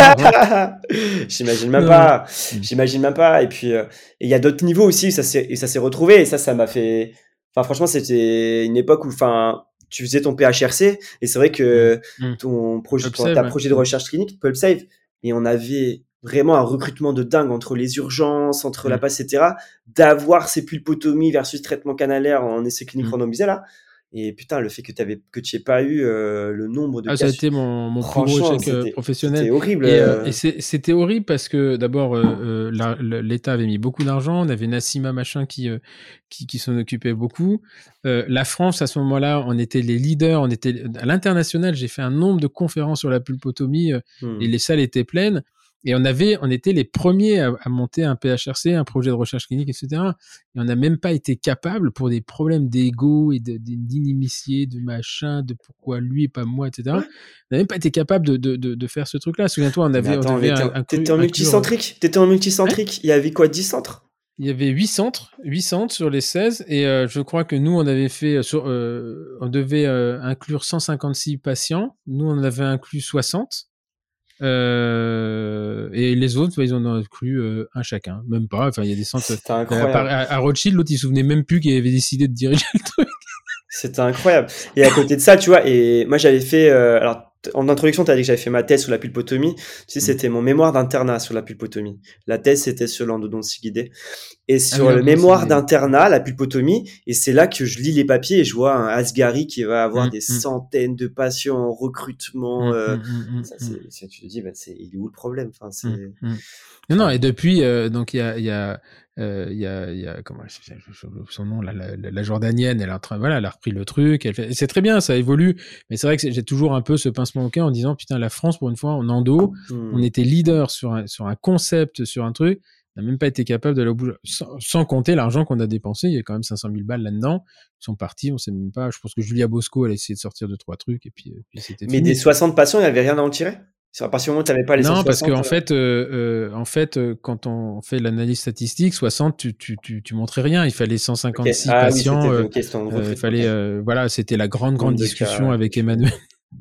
J'imagine même Non, pas. non. J'imagine même pas. Et puis, euh, et il y a d'autres niveaux aussi où ça s'est, et ça s'est retrouvé. Et ça, ça m'a fait. Enfin, franchement, c'était une époque où, enfin, tu faisais ton P H R C. Et c'est vrai que Mm. ton projet, ton, PulpSave, ta ouais. projet de recherche clinique, PulpSave, et on avait vraiment un recrutement de dingue entre les urgences, entre Mm. la passe, et cetera. D'avoir ces pulpotomies versus traitement canalaire en essai clinique Mm. randomisé, là. Et putain, le fait que t'avais, que tu aies pas eu euh, le nombre de Ah, cas. ça a été mon, mon plus gros Franchement, échec euh, c'était- professionnel. C'était horrible. Et, euh, euh. et c'est- c'était horrible parce que d'abord, euh, euh, la- le- l'État avait mis beaucoup d'argent. On avait Nassima machin qui euh, qui, qui s'en occupait beaucoup. Euh, la France, à ce moment-là, on était les leaders. On était à l'international. J'ai fait un nombre de conférences sur la pulpotomie euh, Hmm. et les salles étaient pleines. Et on avait, on était les premiers à, à monter un P H R C, un projet de recherche clinique, et cetera. Et on n'a même pas été capable, pour des problèmes d'ego et de- de- d'inimitié, de machin, de pourquoi lui et pas moi, et cetera. Ouais. On n'a même pas été capable de, de, de, de faire ce truc-là. Souviens-toi, on avait, Mais attends, on devait mais t'es- un- inclure- t'étais en inclure- multicentrique. T'étais en multicentrique. Il y avait quoi, dix centres? Il y avait huit centres, huit centres sur les seize, et euh, je crois que nous, on avait fait, euh, sur, euh, on devait euh, inclure cent cinquante-six patients. Nous, on en avait inclus soixante. Euh, et les autres, bah, ils en ont inclus euh, un chacun, même pas. Enfin, il y a des centres. C'était Euh, incroyable. par- à, à Rothschild, l'autre, il se souvenait même plus qu'il avait décidé de diriger le truc. C'était incroyable. Et à côté de ça, tu vois, et moi j'avais fait, euh, alors en introduction, tu as dit que j'avais fait ma thèse sur la pulpotomie. Tu sais, Mm. c'était mon mémoire d'internat sur la pulpotomie. La thèse, c'était sur l'endodontie guidée. Et sur Ah oui, le mémoire guidée. d'internat, la pulpotomie, et c'est là que je lis les papiers et je vois un Asgari qui va avoir Mm, des mm. centaines de patients en recrutement. Mm, Euh, mm, mm, ça, mm. c'est, c'est- tu te dis, bah, c'est, il est où le problème? Enfin, c'est, Mm, mm. Non, non, et depuis, euh, donc il y a, il y a, euh, il y a, il y a, comment, je- je- je- son nom, la, la, la Jordanienne, elle est en train, voilà, elle a repris le truc, elle fait, et c'est très bien, ça évolue, mais c'est vrai que c'est- j'ai toujours un peu ce pincement au cœur en disant, putain, la France, pour une fois, en endo, Hmm. on était leader sur un, sur un concept, sur un truc, on n'a même pas été capable d'aller au bout, sans, sans compter l'argent qu'on a dépensé, il y a quand même cinq cent mille balles là-dedans, ils sont partis, on sait même pas, je pense que Julia Bosco, elle a essayé de sortir deux, trois trucs, et puis, puis c'était Mais fini. des soixante patients, il n'y avait rien à en tirer? À partir du moment où tu n'avais pas les Non, cent soixante. parce qu'en euh, fait, euh, euh, en fait, euh, quand on fait l'analyse statistique, soixante, tu, tu, tu, tu montrais rien. Il fallait cent ok. cinquanté-six Ah oui, patients. c'était euh, une question de euh, recrutement. fallait, Ok. euh, voilà, c'était la grande, grande Nombre de discussion cas. avec Emmanuel,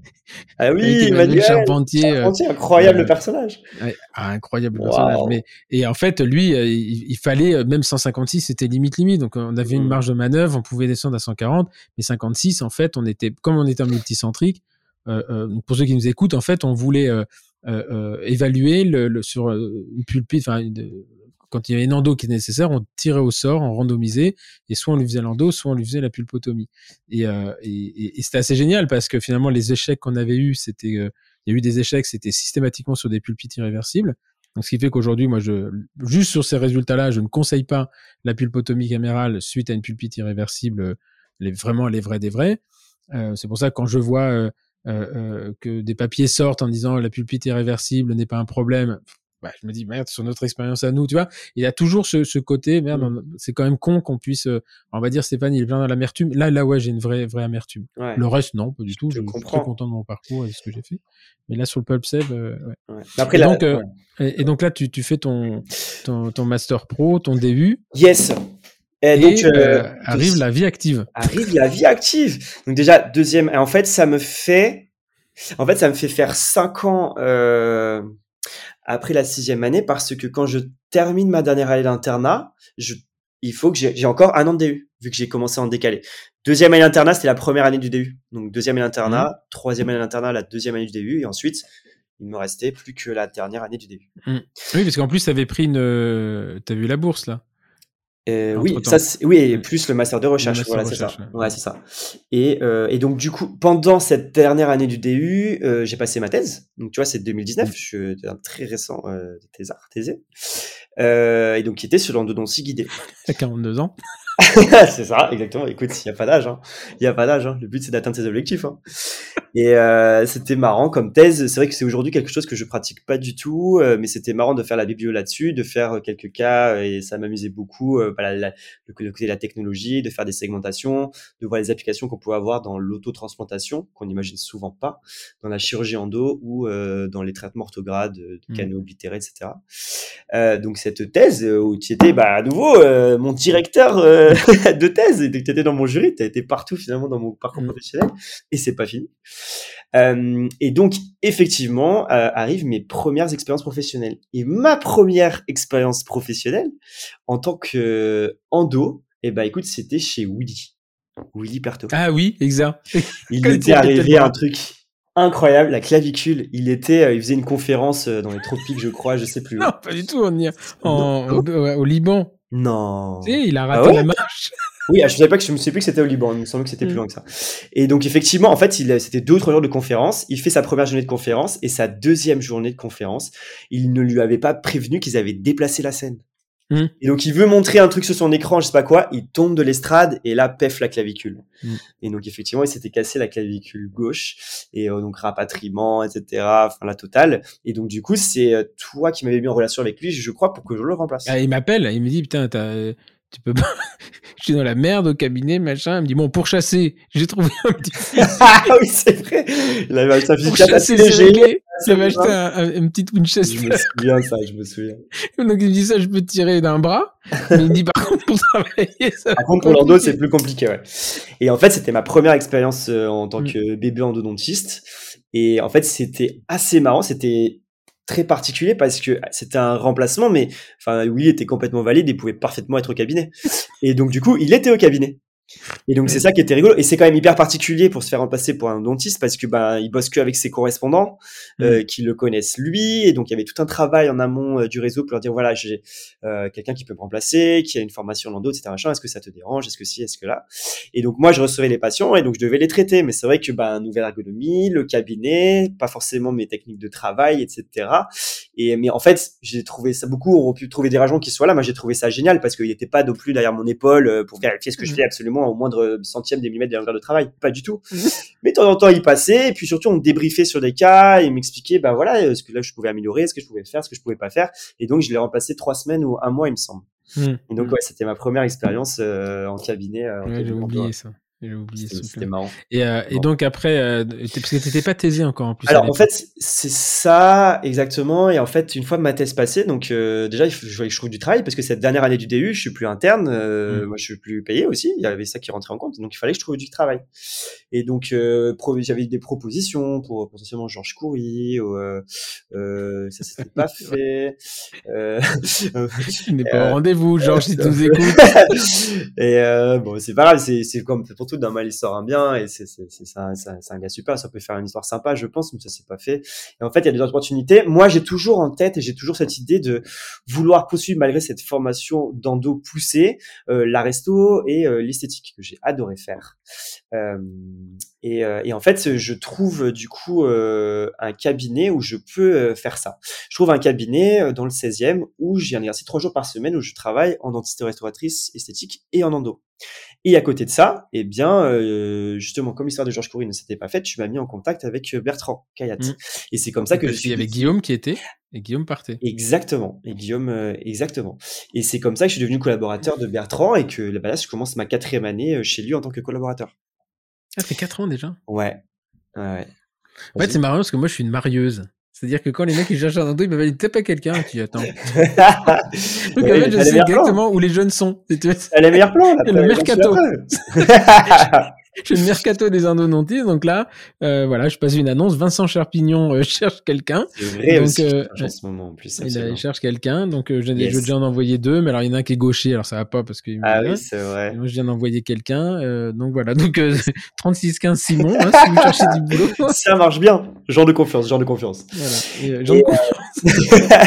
Ah oui, avec Emmanuel Emmanuel, Charpentier. euh, Charpentier, incroyable euh, personnage. ouais, ah, incroyable personnage. Waouh. Mais et en fait, lui, euh, il, il fallait euh, même cent cinquante-six, c'était limite limite. Donc on avait une Hmm. marge de manœuvre, on pouvait descendre à cent quarante, mais cinquante-six, en fait, on était comme on était en multicentrique. Euh, euh, donc pour ceux qui nous écoutent, en fait, on voulait euh, euh, euh, évaluer le, le sur euh, une pulpite, enfin une- quand il y avait une endo qui était nécessaire, on tirait au sort, on randomisait, et soit on lui faisait l'endo, soit on lui faisait la pulpotomie. Et, euh, et, et, et c'était assez génial parce que finalement les échecs qu'on avait eus, c'était euh, il y a eu des échecs, c'était systématiquement sur des pulpites irréversibles. Donc, ce qui fait qu'aujourd'hui, moi, je, juste sur ces résultats-là, je ne conseille pas la pulpotomie camérale suite à une pulpite irréversible, les, vraiment les vrais des vrais. Euh, c'est pour ça que quand je vois euh, euh, que des papiers sortent en disant la pulpite irréversible n'est pas un problème, bah, je me dis merde, sur notre expérience à nous, tu vois, il y a toujours ce, ce côté merde, Mm. on, c'est quand même con qu'on puisse, euh, on va dire Stéphane, il est plein dans l'amertume. Là, là, ouais, j'ai une vraie, vraie amertume. Ouais, Le reste, non, pas du je tout. te Je, je suis très comprends. content de mon parcours et de ce que j'ai fait. Mais là, sur le PulpSeb, euh, ouais. Ouais. Mais après, Et la- donc, euh, ouais. et, et donc là, tu, tu fais ton, ton, ton master pro, ton D U, Yes. Et, et donc, euh, euh, arrive la vie active. arrive la vie active. Donc déjà, deuxième, en fait, ça me fait, en fait, ça me fait faire cinq ans euh, après la sixième année parce que quand je termine ma dernière année d'internat, je, il faut que j'ai, j'ai encore un an de D U vu que j'ai commencé en décalé. Deuxième année d'internat, c'était la première année du D U. Donc deuxième année d'internat, Mmh. troisième année d'internat, la deuxième année du D U et ensuite, il me restait plus que la dernière année du D U. Mmh. Oui, parce qu'en plus, tu avais pris une, euh, t'as vu la bourse là. Euh, oui, Entre-temps. ça, c'est- oui, et Ouais. plus le master de recherche, Le master voilà, recherche, c'est ça. ouais. Ouais, c'est ça. Et, euh, et donc, du coup, pendant cette dernière année du D U, euh, j'ai passé ma thèse. Donc, tu vois, c'est deux mille dix-neuf. Mm. Je suis un très récent euh, thésard, thésé. Euh, et donc, qui était sur l'endodontie guidée. T'as quarante-deux ans. C'est ça, exactement. Écoute, il n'y a pas d'âge. Hein. Il n'y a pas d'âge. Hein. Le but, c'est d'atteindre ses objectifs. Hein. Et euh, c'était marrant comme thèse. C'est vrai que c'est aujourd'hui quelque chose que je pratique pas du tout, euh, mais c'était marrant de faire la biblio là-dessus, de faire quelques cas, euh, et ça m'amusait beaucoup. Euh, bah, la, la, le côté de la technologie, de faire des segmentations, de voir les applications qu'on pouvait avoir dans l'autotransplantation, qu'on n'imagine souvent pas, dans la chirurgie endo ou euh, dans les traitements orthogrades de Mm. canaux oblitérés, et cetera. Euh, donc cette thèse euh, où tu étais, bah, à nouveau, euh, mon directeur euh, de thèse, et tu étais dans mon jury, tu étais partout finalement dans mon parcours Mm. professionnel, et c'est pas fini. Euh, et donc, effectivement, euh, arrivent mes premières expériences professionnelles. Et ma première expérience professionnelle, en tant que endo, eh ben, écoute, c'était chez Willy. Willy Perto. Ah oui, exact. Il Quand il était te mettait arrivé le bras. un truc incroyable, la clavicule. Il était, euh, il faisait une conférence euh, dans les tropiques, je crois, je sais plus où. Non, pas du tout. On y a, en, Non. au, au Liban. Non. Tu sais, il a Ah raté ouais la marche. Oui, je savais pas que je me souviens plus que c'était au Liban. Il me semblait que c'était Mm. plus loin que ça. Et donc effectivement, en fait, il c'était deux ou trois jours de conférence. Il fait sa première journée de conférence et sa deuxième journée de conférence, il ne lui avait pas prévenu qu'ils avaient déplacé la scène. Mm. Et donc il veut montrer un truc sur son écran, je sais pas quoi. Il tombe de l'estrade et là pef la clavicule. Mm. Et donc effectivement, il s'était cassé la clavicule gauche et euh, donc rapatriement, et cetera. Enfin la totale. Et donc du coup, c'est euh, toi qui m'avais mis en relation avec lui, je crois, pour que je le remplace. Ah, il m'appelle, il me dit putain, t'as, tu peux pas. Je suis dans la merde au cabinet, machin. Il me dit bon, pour chasser, j'ai trouvé un petit. Ah oui, c'est vrai. Il avait un Pour physique assez chasser, c'est léger. réglé. C'est Ça m'a vrai. acheté un, un, une petite Winchester. Je me souviens ça, je me souviens. Donc il me dit ça, je peux tirer d'un bras. Mais il me dit par contre pour travailler, ça. Par contre, pour l'endo, c'est plus compliqué, ouais. Et en fait, c'était ma première expérience euh, en tant Mm. que bébé endodontiste. Et en fait, c'était assez marrant. C'était très particulier parce que c'était un remplacement, mais enfin, oui, il était complètement valide. Il pouvait parfaitement être au cabinet. Et donc, du coup, il était au cabinet. Et donc, c'est ça qui était rigolo. Et c'est quand même hyper particulier pour se faire remplacer pour un odontiste parce que, bah, il bosse qu'avec ses correspondants, euh, Mm. qui le connaissent lui. Et donc, il y avait tout un travail en amont euh, du réseau pour leur dire, voilà, j'ai euh, quelqu'un qui peut me remplacer, qui a une formation en endo, et cetera. Machin. Est-ce que ça te dérange? Est-ce que si? Est-ce que là? Et donc, moi, je recevais les patients et donc, je devais les traiter. Mais c'est vrai que, bah, nouvelle ergonomie, le cabinet, pas forcément mes techniques de travail, et cetera. Et, mais en fait, j'ai trouvé ça, beaucoup auront pu trouver des raisons qui soient là. Moi, j'ai trouvé ça génial parce qu'il n'était pas non plus derrière mon épaule euh, pour vérifier ce que je fais absolument au moindre centième des millimètres de longueur de travail. Pas du tout. Mais de temps en temps, il passait et puis surtout, on débriefait sur des cas et il m'expliquait, ben voilà, ce que là, je pouvais améliorer, ce que je pouvais faire, ce que je pouvais pas faire. Et donc, je l'ai remplacé trois semaines ou un mois, il me semble. Mm. Et donc, Mm. ouais, c'était ma première expérience euh, en cabinet. Euh, en Ouais, j'ai cabinet oublié d'emploi. ça. J'ai oublié C'était, ce c'était truc-là. marrant. Et, euh, et Bon. donc après, euh, t'es- parce que t'étais pas thésé encore en plus à Alors en l'époque. fait c'est ça exactement et en fait une fois ma thèse passée donc euh, déjà il faut je, je trouve du travail parce que cette dernière année du D U je suis plus interne euh, Mm. moi je suis plus payé aussi il y avait ça qui rentrait en compte donc il fallait que je trouve du travail et donc euh, pro, j'avais des propositions pour potentiellement Georges Coury ou, euh, euh, ça s'était pas fait euh, Il n'est pas euh, au rendez-vous, Georges, si tu nous écoutes. et euh, bon c'est pas grave c'est c'est comme pour tout d'un mal il sort un bien et c'est c'est c'est c'est un, c'est un, c'est un gars super ça peut faire une histoire sympa je pense mais ça s'est pas fait et en fait il y a des opportunités moi j'ai toujours en tête et j'ai toujours cette idée de vouloir poursuivre malgré cette formation d'endo poussée euh, la resto et euh, l'esthétique que j'ai adoré faire euh, et, euh, et en fait je trouve du coup euh, un cabinet où je peux euh, faire ça je trouve un cabinet euh, dans le seizième où j'ai un exercice trois jours par semaine où je travaille en dentiste restauratrice esthétique et en endo. Et à côté de ça, eh bien, euh, justement, comme l'histoire de Georges Coury ne s'était pas faite, tu m'as mis en contact avec Bertrand Kayat. Mm. Et c'est comme ça que Parce je qu'il y suis avait devenu- Guillaume qui était, et Guillaume partait. Exactement. Et Guillaume, euh, exactement. Et c'est comme ça que je suis devenu collaborateur de Bertrand et que bah, là, je commence ma quatrième année euh, chez lui en tant que collaborateur. Ah, ça fait quatre ans déjà. Ouais. Ouais. ouais. En fait, c'est marrant parce que moi, je suis une marieuse. C'est-à-dire que quand les mecs ils cherchent un endo, ils m'appellent, ils tapent à quelqu'un et tu dis attends. Donc en Ouais, fait, je t'as les sais meilleurs plans. exactement où les jeunes sont. C'est tu vois, T'as les meilleurs plans, là. le t'as les mercato. preuves. J'ai le mercato des endodontistes, donc là, euh, voilà, je passe une annonce. Vincent Cherpignon euh, cherche quelqu'un. C'est vrai Donc, aussi, euh, je cherche en ce moment, en plus, il, a- absolument. il cherche quelqu'un, donc euh, j'ai Yes. je vais déjà en envoyer deux, mais alors il y en a un qui est gaucher, alors ça va pas parce qu'il me Ah dit, oui, hein. c'est vrai. Et moi, je viens d'envoyer quelqu'un, euh, donc voilà, donc euh, trente-six quinze Simon, hein, si vous cherchez du boulot. Ça marche bien. Genre de confiance, genre de confiance. Voilà. Et, euh, genre Et, de confiance.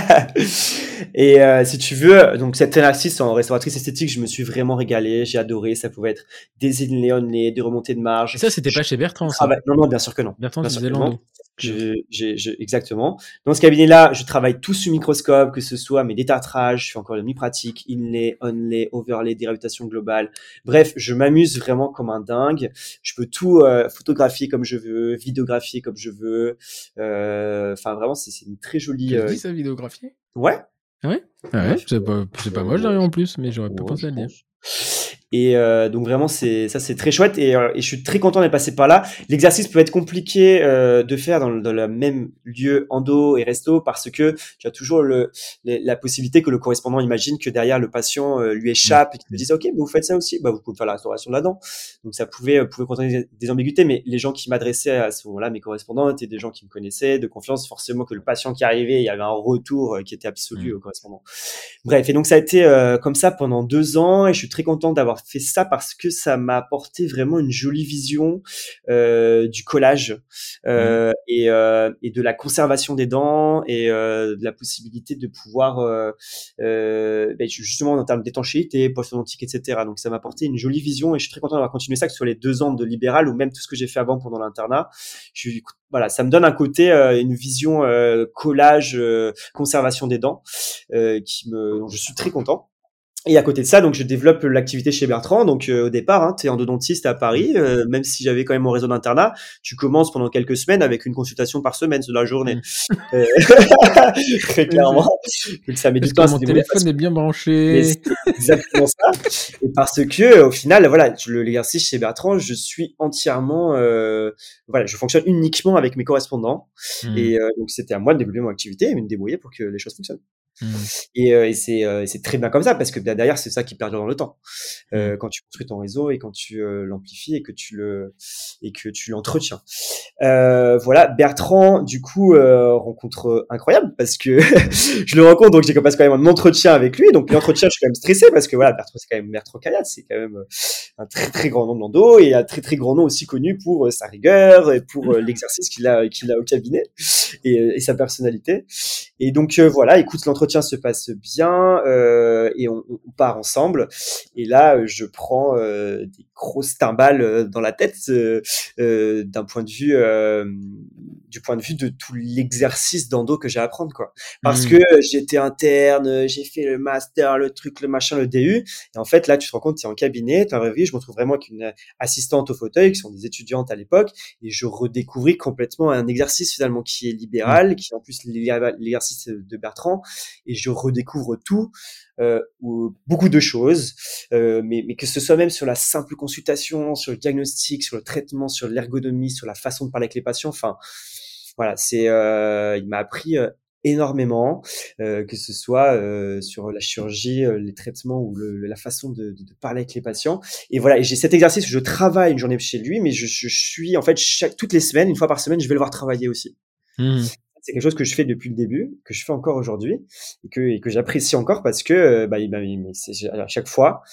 Et euh, si tu veux, donc cette exercice en restauratrice esthétique, je me suis vraiment régalé, j'ai adoré. Ça pouvait être des inlays, onlays, des remontées de marge. Et ça, c'était pas chez Bertrand, ça. Travaille... Non, non, bien sûr que non. Bertrand, Bien tu sûr faisais que non. l'endo. Je, j'ai, je, exactement. Dans ce cabinet-là, je travaille tout sous microscope, que ce soit mes détartrages, je fais encore de mi-pratique, inlay, onlay, overlay, dérivation globale. Bref, je m'amuse vraiment comme un dingue. Je peux tout euh, photographier comme je veux, vidéographier comme je veux. Euh, Enfin, vraiment, c'est, c'est une très jolie. Tu as euh, dit ça, vidéographier? Ouais. Ah ouais? Ah ouais, c'est pas, c'est pas moche derrière en plus, mais j'aurais pas Ouais, pensé je à le dire. pense. Et euh, donc vraiment c'est ça c'est très chouette et, euh, et je suis très content d'être passé par là. L'exercice peut être compliqué euh, de faire dans, le- dans le même lieu endo et resto parce que tu as toujours le, le- la possibilité que le correspondant imagine que derrière le patient euh, lui échappe et qu'il te dise ok mais vous faites ça aussi bah vous pouvez faire la restauration là-dedans. Donc ça pouvait euh, pouvait contenir des, des ambiguïtés mais les gens qui m'adressaient à ce moment-là mes correspondants étaient des gens qui me connaissaient de confiance forcément que le patient qui arrivait il y avait un retour euh, qui était absolu Mm. au correspondant. Bref, et donc ça a été euh, comme ça pendant deux ans et je suis très content d'avoir fait ça parce que ça m'a apporté vraiment une jolie vision euh, du collage euh, mmh. et, euh, et de la conservation des dents et euh, de la possibilité de pouvoir euh, euh, ben, justement en termes d'étanchéité, post-odontique, et cetera. Donc ça m'a apporté une jolie vision et je suis très content d'avoir continué ça, que ce soit les deux ans de libéral ou même tout ce que j'ai fait avant pendant l'internat. Je suis, voilà, ça me donne un côté, euh, une vision euh, collage, euh, conservation des dents, euh, qui me, dont je suis très content. Et à côté de ça, donc je développe l'activité chez Bertrand. Donc euh, au départ, hein, tu es endodontiste à Paris, euh, même si j'avais quand même mon réseau d'internat, tu commences pendant quelques semaines avec une consultation par semaine sur la journée. Mmh. Euh, très clairement. Donc ça met Parce du temps. Que mon téléphone que... est bien branché. C'est exactement ça. Et parce que au final, voilà, le, l'exercice chez Bertrand, je suis entièrement, euh, voilà, je fonctionne uniquement avec mes correspondants. Mmh. Et euh, donc c'était à moi de développer mon activité et de me débrouiller pour que les choses fonctionnent. Mmh. Et, euh, et c'est, euh, c'est très bien comme ça, parce que derrière, c'est ça qui perdure dans le temps. Euh, Mmh. quand tu construis ton réseau et quand tu euh, l'amplifies et que tu le et que tu l'entretiens. Euh, voilà, Bertrand, du coup, euh, rencontre incroyable, parce que je le rencontre, donc j'ai passe quand même un entretien avec lui. Donc l'entretien, je suis quand même stressé, parce que voilà, Bertrand, c'est quand même Bertrand Kayat, c'est quand même un très très grand nom de Lando, et un très très grand nom aussi connu pour euh, sa rigueur et pour euh, l'exercice qu'il a qu'il a au cabinet et, et sa personnalité. Et donc euh, voilà, écoute, l'entretien se passe bien euh, et on, on part ensemble. Et là, euh, je prends euh, des grosses timbales euh, dans la tête euh, euh, d'un point de vue, euh, du point de vue de tout l'exercice d'endo que j'ai à apprendre, quoi. Parce Mmh. que euh, j'étais interne, j'ai fait le master, le truc, le machin, le D U. Et en fait, là, tu te rends compte, tu es en cabinet, tu as vie, je me retrouve vraiment avec une assistante au fauteuil, qui sont des étudiantes à l'époque, et je redécouvris complètement un exercice finalement qui est libéral, mmh. qui est en plus l'exercice de Bertrand, et je redécouvre tout, euh, ou beaucoup de choses, euh, mais, mais que ce soit même sur la simple consultation, sur le diagnostic, sur le traitement, sur l'ergonomie, sur la façon de parler avec les patients, enfin, voilà, c'est, euh, il m'a appris euh, énormément, euh, que ce soit euh, sur la chirurgie, euh, les traitements ou le, la façon de, de, de parler avec les patients. Et voilà, et j'ai cet exercice où je travaille une journée chez lui, mais je, je suis en fait chaque, toutes les semaines, une fois par semaine, je vais le voir travailler aussi. Mmh. C'est quelque chose que je fais depuis le début, que je fais encore aujourd'hui, et que, et que j'apprécie encore, parce que bah, bah, c'est, à chaque fois,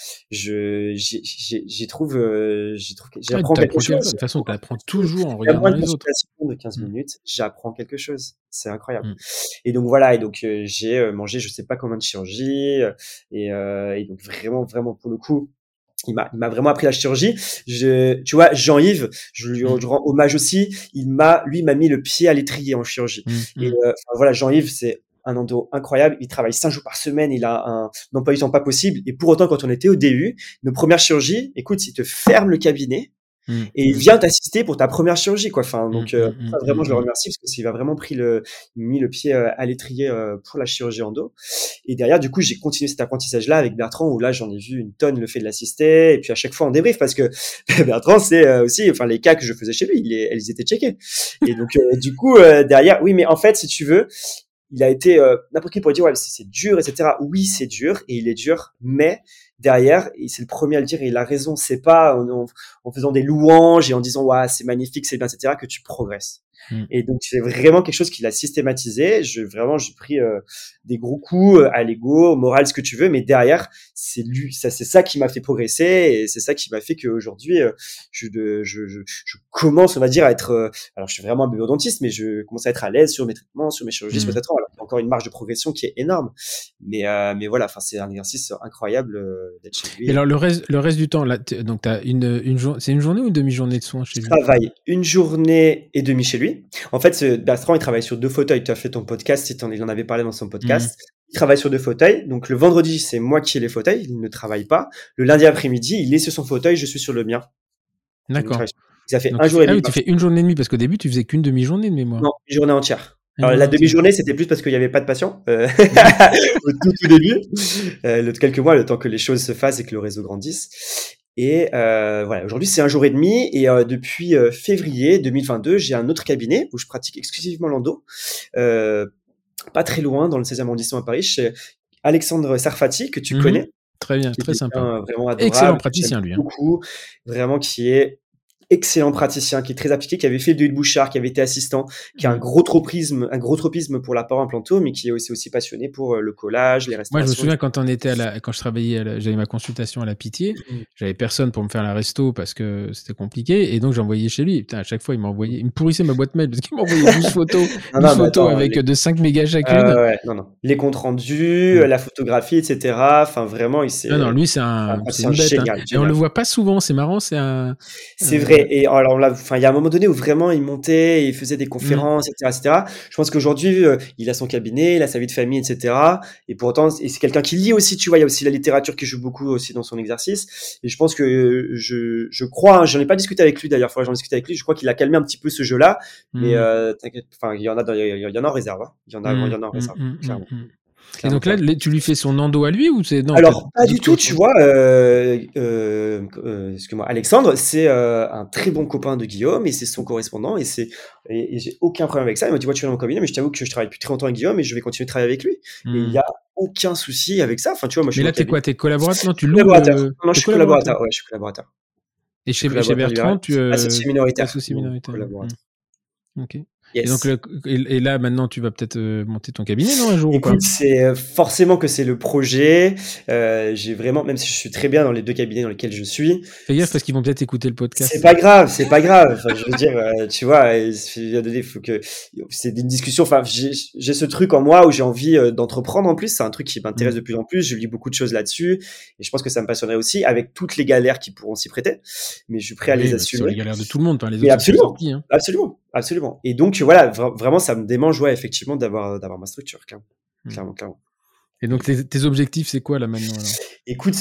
je j'y, j'y, j'y trouve, euh, j'y trouve, j'apprends ouais, quelque chose. Quelque, de toute façon, tu apprends toujours en regardant les autres. De quinze mmh. minutes, j'apprends quelque chose. C'est incroyable. Mmh. Et donc voilà, et donc euh, j'ai euh, mangé je sais pas combien de chirurgies, euh, et, euh, et donc vraiment, vraiment pour le coup, il m'a, il m'a vraiment appris la chirurgie. Je, tu vois, Jean-Yves, je lui mmh. rends hommage aussi. Il m'a, lui, m'a mis le pied à l'étrier en chirurgie. Mmh. Et euh, voilà, Jean-Yves, c'est un endo incroyable. Il travaille cinq jours par semaine. Il a un emploi du temps pas possible. Et pour autant, quand on était au D U, nos premières chirurgies, écoute, il te ferme le cabinet. Mmh. Et il vient t'assister pour ta première chirurgie, quoi. Enfin, donc, euh, mmh. ça, vraiment, je le remercie, parce que s'il a vraiment pris le, mis le pied à l'étrier euh, pour la chirurgie endo. Et derrière, du coup, j'ai continué cet apprentissage-là avec Bertrand, où là, j'en ai vu une tonne le fait de l'assister. Et puis, à chaque fois, on débrief, parce que Bertrand, c'est euh, aussi, enfin, les cas que je faisais chez lui, il est, elles étaient checkées. Et donc, euh, du coup, euh, derrière, oui, mais en fait, si tu veux, il a été, euh, n'importe qui pourrait dire, ouais, c'est, c'est dur, et cetera. Oui, c'est dur, et il est dur, mais derrière, et c'est le premier à le dire, et il a raison, c'est pas en, en, en faisant des louanges et en disant, ouais, c'est magnifique, c'est bien, et cetera, que tu progresses. Mmh. Et donc, c'est vraiment quelque chose qu'il a systématisé. Je, vraiment, j'ai pris euh, des gros coups à l'ego, au moral, ce que tu veux, mais derrière, c'est lui, ça, c'est ça qui m'a fait progresser, et c'est ça qui m'a fait qu'aujourd'hui, euh, je, je, je, je commence, on va dire, à être, euh, alors je suis vraiment un bébé dentiste, mais je commence à être à l'aise sur mes traitements, sur mes chirurgies, mmh. sur mes traitements. Alors, il y a encore une marge de progression qui est énorme, mais, euh, mais voilà, enfin, c'est un exercice incroyable euh, d'être chez lui. Et alors, le reste, le reste du temps, là, donc, t'as une, une journée, c'est une journée ou une demi-journée de soins chez lui? Je travaille une journée et demie chez lui. En fait, Bertrand, il travaille sur deux fauteuils. Tu as fait ton podcast, il en avait parlé dans son podcast. Mmh. Il travaille sur deux fauteuils. Donc, le vendredi, c'est moi qui ai les fauteuils. Il ne travaille pas. Le lundi après-midi, il est sur son fauteuil. Je suis sur le mien. D'accord. Ça fait donc, un jour et demi. Ah oui, tu fais une journée et demie, parce qu'au début, tu faisais qu'une demi-journée de mémoire. Non, une journée entière. Alors, la demi-journée, c'était plus parce qu'il n'y avait pas de patients euh, au tout, tout début. Euh, le, quelques mois, le temps que les choses se fassent et que le réseau grandisse. Et euh, voilà, aujourd'hui, c'est un jour et demi. Et euh, depuis euh, février deux mille vingt-deux, j'ai un autre cabinet où je pratique exclusivement l'endo. Euh, pas très loin, dans le seizième arrondissement à Paris, chez Alexandre Sarfati, que tu mmh. connais. Très bien, très sympa. Vraiment adorable. Excellent praticien, lui. Hein. Beaucoup, vraiment, qui est excellent praticien, qui est très appliqué, qui avait fait le D U de Bouchard, qui avait été assistant, qui a un gros tropisme, un gros tropisme pour l'apport implantaux, mais qui est aussi, aussi passionné pour le collage, les restaurations. Moi, je me souviens quand on était à la, quand je travaillais, à la, j'avais ma consultation à la Pitié, mmh. j'avais personne pour me faire la resto parce que c'était compliqué, et donc j'envoyais chez lui. Putain, à chaque fois, il m'envoyait, il me pourrissait ma boîte mail parce qu'il m'envoyait douze photos, non, douze non, photos attends, avec les... de cinq mégas chacune. Euh, ouais, non, non. Les comptes rendus, mmh. la photographie, et cetera. Enfin, vraiment, il s'est. Non, non, lui, c'est un, c'est une bête. Génial, hein. Et on le voit pas souvent, c'est marrant, c'est un. C'est euh... vrai. Et alors là, enfin, il y a un moment donné où vraiment il montait, il faisait des conférences, mmh. et cetera, et cetera. Je pense qu'aujourd'hui, euh, il a son cabinet, il a sa vie de famille, et cetera. Et pourtant, et c'est quelqu'un qui lit aussi, tu vois, il y a aussi la littérature qui joue beaucoup aussi dans son exercice. Et je pense que euh, je, je crois, hein, j'en ai pas discuté avec lui d'ailleurs, il faudrait que j'en discute avec lui. Je crois qu'il a calmé un petit peu ce jeu-là, mmh. mais euh, t'inquiète, enfin, il y en a, dans, il y en a en réserve, hein. Il y en a, mmh. il y en a en réserve, mmh. clairement. Mmh. Et donc là, tu lui fais son endo à lui ou c'est non? Alors pas du tout, tu vois. Euh, euh, euh, excuse-moi, Alexandre, c'est euh, un très bon copain de Guillaume et c'est son correspondant et c'est et, et j'ai aucun problème avec ça. Il m'a dit ouais, tu viens dans mon cabinet, mais je t'avoue que je travaille depuis très longtemps avec Guillaume et je vais continuer de travailler avec lui. Hmm. Et il y a aucun souci avec ça. Enfin, tu vois, moi je mais suis là, t'es quoi? T'es collaborateur? Non, tu loues collaborateur. le... Non, non je suis collaborateur. Ouais, je suis collaborateur. Et chez, chez Bertrand, tu euh, associé minoritaire. associé minoritaire. Collaborateur. Mmh. Ok. Yes. Et donc le, et, et là maintenant tu vas peut-être euh, monter ton cabinet non un jour Écoute, ou pas? c'est euh, forcément que c'est le projet. Euh, j'ai vraiment, même si je suis très bien dans les deux cabinets dans lesquels je suis. Fais gaffe parce qu'ils vont peut-être écouter le podcast. C'est pas grave, c'est pas grave. Enfin, je veux dire, euh, tu vois, il faut que c'est une discussion. Enfin, j'ai, j'ai ce truc en moi où j'ai envie euh, d'entreprendre en plus. C'est un truc qui m'intéresse mmh. de plus en plus. Je lis beaucoup de choses là-dessus et je pense que ça me passionnerait aussi, avec toutes les galères qui pourront s'y prêter. Mais je suis prêt à oui, les bah, assumer. C'est les galères de tout le monde, pas les autres. Mais absolument, sortis, hein. absolument, absolument. Et donc voilà, vra- vraiment, ça me démange, ouais, effectivement, d'avoir d'avoir ma structure, clairement, mmh. clairement, clairement. Et donc tes, tes objectifs, c'est quoi là maintenant alors? Écoute,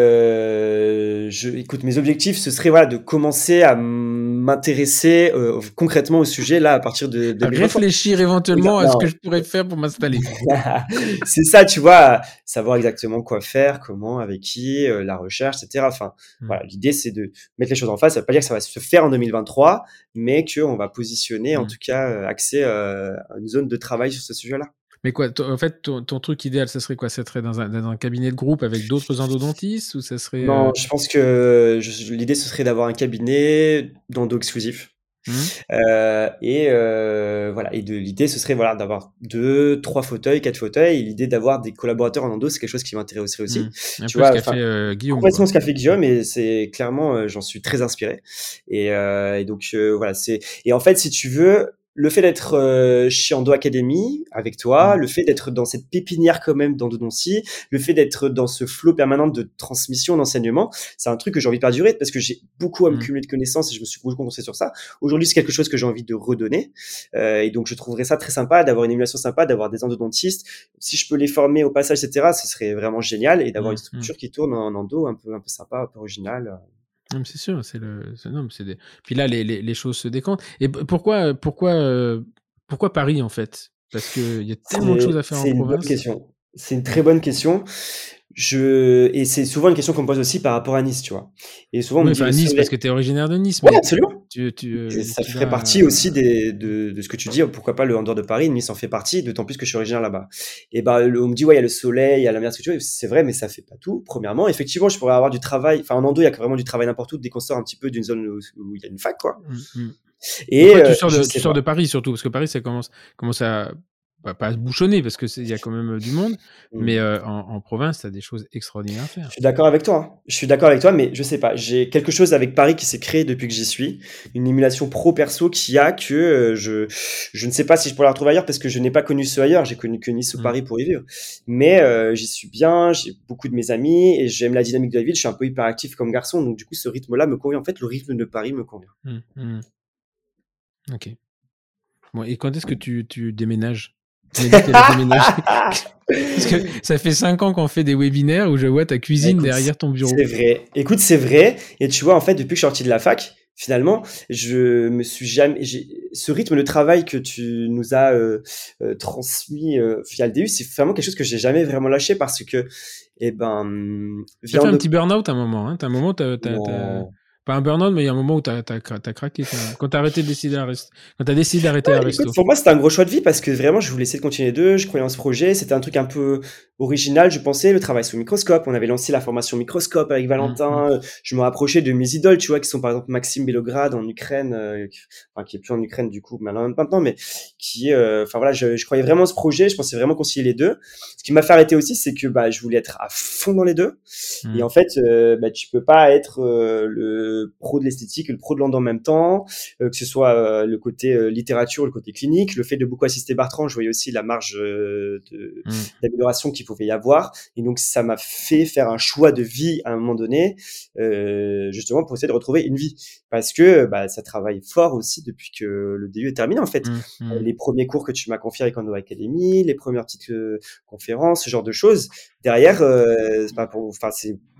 euh, je, écoute, mes objectifs, ce serait voilà de commencer à m'intéresser euh, concrètement au sujet là à partir de. de réfléchir éventuellement à ce que je pourrais faire pour m'installer. C'est ça, tu vois, savoir exactement quoi faire, comment, avec qui, euh, la recherche, et cetera. Enfin, mmh. voilà, l'idée c'est de mettre les choses en face. Ça veut pas dire que ça va se faire en deux mille vingt-trois, mais qu'on va positionner, mmh. en tout cas, euh, axer euh, une zone de travail sur ce sujet-là. Mais quoi, t- en fait, ton, ton truc idéal, ça serait quoi? Ça serait dans un, dans un cabinet de groupe avec d'autres endodontistes ou ça serait... Non, euh... je pense que je, l'idée, ce serait d'avoir un cabinet d'endo exclusif. Mmh. Euh, et euh, voilà. Et de l'idée, ce serait voilà d'avoir deux, trois fauteuils, quatre fauteuils. Et l'idée d'avoir des collaborateurs en endo, c'est quelque chose qui m'intéresserait aussi. Mmh. Un tu peu vois, ce qu'a fait euh, Guillaume. Complètement ce qu'a fait Guillaume, et c'est clairement, euh, j'en suis très inspiré. Et, euh, et donc euh, voilà, c'est. Et en fait, si tu veux. Le fait d'être euh, chez Endo Academy avec toi, mmh. le fait d'être dans cette pépinière quand même d'endodontie, le fait d'être dans ce flot permanent de transmission, d'enseignement, c'est un truc que j'ai envie de perdurer parce que j'ai beaucoup à me cumuler de connaissances et je me suis beaucoup concentré sur ça. Aujourd'hui, c'est quelque chose que j'ai envie de redonner euh, et donc je trouverais ça très sympa d'avoir une émulation sympa, d'avoir des endodontistes. Si je peux les former au passage, et cetera, ce serait vraiment génial et d'avoir mmh. une structure qui tourne en endo un peu, un peu sympa, un peu originale. Non, c'est sûr, c'est le. C'est, non, c'est des... Puis là, les, les, les choses se décantent. Et pourquoi, pourquoi, euh, pourquoi Paris en fait? Parce qu'il y a tellement c'est, de choses à faire en province. C'est une bonne question. C'est une très bonne question. Je... Et c'est souvent une question qu'on me pose aussi par rapport à Nice, tu vois. Et souvent, on oui, me dit. Enfin, Nice, parce que tu es originaire de Nice. Oui, mais absolument. Tu, tu, euh, ça tu ferait vas... partie aussi des, de, de ce que tu dis. Pourquoi pas le en dehors de Paris? Nice en fait partie, d'autant plus que je suis originaire là-bas. Et bah, on me dit, ouais, il y a le soleil, il y a la mer, ce que tu veux. C'est vrai, mais ça fait pas tout. Premièrement, effectivement, je pourrais avoir du travail. Enfin, en endo, il y a vraiment du travail n'importe où dès qu'on sort un petit peu d'une zone où, où il y a une fac, quoi. Mm-hmm. Et Pourquoi euh, tu sors, de, tu sors de Paris surtout, parce que Paris, ça commence, commence à. Pas, pas à se bouchonner parce que il y a quand même du monde, mmh. mais euh, en, en province, tu as des choses extraordinaires à faire. Je suis d'accord avec toi. Hein. Je suis d'accord avec toi, mais je sais pas. J'ai quelque chose avec Paris qui s'est créé depuis que j'y suis, une émulation pro-perso qui a que euh, je je ne sais pas si je pourrais la retrouver ailleurs parce que je n'ai pas connu ce ailleurs. J'ai connu que Nice ou mmh. Paris pour y vivre, mais euh, j'y suis bien. J'ai beaucoup de mes amis et j'aime la dynamique de la ville. Je suis un peu hyperactif comme garçon, donc du coup, ce rythme-là me convient. En fait, le rythme de Paris me convient. Mmh. Mmh. Ok. Bon, et quand est-ce que tu tu déménages? Parce que ça fait cinq ans qu'on fait des webinaires où je vois ta cuisine écoute, derrière ton bureau. C'est vrai. Écoute, c'est vrai. Et tu vois, en fait, depuis que je suis sorti de la fac, finalement, je me suis jamais. J'ai... Ce rythme de travail que tu nous as euh, euh, transmis euh, via le D U, c'est vraiment quelque chose que j'ai jamais vraiment lâché parce que, eh ben. Tu as fait un de... petit burn-out à un moment. Hein. T'as un moment, t'as, t'as, t'as... Pas un burn-out, mais il y a un moment où t'as, t'as, t'as craqué quand même. Quand t'as arrêté de décider à rester, quand t'as décidé d'arrêter ouais, la resto. Écoute, pour moi, c'était un gros choix de vie parce que vraiment, je voulais essayer de continuer les deux. Je croyais en ce projet. C'était un truc un peu original, je pensais. Le travail sous microscope. On avait lancé la formation microscope avec Valentin. Mmh, mmh. Je me rapprochais de mes idoles, tu vois, qui sont par exemple Maxime Belograd en Ukraine, euh, qui, enfin, qui est plus en Ukraine du coup, maintenant, maintenant, mais qui, euh, enfin voilà, je, je croyais vraiment en ce projet. Je pensais vraiment concilier les deux. Ce qui m'a fait arrêter aussi, c'est que bah, je voulais être à fond dans les deux. Mmh. Et en fait, euh, bah, tu peux pas être euh, le pro de l'esthétique et le pro de l'endo en même temps, euh, que ce soit euh, le côté euh, littérature, le côté clinique, le fait de beaucoup assister Bertrand, je voyais aussi la marge euh, de, mmh. d'amélioration qu'il pouvait y avoir. Et donc, ça m'a fait faire un choix de vie à un moment donné, euh, justement pour essayer de retrouver une vie. Parce que bah, ça travaille fort aussi depuis que le D U est terminé, en fait. Mmh. Euh, les premiers cours que tu m'as confiés avec Endo Academy, les premières petites euh, conférences, ce genre de choses. Derrière, euh, c'est pas pour, enfin, c'est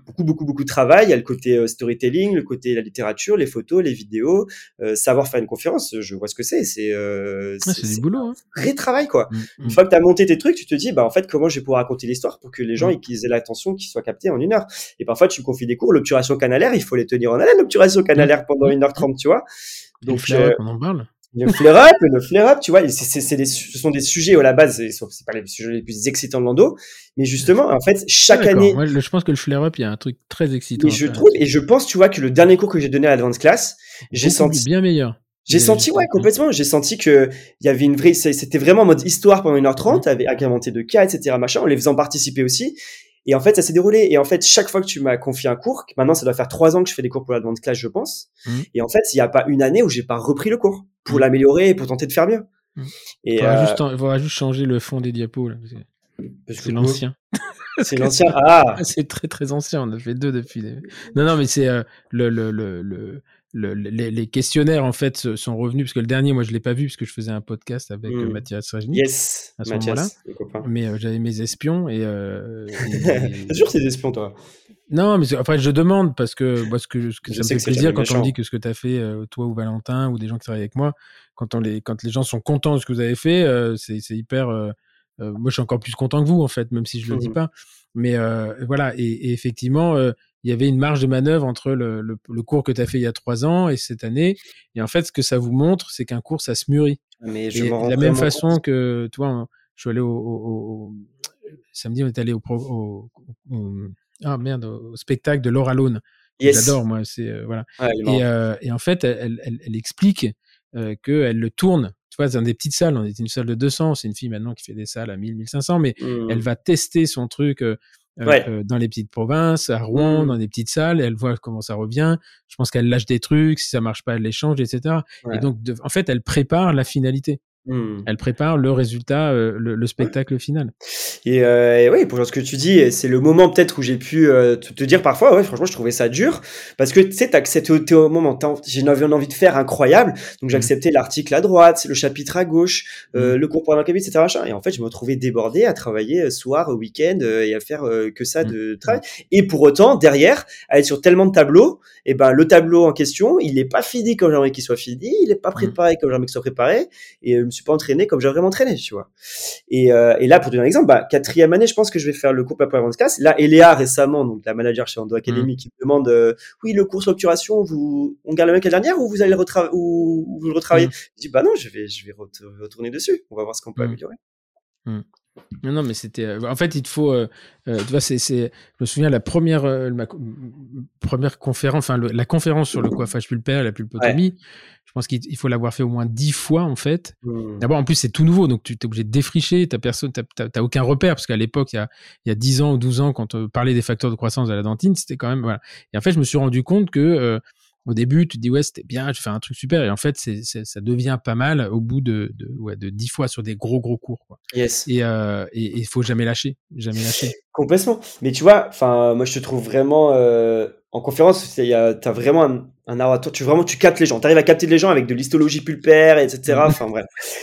beaucoup, beaucoup, beaucoup de travail. Il y a le côté euh, storytelling, le côté la littérature, les photos, les vidéos, euh, savoir faire une conférence. Je vois ce que c'est. C'est, euh, Ah, c'est, c'est du c'est boulot, un hein. vrai travail, quoi. Mm, Une mm. fois que tu as monté tes trucs, tu te dis, bah, en fait, comment je vais pouvoir raconter l'histoire pour que les gens, Mm. ils aient l'attention qui soit captée en une heure. Et parfois, tu confies des cours, l'obturation canalaire, il faut les tenir en haleine, l'obturation canalaire pendant Mm. une heure trente, tu vois. Et le Donc, flare-up, euh, on en parle. le flare-up, le flare-up, tu vois, c'est, c'est, c'est des, ce sont des sujets à la base, c'est, c'est pas les sujets les plus excitants de l'endo, mais justement, en fait, Ah, chaque d'accord. année, Moi, le- je pense que le flare-up, il y a un truc très excitant mais à je faire trouve, là-dessus. et je pense, tu vois, que le dernier cours que j'ai donné à l'Advanced Class, j'ai Beaucoup senti, bien meilleur. j'ai Vous avez senti, juste- ouais, Mm. complètement, j'ai senti que il y avait une vraie, c'est- c'était vraiment en mode histoire pendant une heure trente, Mm. avec agrémenté de cas, et cetera, machin, en les faisant participer aussi. Et en fait, ça s'est déroulé. Et en fait, chaque fois que tu m'as confié un cours, maintenant, ça doit faire trois ans que je fais des cours pour l'Advanced Class, je pense. Mm. Et en fait, il n'y a pas une année où j'ai pas repris le cours pour Mm. l'améliorer et pour tenter de faire mieux. Mm. Et, Faudra, euh, juste, en- faudra juste changer le fond des diapos, là. parce que parce que C'est quoi l'ancien. C'est l'ancien. Ah, Ah, c'est très très ancien. On a fait deux depuis. Les... Non, non, mais c'est euh, le, le, le, le, le- les, les questionnaires en fait se- sont revenus parce que le dernier, moi, je l'ai pas vu parce que je faisais un podcast avec euh, hmm. Mathias Rajnik Yes, à ce moment-là. Mathias, le copain. Mais euh, j'avais mes espions et. Euh, et- T'es sûr que c'est des espions, toi? Non, mais c'est- après je demande parce que moi, ce que, ce que Je ça me sais fait que c'est plaisir jamais quand on me dit méchant. que ce que tu as fait, euh, toi ou Valentin ou des gens qui travaillent avec moi, quand on les, quand les gens sont contents de ce que vous avez fait, euh, c'est, c'est hyper. euh, euh, moi, je suis encore plus content que vous en fait, même si je le dis Mhm. pas. Mais euh, voilà, et, et effectivement, euh, il y avait une marge de manœuvre entre le, le, le cours que tu as fait il y a trois ans et cette année. Et en fait, ce que ça vous montre, c'est qu'un cours, ça se mûrit. Mais je Et m'en de rends la même vraiment compte. façon que, tu vois, on- je suis allé au, au- au- au- samedi, on est allé au, pro- au, au- ah merde, au spectacle de Laura Lone, que Yes. j'adore, moi. C'est euh, voilà. Ouais, il est Et, marrant. euh, et en fait, elle, elle, elle explique euh, qu'elle le tourne. Tu vois, dans des petites salles. On était une salle de deux cents. C'est une fille maintenant qui fait des salles à mille, mille cinq cents, mais Hmm. elle va tester son truc. Euh, euh, Ouais. euh, dans les petites provinces, à Rouen, Hmm. dans des petites salles, et elle voit comment ça revient. Je pense qu'elle lâche des trucs, si ça marche pas, elle les change, et cetera. Ouais. Et donc, de, en fait, elle prépare la finalité. Hmm. Elle prépare le résultat, euh, le, le spectacle final. Et, euh, et oui, pour ce que tu dis, c'est le moment peut-être où j'ai pu euh, te, te dire parfois, ouais, franchement, je trouvais ça dur, parce que tu sais, t'as accepté t'es au moment, t'as- j'ai une envie, une envie de faire incroyable, donc j'ai Mm. accepté l'article à droite, le chapitre à gauche, euh, Mm. le cours pour un cabinet, et cetera. Machin. Et en fait, je me retrouvais débordé à travailler euh, soir, week-end, euh, et à faire euh, que ça Mm. de travail. Et pour autant, derrière, à être sur tellement de tableaux, et ben le tableau en question, il est pas fini comme j'aimerais qu'il soit fini, il est pas préparé comme j'aimerais qu'il soit préparé, et euh, je me suis pas entraîné comme j'aimerais m'entraîner, tu vois. Et, euh, et là, pour te donner un exemple, bah, quatrième année, je pense que je vais faire le cours Performance Class. Là, Eléa, récemment, donc la manager chez Endo Academy, Mm. qui me demande, euh, oui, le cours structuration, vous, on garde le même que la dernière ou vous allez le retravailler, ou, ou vous le retravaillez? Mm. Je dis, bah non, je vais, je vais ret- retourner dessus. On va voir ce qu'on peut Mm. améliorer. Mm. Non, non, mais c'était. euh, En fait, il te faut. Euh, euh, tu vois, c'est, c'est. Je me souviens la première, euh, ma co- m- première conférence, enfin le- la conférence sur le coiffage pulpaire et la pulpotomie. Ouais. Je pense qu'il il faut l'avoir fait au moins dix fois en fait. Hmm. D'abord, en plus, c'est tout nouveau, donc tu es obligé de défricher. T'as personne, t'as, t'as, t'as aucun repère parce qu'à l'époque, il y a, il y a dix ans ou douze ans, quand on parlait des facteurs de croissance de la dentine, c'était quand même voilà. Et en fait, je me suis rendu compte que euh, au début, tu te dis ouais, c'était bien, je fais un truc super, et en fait, c'est, c'est, ça devient pas mal au bout de, de, ouais, de dix fois sur des gros gros cours, quoi. Yes. Et euh, et il faut jamais lâcher, jamais lâcher. Complètement. Mais tu vois, enfin, moi, je te trouve vraiment euh, en conférence, c'est- il y a- t'as vraiment un, un narrateur. Tu vraiment, tu captes les gens. T'arrives à capter les gens avec de l'histologie pulpaire, et cetera. Mm. Enfin bref,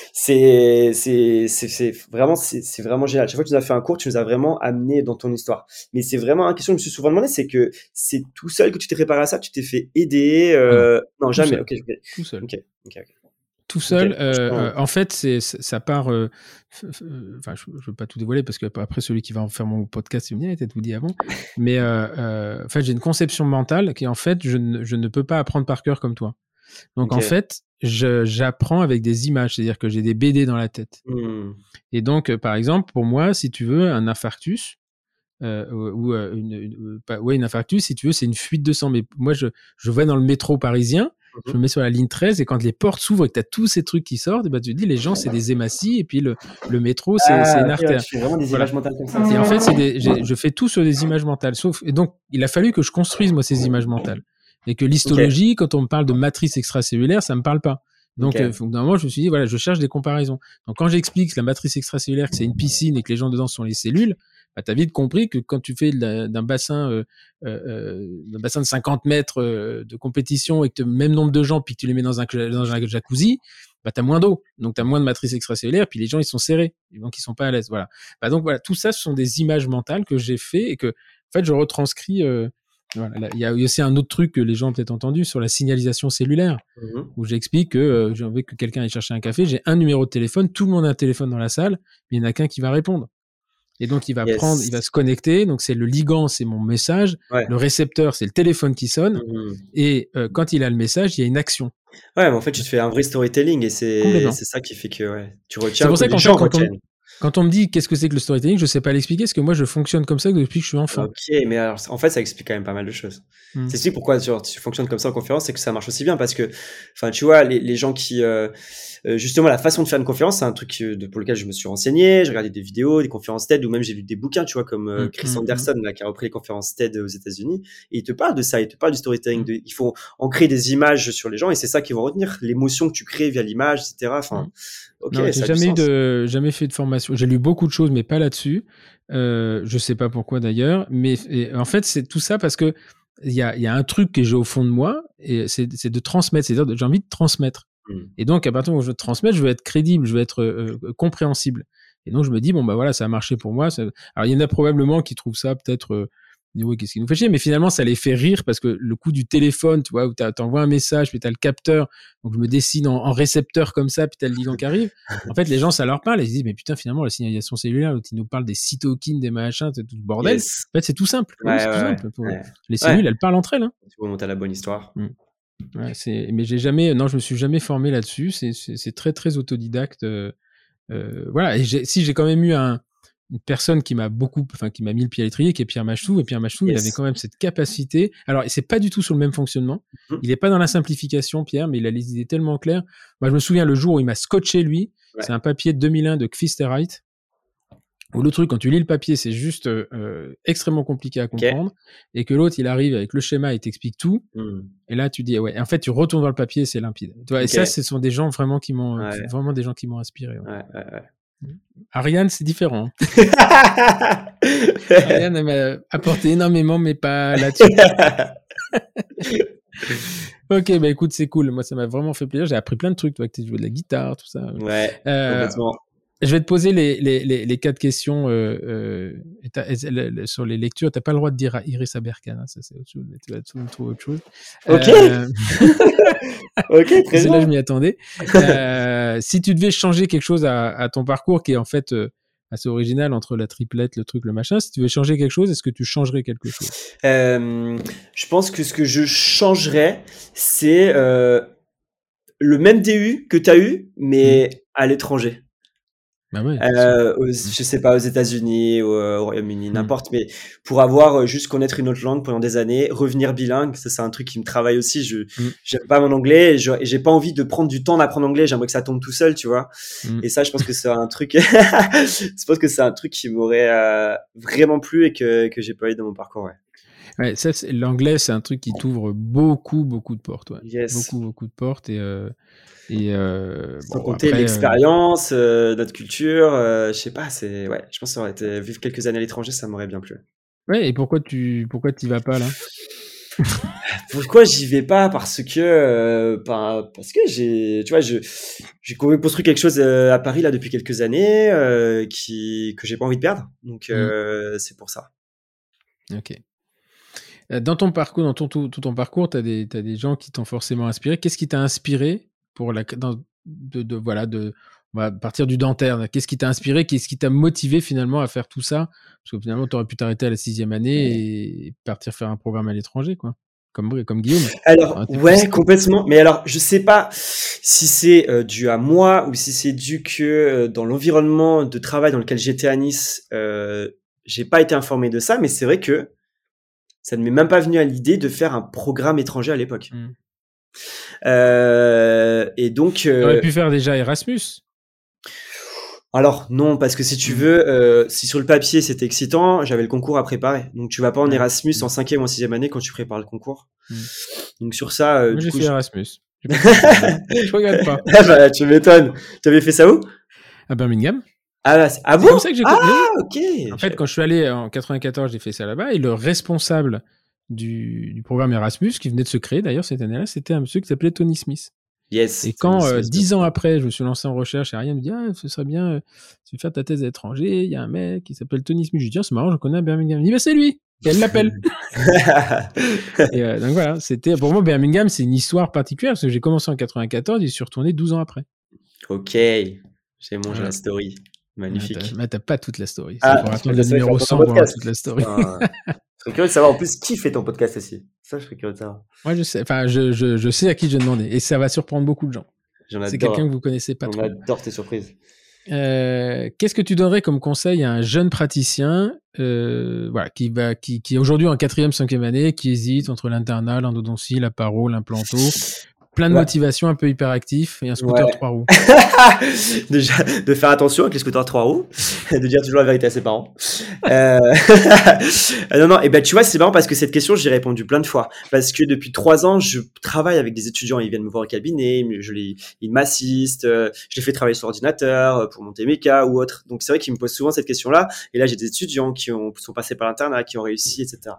c'est c'est c'est c'est vraiment c'est c'est vraiment génial. Chaque fois que tu nous as fait un cours, tu nous as vraiment amené dans ton histoire. Mais c'est vraiment une question que je me suis souvent demandé, c'est que c'est tout seul que tu t'es préparé à ça, tu t'es fait aider. Euh... non, Tout jamais. seul. Ok, ok, Tout seul. ok, ok. ok. Tout seul. Ok, euh, franchement. euh, en fait, c'est, c'est- ça part. euh, f- f- euh, Enfin, je, je veux pas tout dévoiler parce que après celui qui va en faire mon podcast, il me dit, ah, t'as tout dit avant. Mais euh, euh, en fait, j'ai une conception mentale qui, en fait, je ne, je ne peux pas apprendre par cœur comme toi. Donc, Ok. en fait, je, j'apprends avec des images, c'est-à-dire que j'ai des B D dans la tête. Hmm. Et donc, euh, par exemple, pour moi, si tu veux, un infarctus. Euh, ou euh, une, une, euh, pas, ouais, une infarctus, si tu veux, c'est une fuite de sang. Mais moi, je, je vais dans le métro parisien, je me Mhm. mets sur la ligne treize, et quand les portes s'ouvrent et que tu as tous ces trucs qui sortent, et ben, tu te dis, les gens, c'est des hématies, et puis le, le métro, c'est, c'est Ah, une ok, ouais, artère. tu fais vraiment des Voilà. images mentales comme ça. Et en fait, c'est des, j'ai- je fais tout sur des images mentales. Sauf, et donc, il a fallu que je construise, moi, ces images mentales. Et que l'histologie, quand on me parle de matrice extracellulaire, ça me parle pas. Donc, Ok. euh, faut que, d'un moment, je me suis dit, voilà, je cherche des comparaisons. Donc, quand j'explique que la matrice extracellulaire, que c'est une piscine et que les gens dedans sont les cellules, bah, t'as vite compris que quand tu fais de la- d'un bassin, euh, euh, d'un bassin de cinquante mètres euh, de compétition et que tu as le même nombre de gens puis que tu les mets dans un, dans un jacuzzi, bah t'as moins d'eau, donc t'as moins de matrice extracellulaire, puis les gens ils sont serrés, donc ils sont pas à l'aise. Voilà. Bah donc voilà, tout ça ce sont des images mentales que j'ai fait et que en fait je retranscris. Euh, voilà. Il y a aussi un autre truc que les gens ont peut-être entendu sur la signalisation cellulaire, mm-hmm. où j'explique que euh, j'ai envie que quelqu'un aille chercher un café, j'ai un numéro de téléphone, tout le monde a un téléphone dans la salle, mais il n'y en a qu'un qui va répondre. Et donc, il va yes. prendre, il va se connecter. Donc, c'est le ligand, c'est mon message. Ouais. Le récepteur, c'est le téléphone qui sonne. Mmh. Et euh, quand il a le message, il y a une action. Ouais, mais en fait, tu te fais un vrai storytelling et c'est, c'est ça qui fait que ouais, tu retiens. C'est pour ça qu'en fait, quand on, quand on me dit qu'est-ce que c'est que le storytelling, je sais pas l'expliquer parce que moi, je fonctionne comme ça depuis que je suis enfant. Ok, mais alors, en fait, ça explique quand même pas mal de choses. Mmh. C'est explique pourquoi genre, tu fonctionnes comme ça en conférence, c'est que ça marche aussi bien parce que, enfin, tu vois, les, les gens qui, euh, justement, la façon de faire une conférence, c'est un truc de, pour lequel je me suis renseigné. J'ai regardé des vidéos, des conférences TED, ou même j'ai lu des bouquins, tu vois, comme euh, Chris mmh, Anderson, là, qui a repris les conférences TED aux États-Unis. Et il te parle de ça, il te parle du storytelling. Mmh. De, il faut ancrer des images sur les gens, et c'est ça qu'ils vont retenir, l'émotion que tu crées via l'image, et cetera. Enfin, mmh. ok. Non, j'ai jamais eu de, jamais fait de formation. J'ai lu beaucoup de choses, mais pas là-dessus. Euh, je sais pas pourquoi d'ailleurs, mais et, en fait, c'est tout ça parce que il y a, il y a un truc que j'ai au fond de moi, et c'est, c'est de transmettre. C'est-à-dire, j'ai envie de transmettre. Et donc, à partir du moment où je veux transmettre, je veux être crédible, je veux être euh, compréhensible. Et donc, je me dis, bon, bah voilà, ça a marché pour moi. Ça... Alors, il y en a probablement qui trouvent ça peut-être, euh, oui, qu'est-ce qui nous fait chier, mais finalement, ça les fait rire parce que le coup du téléphone, tu vois, où t'envoies un message, puis t'as le capteur, donc je me dessine en, en récepteur comme ça, puis t'as le ligand qui arrive. En fait, les gens, ça leur parle et ils se disent, mais putain, finalement, la signalisation cellulaire, l'autre, il nous parle des cytokines, des machins, c'est tout le bordel. Yes. En fait, c'est tout simple. Ouais, oui, c'est ouais, tout simple. Pour... ouais. Les cellules, ouais. elles parlent entre elles. Hein. Tu vois, t'as la bonne histoire. Mm. Ouais, c'est, mais j'ai jamais, non, je me suis jamais formé là-dessus. C'est, c'est, c'est très, très autodidacte. Euh, euh, voilà. Et j'ai, si j'ai quand même eu un, une personne qui m'a beaucoup, enfin, qui m'a mis le pied à l'étrier, qui est Pierre Machtou. Et Pierre Machtou, yes. il avait quand même cette capacité. Alors, c'est pas du tout sur le même fonctionnement. Mm-hmm. Il est pas dans la simplification, Pierre, mais il a les idées tellement claires. Moi, je me souviens le jour où il m'a scotché, lui. Ouais. C'est un papier de deux mille un de Kfisterite. Où le truc, quand tu lis le papier, c'est juste euh, extrêmement compliqué à comprendre, okay. et que l'autre, il arrive avec le schéma, il t'explique tout, mm. et là, tu dis, ouais, en fait, tu retournes dans le papier, c'est limpide. Tu vois, okay. Et ça, ce sont des gens vraiment qui m'ont, ouais. vraiment des gens qui m'ont inspiré. Ouais. Ouais, ouais, ouais. Ariane, c'est différent. Ariane, elle m'a apporté énormément, mais pas là-dessus. Ok, bah écoute, c'est cool. Moi, ça m'a vraiment fait plaisir. J'ai appris plein de trucs, toi, que tu jouais de la guitare, tout ça. Ouais, euh, complètement. Je vais te poser les, les, les, les quatre questions euh, euh, sur les lectures. Tu n'as pas le droit de dire Iris Aberkan, hein, ça c'est autre chose, mais tu vas tout trouver autre chose. Ok. Euh... ok, très bien. Là, je m'y attendais. Euh, si tu devais changer quelque chose à, à ton parcours, qui est en fait euh, assez original entre la triplette, le truc, le machin, si tu veux changer quelque chose, est-ce que tu changerais quelque chose? euh, Je pense que ce que je changerais, c'est euh, le même D U que tu as eu, mais mmh. à l'étranger. Bah ouais, euh, aux, je sais pas, aux États-Unis, au, au Royaume-Uni, mmh. n'importe, mais pour avoir juste connaître une autre langue pendant des années, revenir bilingue, ça c'est un truc qui me travaille aussi. Je mmh. j'aime pas mon anglais, et, je, et j'ai pas envie de prendre du temps d'apprendre l'anglais. J'aimerais que ça tombe tout seul, tu vois. Mmh. Et ça, je pense que c'est un truc, je pense que c'est un truc qui m'aurait euh, vraiment plu et que que j'ai pas eu dans mon parcours, ouais. Ouais, ça, c'est, l'anglais, c'est un truc qui t'ouvre beaucoup, beaucoup de portes, ouais. Yes. Beaucoup, beaucoup de portes et. Euh... Et euh, sans bon, compter après, l'expérience, euh, notre culture, euh, je sais pas, c'est ouais, je pense que ça aurait été vivre quelques années à l'étranger, ça m'aurait bien plu. Ouais, et pourquoi tu pourquoi t'y vas pas là? Pourquoi j'y vais pas? Parce que euh, parce que j'ai, tu vois, je j'ai construit quelque chose à Paris là depuis quelques années euh, qui que j'ai pas envie de perdre, donc euh, mmh. c'est pour ça. Ok. Dans ton parcours, dans ton tout, tout ton parcours, t'as des t'as des gens qui t'ont forcément inspiré. Qu'est-ce qui t'a inspiré? Pour la, dans, de, de, voilà, de, on va partir du dentaire. Qu'est-ce qui t'a inspiré? Qu'est-ce qui t'a motivé finalement à faire tout ça? Parce que finalement, tu aurais pu t'arrêter à la sixième année et partir faire un programme à l'étranger, quoi. Comme, comme Guillaume. Alors, hein, ouais, plus, complètement. Mais alors, je sais pas si c'est euh, dû à moi ou si c'est dû que euh, dans l'environnement de travail dans lequel j'étais à Nice, euh, j'ai pas été informé de ça, mais c'est vrai que ça ne m'est même pas venu à l'idée de faire un programme étranger à l'époque. Mmh. Euh, et donc, euh... tu aurais pu faire déjà Erasmus. Alors non, parce que si tu veux, euh, si sur le papier c'était excitant, j'avais le concours à préparer. Donc tu vas pas en Erasmus mmh. en cinquième ou en sixième année quand tu prépares le concours. Mmh. Donc sur ça, euh, moi du j'ai coup, fait je... Erasmus. Je regarde pas. Ah bah, tu m'étonnes. Tu avais fait ça où? À Birmingham. Ah, bah, ah bon? C'est comme ça que j'ai ah ok. En fait, quand je suis allé en quatre-vingt-quatorze, j'ai fait ça là-bas et le responsable Du, du programme Erasmus qui venait de se créer d'ailleurs cette année-là, c'était un monsieur qui s'appelait Tony Smith. Yes. Et quand euh, dix ans après, je me suis lancé en recherche et Ariane me dit ah, ce serait bien, euh, tu veux faire ta thèse à l'étranger, il y a un mec qui s'appelle Tony Smith. Je lui dis ah, c'est marrant, je connais à Birmingham. Il me dit bah, c'est lui. Et elle l'appelle. Et euh, donc voilà, c'était pour moi Birmingham, c'est une histoire particulière parce que j'ai commencé en quatre-vingt-quatorze et je suis retourné douze ans après. Ok, j'ai mangé voilà. La story. Magnifique. Ah, t'as, mais t'as pas toute la story. Ah, il faut attendre le numéro cent pour avoir toute la story. Enfin, je serais curieux de savoir en plus qui fait ton podcast aussi. Ça, je serais curieux de savoir. Moi, je sais. Enfin, je, je, je sais à qui je vais demander et ça va surprendre beaucoup de gens. J'en adore. C'est quelqu'un que vous connaissez pas On trop. On adore tes surprises. Euh, qu'est-ce que tu donnerais comme conseil à un jeune praticien euh, voilà, qui, va, qui, qui est aujourd'hui en quatrième, cinquième année, qui hésite entre l'internat, l'endodontie, la paro, l'implanto, plein de ouais. motivation, un peu hyperactif et un scooter ouais. trois roues. Déjà, de faire attention avec les scooters trois roues, de dire toujours la vérité à ses parents. Euh... non, non, et ben tu vois, c'est marrant parce que cette question, j'y ai répondu plein de fois. Parce que depuis trois ans, je travaille avec des étudiants, ils viennent me voir au cabinet, je les, ils m'assistent, je les fais travailler sur l'ordinateur pour monter mes cas ou autre. Donc c'est vrai qu'ils me posent souvent cette question-là. Et là, j'ai des étudiants qui ont, sont passés par l'internat, qui ont réussi, et cetera.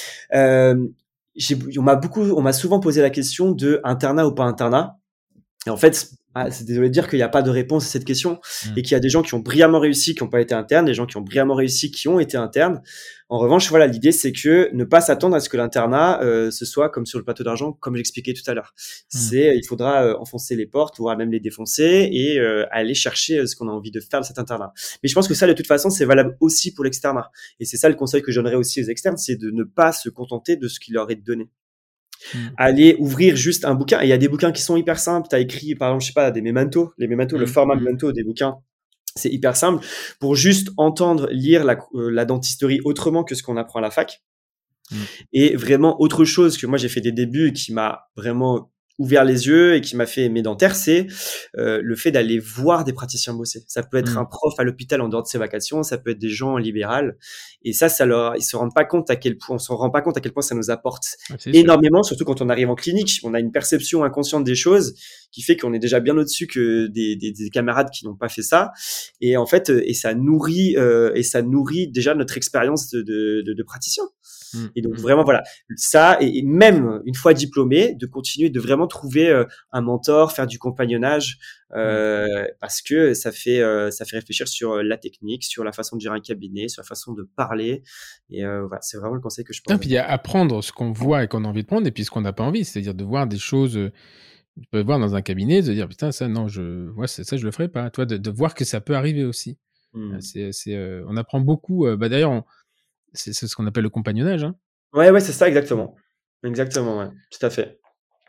Euh, J'ai, on m'a beaucoup, on m'a souvent posé la question de internat ou pas internat. Et en fait, ah, c'est désolé de dire qu'il n'y a pas de réponse à cette question mmh. et qu'il y a des gens qui ont brillamment réussi, qui n'ont pas été internes, des gens qui ont brillamment réussi, qui ont été internes. En revanche, voilà, l'idée, c'est que ne pas s'attendre à ce que l'internat, euh, ce soit comme sur le plateau d'argent, comme j'expliquais tout à l'heure. Mmh. C'est, il faudra euh, enfoncer les portes, voire même les défoncer et euh, aller chercher euh, ce qu'on a envie de faire de cet internat. Mais je pense que ça, de toute façon, c'est valable aussi pour l'externat. Et c'est ça le conseil que je donnerais aussi aux externes, c'est de ne pas se contenter de ce qui leur est donné. Mmh. Aller ouvrir juste un bouquin. Et il y a des bouquins qui sont hyper simples. Tu as écrit, par exemple, je sais pas, des mementos. Les mementos, mmh. le format mmh. memento des bouquins, c'est hyper simple. Pour juste entendre, lire la, euh, la dentisterie autrement que ce qu'on apprend à la fac. Mmh. Et vraiment autre chose que moi, j'ai fait des débuts qui m'a vraiment ouvert les yeux et qui m'a fait aimer dentaire, c'est euh, le fait d'aller voir des praticiens bosser. Ça peut être mmh. un prof à l'hôpital en dehors de ses vacations, ça peut être des gens en libéral. Et ça, ça leur, ils se rendent pas compte à quel point, on se rend pas compte à quel point ça nous apporte ah, énormément, sûr. Surtout quand on arrive en clinique. On a une perception inconsciente des choses qui fait qu'on est déjà bien au-dessus que des, des, des camarades qui n'ont pas fait ça. Et en fait, et ça nourrit, euh, et ça nourrit déjà notre expérience de, de, de, de praticien. Mmh. Et donc vraiment voilà ça et, et même une fois diplômé de continuer de vraiment trouver euh, un mentor, faire du compagnonnage euh, mmh. parce que ça fait euh, ça fait réfléchir sur la technique, sur la façon de gérer un cabinet, sur la façon de parler et euh, voilà, c'est vraiment le conseil que je peux. Et puis il y a apprendre ce qu'on voit et qu'on a envie de prendre et puis ce qu'on n'a pas envie, c'est-à-dire de voir des choses euh, tu peux voir dans un cabinet, de dire putain ça non je ouais, ça, ça je le ferai pas, toi de, de voir que ça peut arriver aussi. Mmh. C'est c'est euh, on apprend beaucoup euh, bah d'ailleurs on, c'est, c'est ce qu'on appelle le compagnonnage hein. Ouais, ouais, c'est ça, exactement. Exactement, ouais, tout à fait.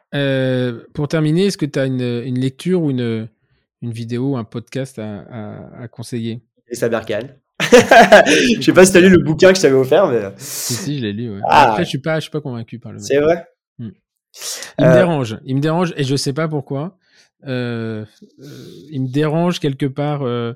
Euh, pour terminer, est-ce que tu as une, une lecture ou une, une vidéo, un podcast à, à, à conseiller ? Elissa Berkane. Je sais pas si tu as lu le bouquin que je t'avais offert, mais. Si, si, je l'ai lu. Ouais. Ah, après, ouais. je suis pas, je suis pas convaincu par le. C'est vrai. Hmm. Il euh... me dérange. Il me dérange et je sais pas pourquoi. Euh, euh, il me dérange quelque part euh,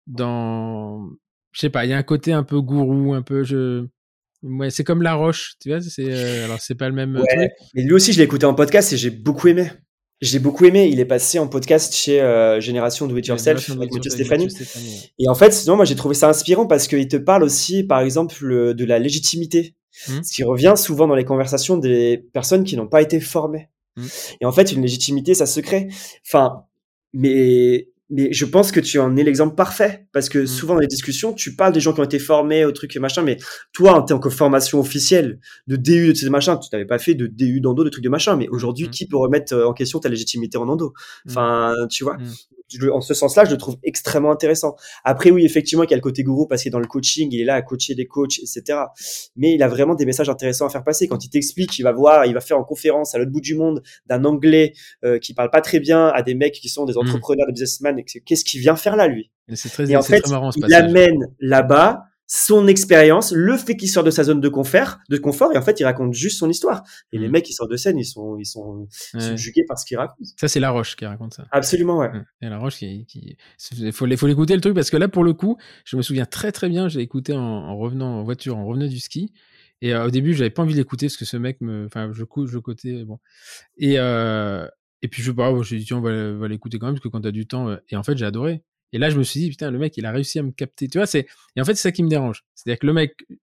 dans. Je sais pas. Il y a un côté un peu gourou, un peu je. Ouais, c'est comme La Roche, tu vois. C'est euh, alors c'est pas le même. Ouais. Truc. Mais lui aussi, je l'ai écouté en podcast et j'ai beaucoup aimé. J'ai beaucoup aimé. Il est passé en podcast chez euh, Génération Do It Yourself avec Mathieu Stéphanie. Stéphanie. Et en fait, sinon, moi, j'ai trouvé ça inspirant parce qu'il te parle aussi, par exemple, de la légitimité, mmh. ce qui revient souvent dans les conversations des personnes qui n'ont pas été formées. Mmh. Et en fait, une légitimité, ça se crée. Enfin, mais mais je pense que tu en es l'exemple parfait parce que mmh. souvent dans les discussions, tu parles des gens qui ont été formés au truc et machin, mais toi, en tant que formation officielle de D U de ces machins, tu n'avais pas fait de D U d'endo, de trucs de machin, mais aujourd'hui, mmh. qui peut remettre en question ta légitimité en endo ? Enfin, mmh. tu vois, mmh. je, en ce sens-là, je le trouve extrêmement intéressant. Après, oui, effectivement, il y a le côté gourou parce qu'il est dans le coaching, il est là à coacher des coachs, et cetera. Mais il a vraiment des messages intéressants à faire passer. Quand il t'explique, il va voir, il va faire en conférence à l'autre bout du monde d'un anglais euh, qui parle pas très bien à des mecs qui sont des entrepreneurs, mmh. des businessmen. Qu'est-ce qu'il vient faire là, lui ? Et, c'est très, et en c'est fait, très marrant, ce il passage. amène là-bas son expérience, le fait qu'il sort de sa zone de confort, de confort, et en fait, il raconte juste son histoire. Et mmh. les mecs qui sortent de scène, ils sont, ils sont ouais. subjugués par ce qu'il raconte. Ça, c'est La Roche qui raconte ça. Absolument, ouais. Et La Roche qui, qui... il faut, faut l'écouter le truc parce que là, pour le coup, je me souviens très très bien. J'ai écouté en, en revenant en voiture, en revenant du ski. Et euh, au début, j'avais pas envie de l'écouter parce que ce mec me, enfin, je couche, je côté, bon. Et euh, et puis je sais pas, je me suis dit tiens, on va, on va l'écouter quand même parce que quand t'as du temps. Et en fait, j'ai adoré. Et là, je me suis dit putain, le mec, il a réussi à me capter. Tu vois, c'est et en fait, c'est ça qui me dérange. C'est-à-dire que le mec,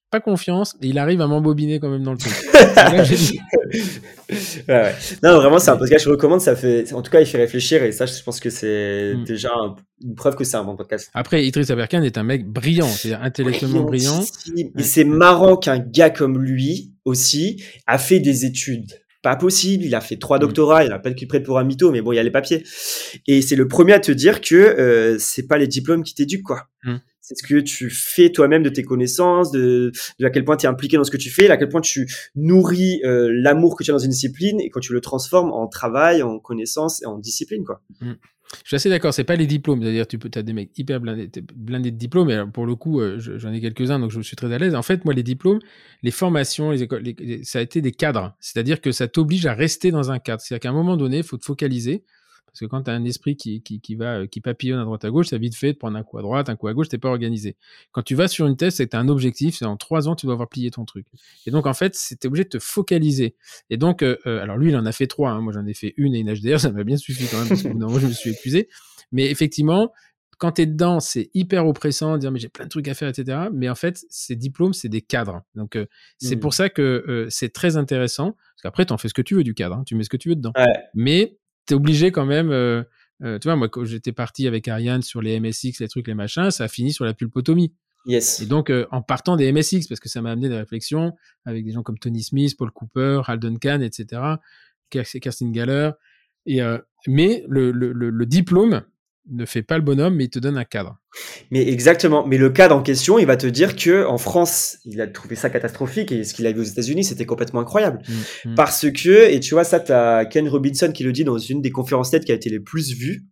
pas confiance, et il arrive à m'embobiner quand même dans le truc. Là, j'ai dit... ouais, ouais. Non, vraiment, c'est un podcast que je recommande. Ça fait, en tout cas, il fait réfléchir, et ça, je pense que c'est mm. déjà un, une preuve que c'est un bon podcast. Après, Idriss Aberkan est un mec brillant, c'est-à-dire intellectuellement brillant. Et ouais. C'est marrant qu'un gars comme lui aussi a fait des études. Pas possible, il a fait trois doctorats, mmh. il a pas qu'il prête pour un mytho, mais bon, il y a les papiers. Et c'est le premier à te dire que euh, c'est pas les diplômes qui t'éduquent, quoi. Mmh. C'est ce que tu fais toi-même de tes connaissances, de, de à quel point tu es impliqué dans ce que tu fais, à quel point tu nourris euh, l'amour que tu as dans une discipline et quand tu le transformes en travail, en connaissances et en discipline, quoi. Mmh. Je suis assez d'accord, c'est pas les diplômes, c'est-à-dire tu peux, t'as des mecs hyper blindés, blindés de diplômes, et alors pour le coup, euh, j'en ai quelques-uns, donc je suis très à l'aise. En fait, moi, les diplômes, les formations, les écoles, les, les, ça a été des cadres, c'est-à-dire que ça t'oblige à rester dans un cadre. C'est-à-dire qu'à un moment donné, il faut te focaliser, parce que quand tu as un esprit qui, qui, qui, va, qui papillonne à droite à gauche, ça vite fait de prendre un coup à droite, un coup à gauche, t'es pas organisé. Quand tu vas sur une thèse, c'est que tu as un objectif, c'est en trois ans, tu dois avoir plié ton truc. Et donc, en fait, t'es obligé de te focaliser. Et donc, euh, alors lui, il en a fait trois, hein. Moi, j'en ai fait une et une H D R, ça m'a bien suffi quand même, parce que moi, je me suis épuisé. Mais effectivement, quand tu es dedans, c'est hyper oppressant de dire mais j'ai plein de trucs à faire, et cetera. Mais en fait, ces diplômes, c'est des cadres. Donc, euh, c'est mmh. pour ça que euh, c'est très intéressant. Parce qu'après, tu en fais ce que tu veux du cadre. Hein. Tu mets ce que tu veux dedans. Ouais. Mais tu es obligé quand même... Euh, euh, tu vois, moi, quand j'étais parti avec Ariane sur les M S X, les trucs, les machins, ça a fini sur la pulpotomie. Yes. Et donc, euh, en partant des M S X, parce que ça m'a amené des réflexions avec des gens comme Tony Smith, Paul Cooper, Hal Duncan, et cetera, Kerstin Galler. Et, euh, mais le, le, le, le diplôme ne fait pas le bonhomme, mais il te donne un cadre. Mais exactement. Mais le cadre en question, il va te dire que en France, il a trouvé ça catastrophique et ce qu'il a vu aux États-Unis, c'était complètement incroyable. Mmh, mmh. Parce que, et tu vois, ça, t'as Ken Robinson qui le dit dans une des conférences TED qui a été les plus vues,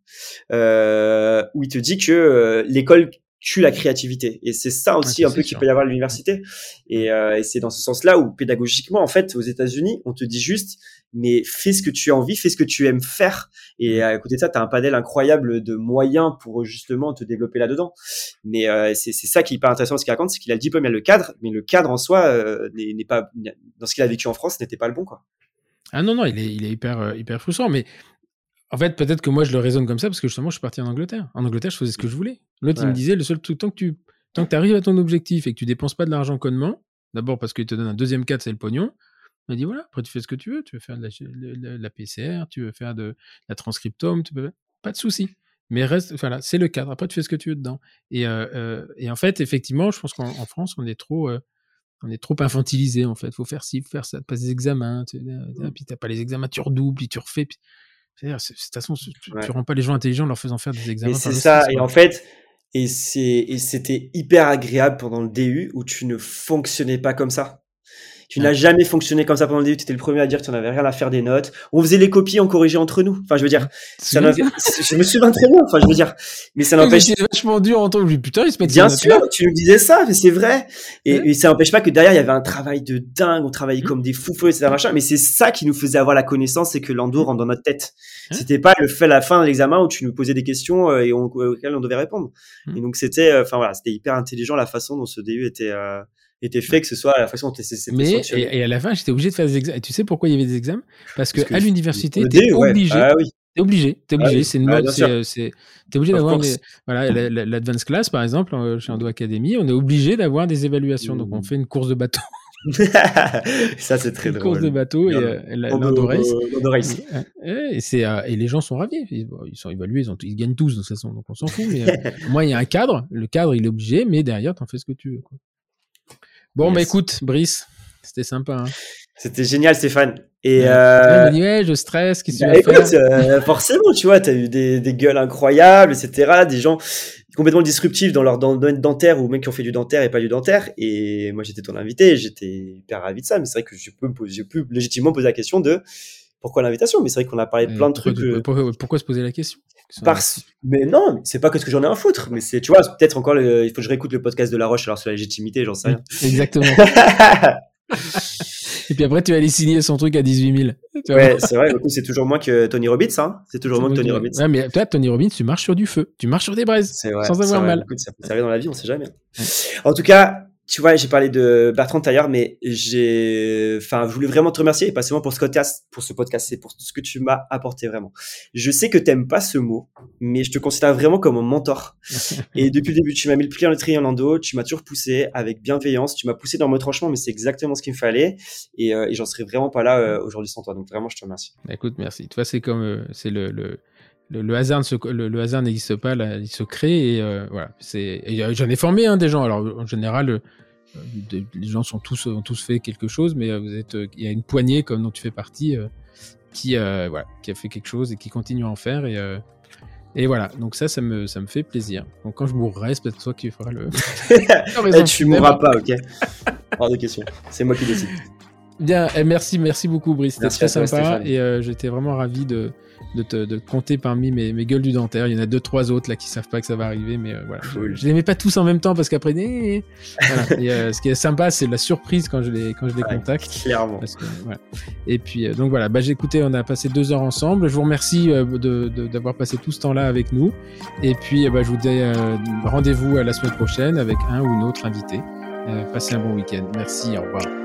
euh, où il te dit que euh, l'école tue la créativité. Et c'est ça aussi ouais, un peu qu'il peut y avoir à l'université. Et, euh, et c'est dans ce sens-là où pédagogiquement, en fait, aux États-Unis, on te dit juste, mais fais ce que tu as envie, fais ce que tu aimes faire. Et à côté de ça, tu as un panel incroyable de moyens pour justement te développer là-dedans. Mais euh, c'est, c'est ça qui est hyper intéressant, ce qu'il raconte, c'est qu'il a le diplôme, il a le cadre, mais le cadre en soi euh, n'est, n'est pas, dans ce qu'il a vécu en France, n'était pas le bon, quoi. Ah non, non, il est, il est hyper, euh, hyper frustrant. Mais en fait, peut-être que moi, je le raisonne comme ça parce que justement, je suis parti en Angleterre. En Angleterre, je faisais ce que je voulais. L'autre, ouais. il me disait, le seul truc, tant que tu tant que tu arrives à ton objectif et que tu dépenses pas de l'argent connement, d'abord parce qu'il te donne un deuxième cadre, c'est le pognon. Il m'a dit, voilà, après tu fais ce que tu veux, tu veux faire de la, de, de la P C R, tu veux faire de la transcriptome, tu peux... pas de souci. Mais reste, voilà, c'est le cadre. Après, tu fais ce que tu veux dedans. Et, euh, euh, et en fait, effectivement, je pense qu'en en France, on est trop, euh, on est trop infantilisé. En fait, faut faire ci, faut faire ça, passer des examens. Tu, mmh. Puis t'as pas les examens, tu redoubles, puis tu refais. Puis... C'est-à-dire, c'est, de toute façon, tu, ouais. tu rends pas les gens intelligents en leur faisant faire des examens. Mais c'est ça. Et en fait, et c'est, et c'était hyper agréable pendant le D U où tu ne fonctionnais pas comme ça. Tu ouais. n'as jamais fonctionné comme ça pendant le D U. Tu étais le premier à dire que tu n'en avais rien à faire des notes. On faisait les copies, on corrigeait entre nous. Enfin, je veux dire, ça je me souviens très bien. Enfin, je veux dire, mais ça n'empêche. C'est vachement dur en tant que putain, ils se mettent. Bien sûr, tu nous disais ça, mais c'est vrai. Et, ouais. et ça n'empêche pas que derrière, il y avait un travail de dingue. On travaillait mmh. comme des fous fous, et cetera machin. Mais c'est ça qui nous faisait avoir la connaissance et que l'endo rentre dans notre tête. Mmh. C'était pas le fait à la fin de l'examen où tu nous posais des questions et on, auxquelles on devait répondre. Mmh. Et donc c'était, enfin voilà, c'était hyper intelligent la façon dont ce D U était. Euh, était fait, que ce soit à la façon dont c'était mais et, et à la fin j'étais obligé de faire des examens. Et tu sais pourquoi il y avait des examens? Parce que, Parce que à l'université t'es ouais. obligé ah, oui. t'es obligé t'es obligé ah, oui. c'est une mode ah, c'est, c'est t'es obligé of d'avoir des, voilà la, l'advance class par exemple chez Endo Academy on est obligé d'avoir des évaluations mmh. donc on fait une course de bateau. Ça c'est très une drôle. Course de bateau et euh, l'Endo Race. Race. Et c'est euh, et les gens sont ravis. Ils, ils sont évalués, ils, ont, ils gagnent tous de toute façon, donc on s'en fout. Mais euh, moi il y a un cadre, le cadre il est obligé, mais derrière t'en fais ce que tu veux. Quoi. Bon, yes. bah écoute, Brice, c'était sympa. Hein. C'était génial, Stéphane. Et ouais, euh... ouais, dit, ouais, je stresse, qu'est-ce que bah, tu vas écoute, faire euh, forcément, tu vois, t'as eu des, des gueules incroyables, et cetera. Des gens complètement disruptifs dans leur domaine dentaire ou même qui ont fait du dentaire et pas du dentaire. Et moi, j'étais ton invité, et j'étais hyper ravi de ça. Mais c'est vrai que je peux, me poser, je peux légitimement poser la question de pourquoi l'invitation. Mais c'est vrai qu'on a parlé de plein de pourquoi, trucs. Que... Pourquoi, pourquoi se poser la question? Parce, mais non, c'est pas que ce que j'en ai à foutre, mais c'est, tu vois, peut-être encore, le, il faut que je réécoute le podcast de La Roche, alors sur la légitimité, j'en sais rien. Exactement. Et puis après, tu vas aller signer son truc à dix-huit mille. Ouais, c'est vrai, du coup, c'est toujours moins que Tony Robbins, hein. C'est toujours c'est moins que Tony Robbins. Ouais, mais toi, Tony Robbins, tu marches sur du feu. Tu marches sur des braises. C'est vrai. Sans avoir vrai. mal. Écoute, ça peut servir dans la vie, on sait jamais. Ouais. En tout cas, tu vois, j'ai parlé de Bertrand Taillard, mais j'ai, enfin, je voulais vraiment te remercier, et pas seulement pour ce podcast, pour ce podcast, c'est pour tout ce que tu m'as apporté vraiment. Je sais que t'aimes pas ce mot, mais je te considère vraiment comme un mentor. Et depuis le début, tu m'as mis le pied dans le triangle en dos, tu m'as toujours poussé avec bienveillance, tu m'as poussé dans mon retranchement, mais c'est exactement ce qu'il me fallait, et, euh, et j'en serais vraiment pas là euh, aujourd'hui sans toi. Donc vraiment, je te remercie. Écoute, merci. Tu vois, c'est comme, euh, c'est le, le... Le, le hasard ne se, le, le hasard n'existe pas, là, il se crée et euh, voilà. C'est, et j'en ai formé hein, des gens. Alors en général, euh, de, les gens sont tous ont tous fait quelque chose, mais euh, vous êtes, il euh, y a une poignée comme dont tu fais partie euh, qui euh, voilà, qui a fait quelque chose et qui continue à en faire et euh, et voilà. Donc ça, ça me ça me fait plaisir. Donc quand je mourrai, c'est peut-être toi qui feras le. Eh, tu mourras pas, ok. Hors de question. C'est moi qui décide. Bien, eh, merci, merci beaucoup, Brice. C'était très toi, sympa Stéphane. et euh, j'étais vraiment ravi de, de te de compter parmi mes, mes gueules du dentaire. Il y en a deux, trois autres là qui savent pas que ça va arriver, mais euh, voilà. Cool. Je, je les mets pas tous en même temps parce qu'après, eh, voilà. Et euh, ce qui est sympa, c'est la surprise quand je les quand je les Ouais, contacte. Clairement. Parce que, voilà. Et puis euh, donc voilà, bah j'ai écouté, on a passé deux heures ensemble. Je vous remercie euh, de, de d'avoir passé tout ce temps-là avec nous. Et puis euh, bah, je vous dis euh, rendez-vous à la semaine prochaine avec un ou une autre invité. Euh, passez un bon week-end. Merci, au revoir.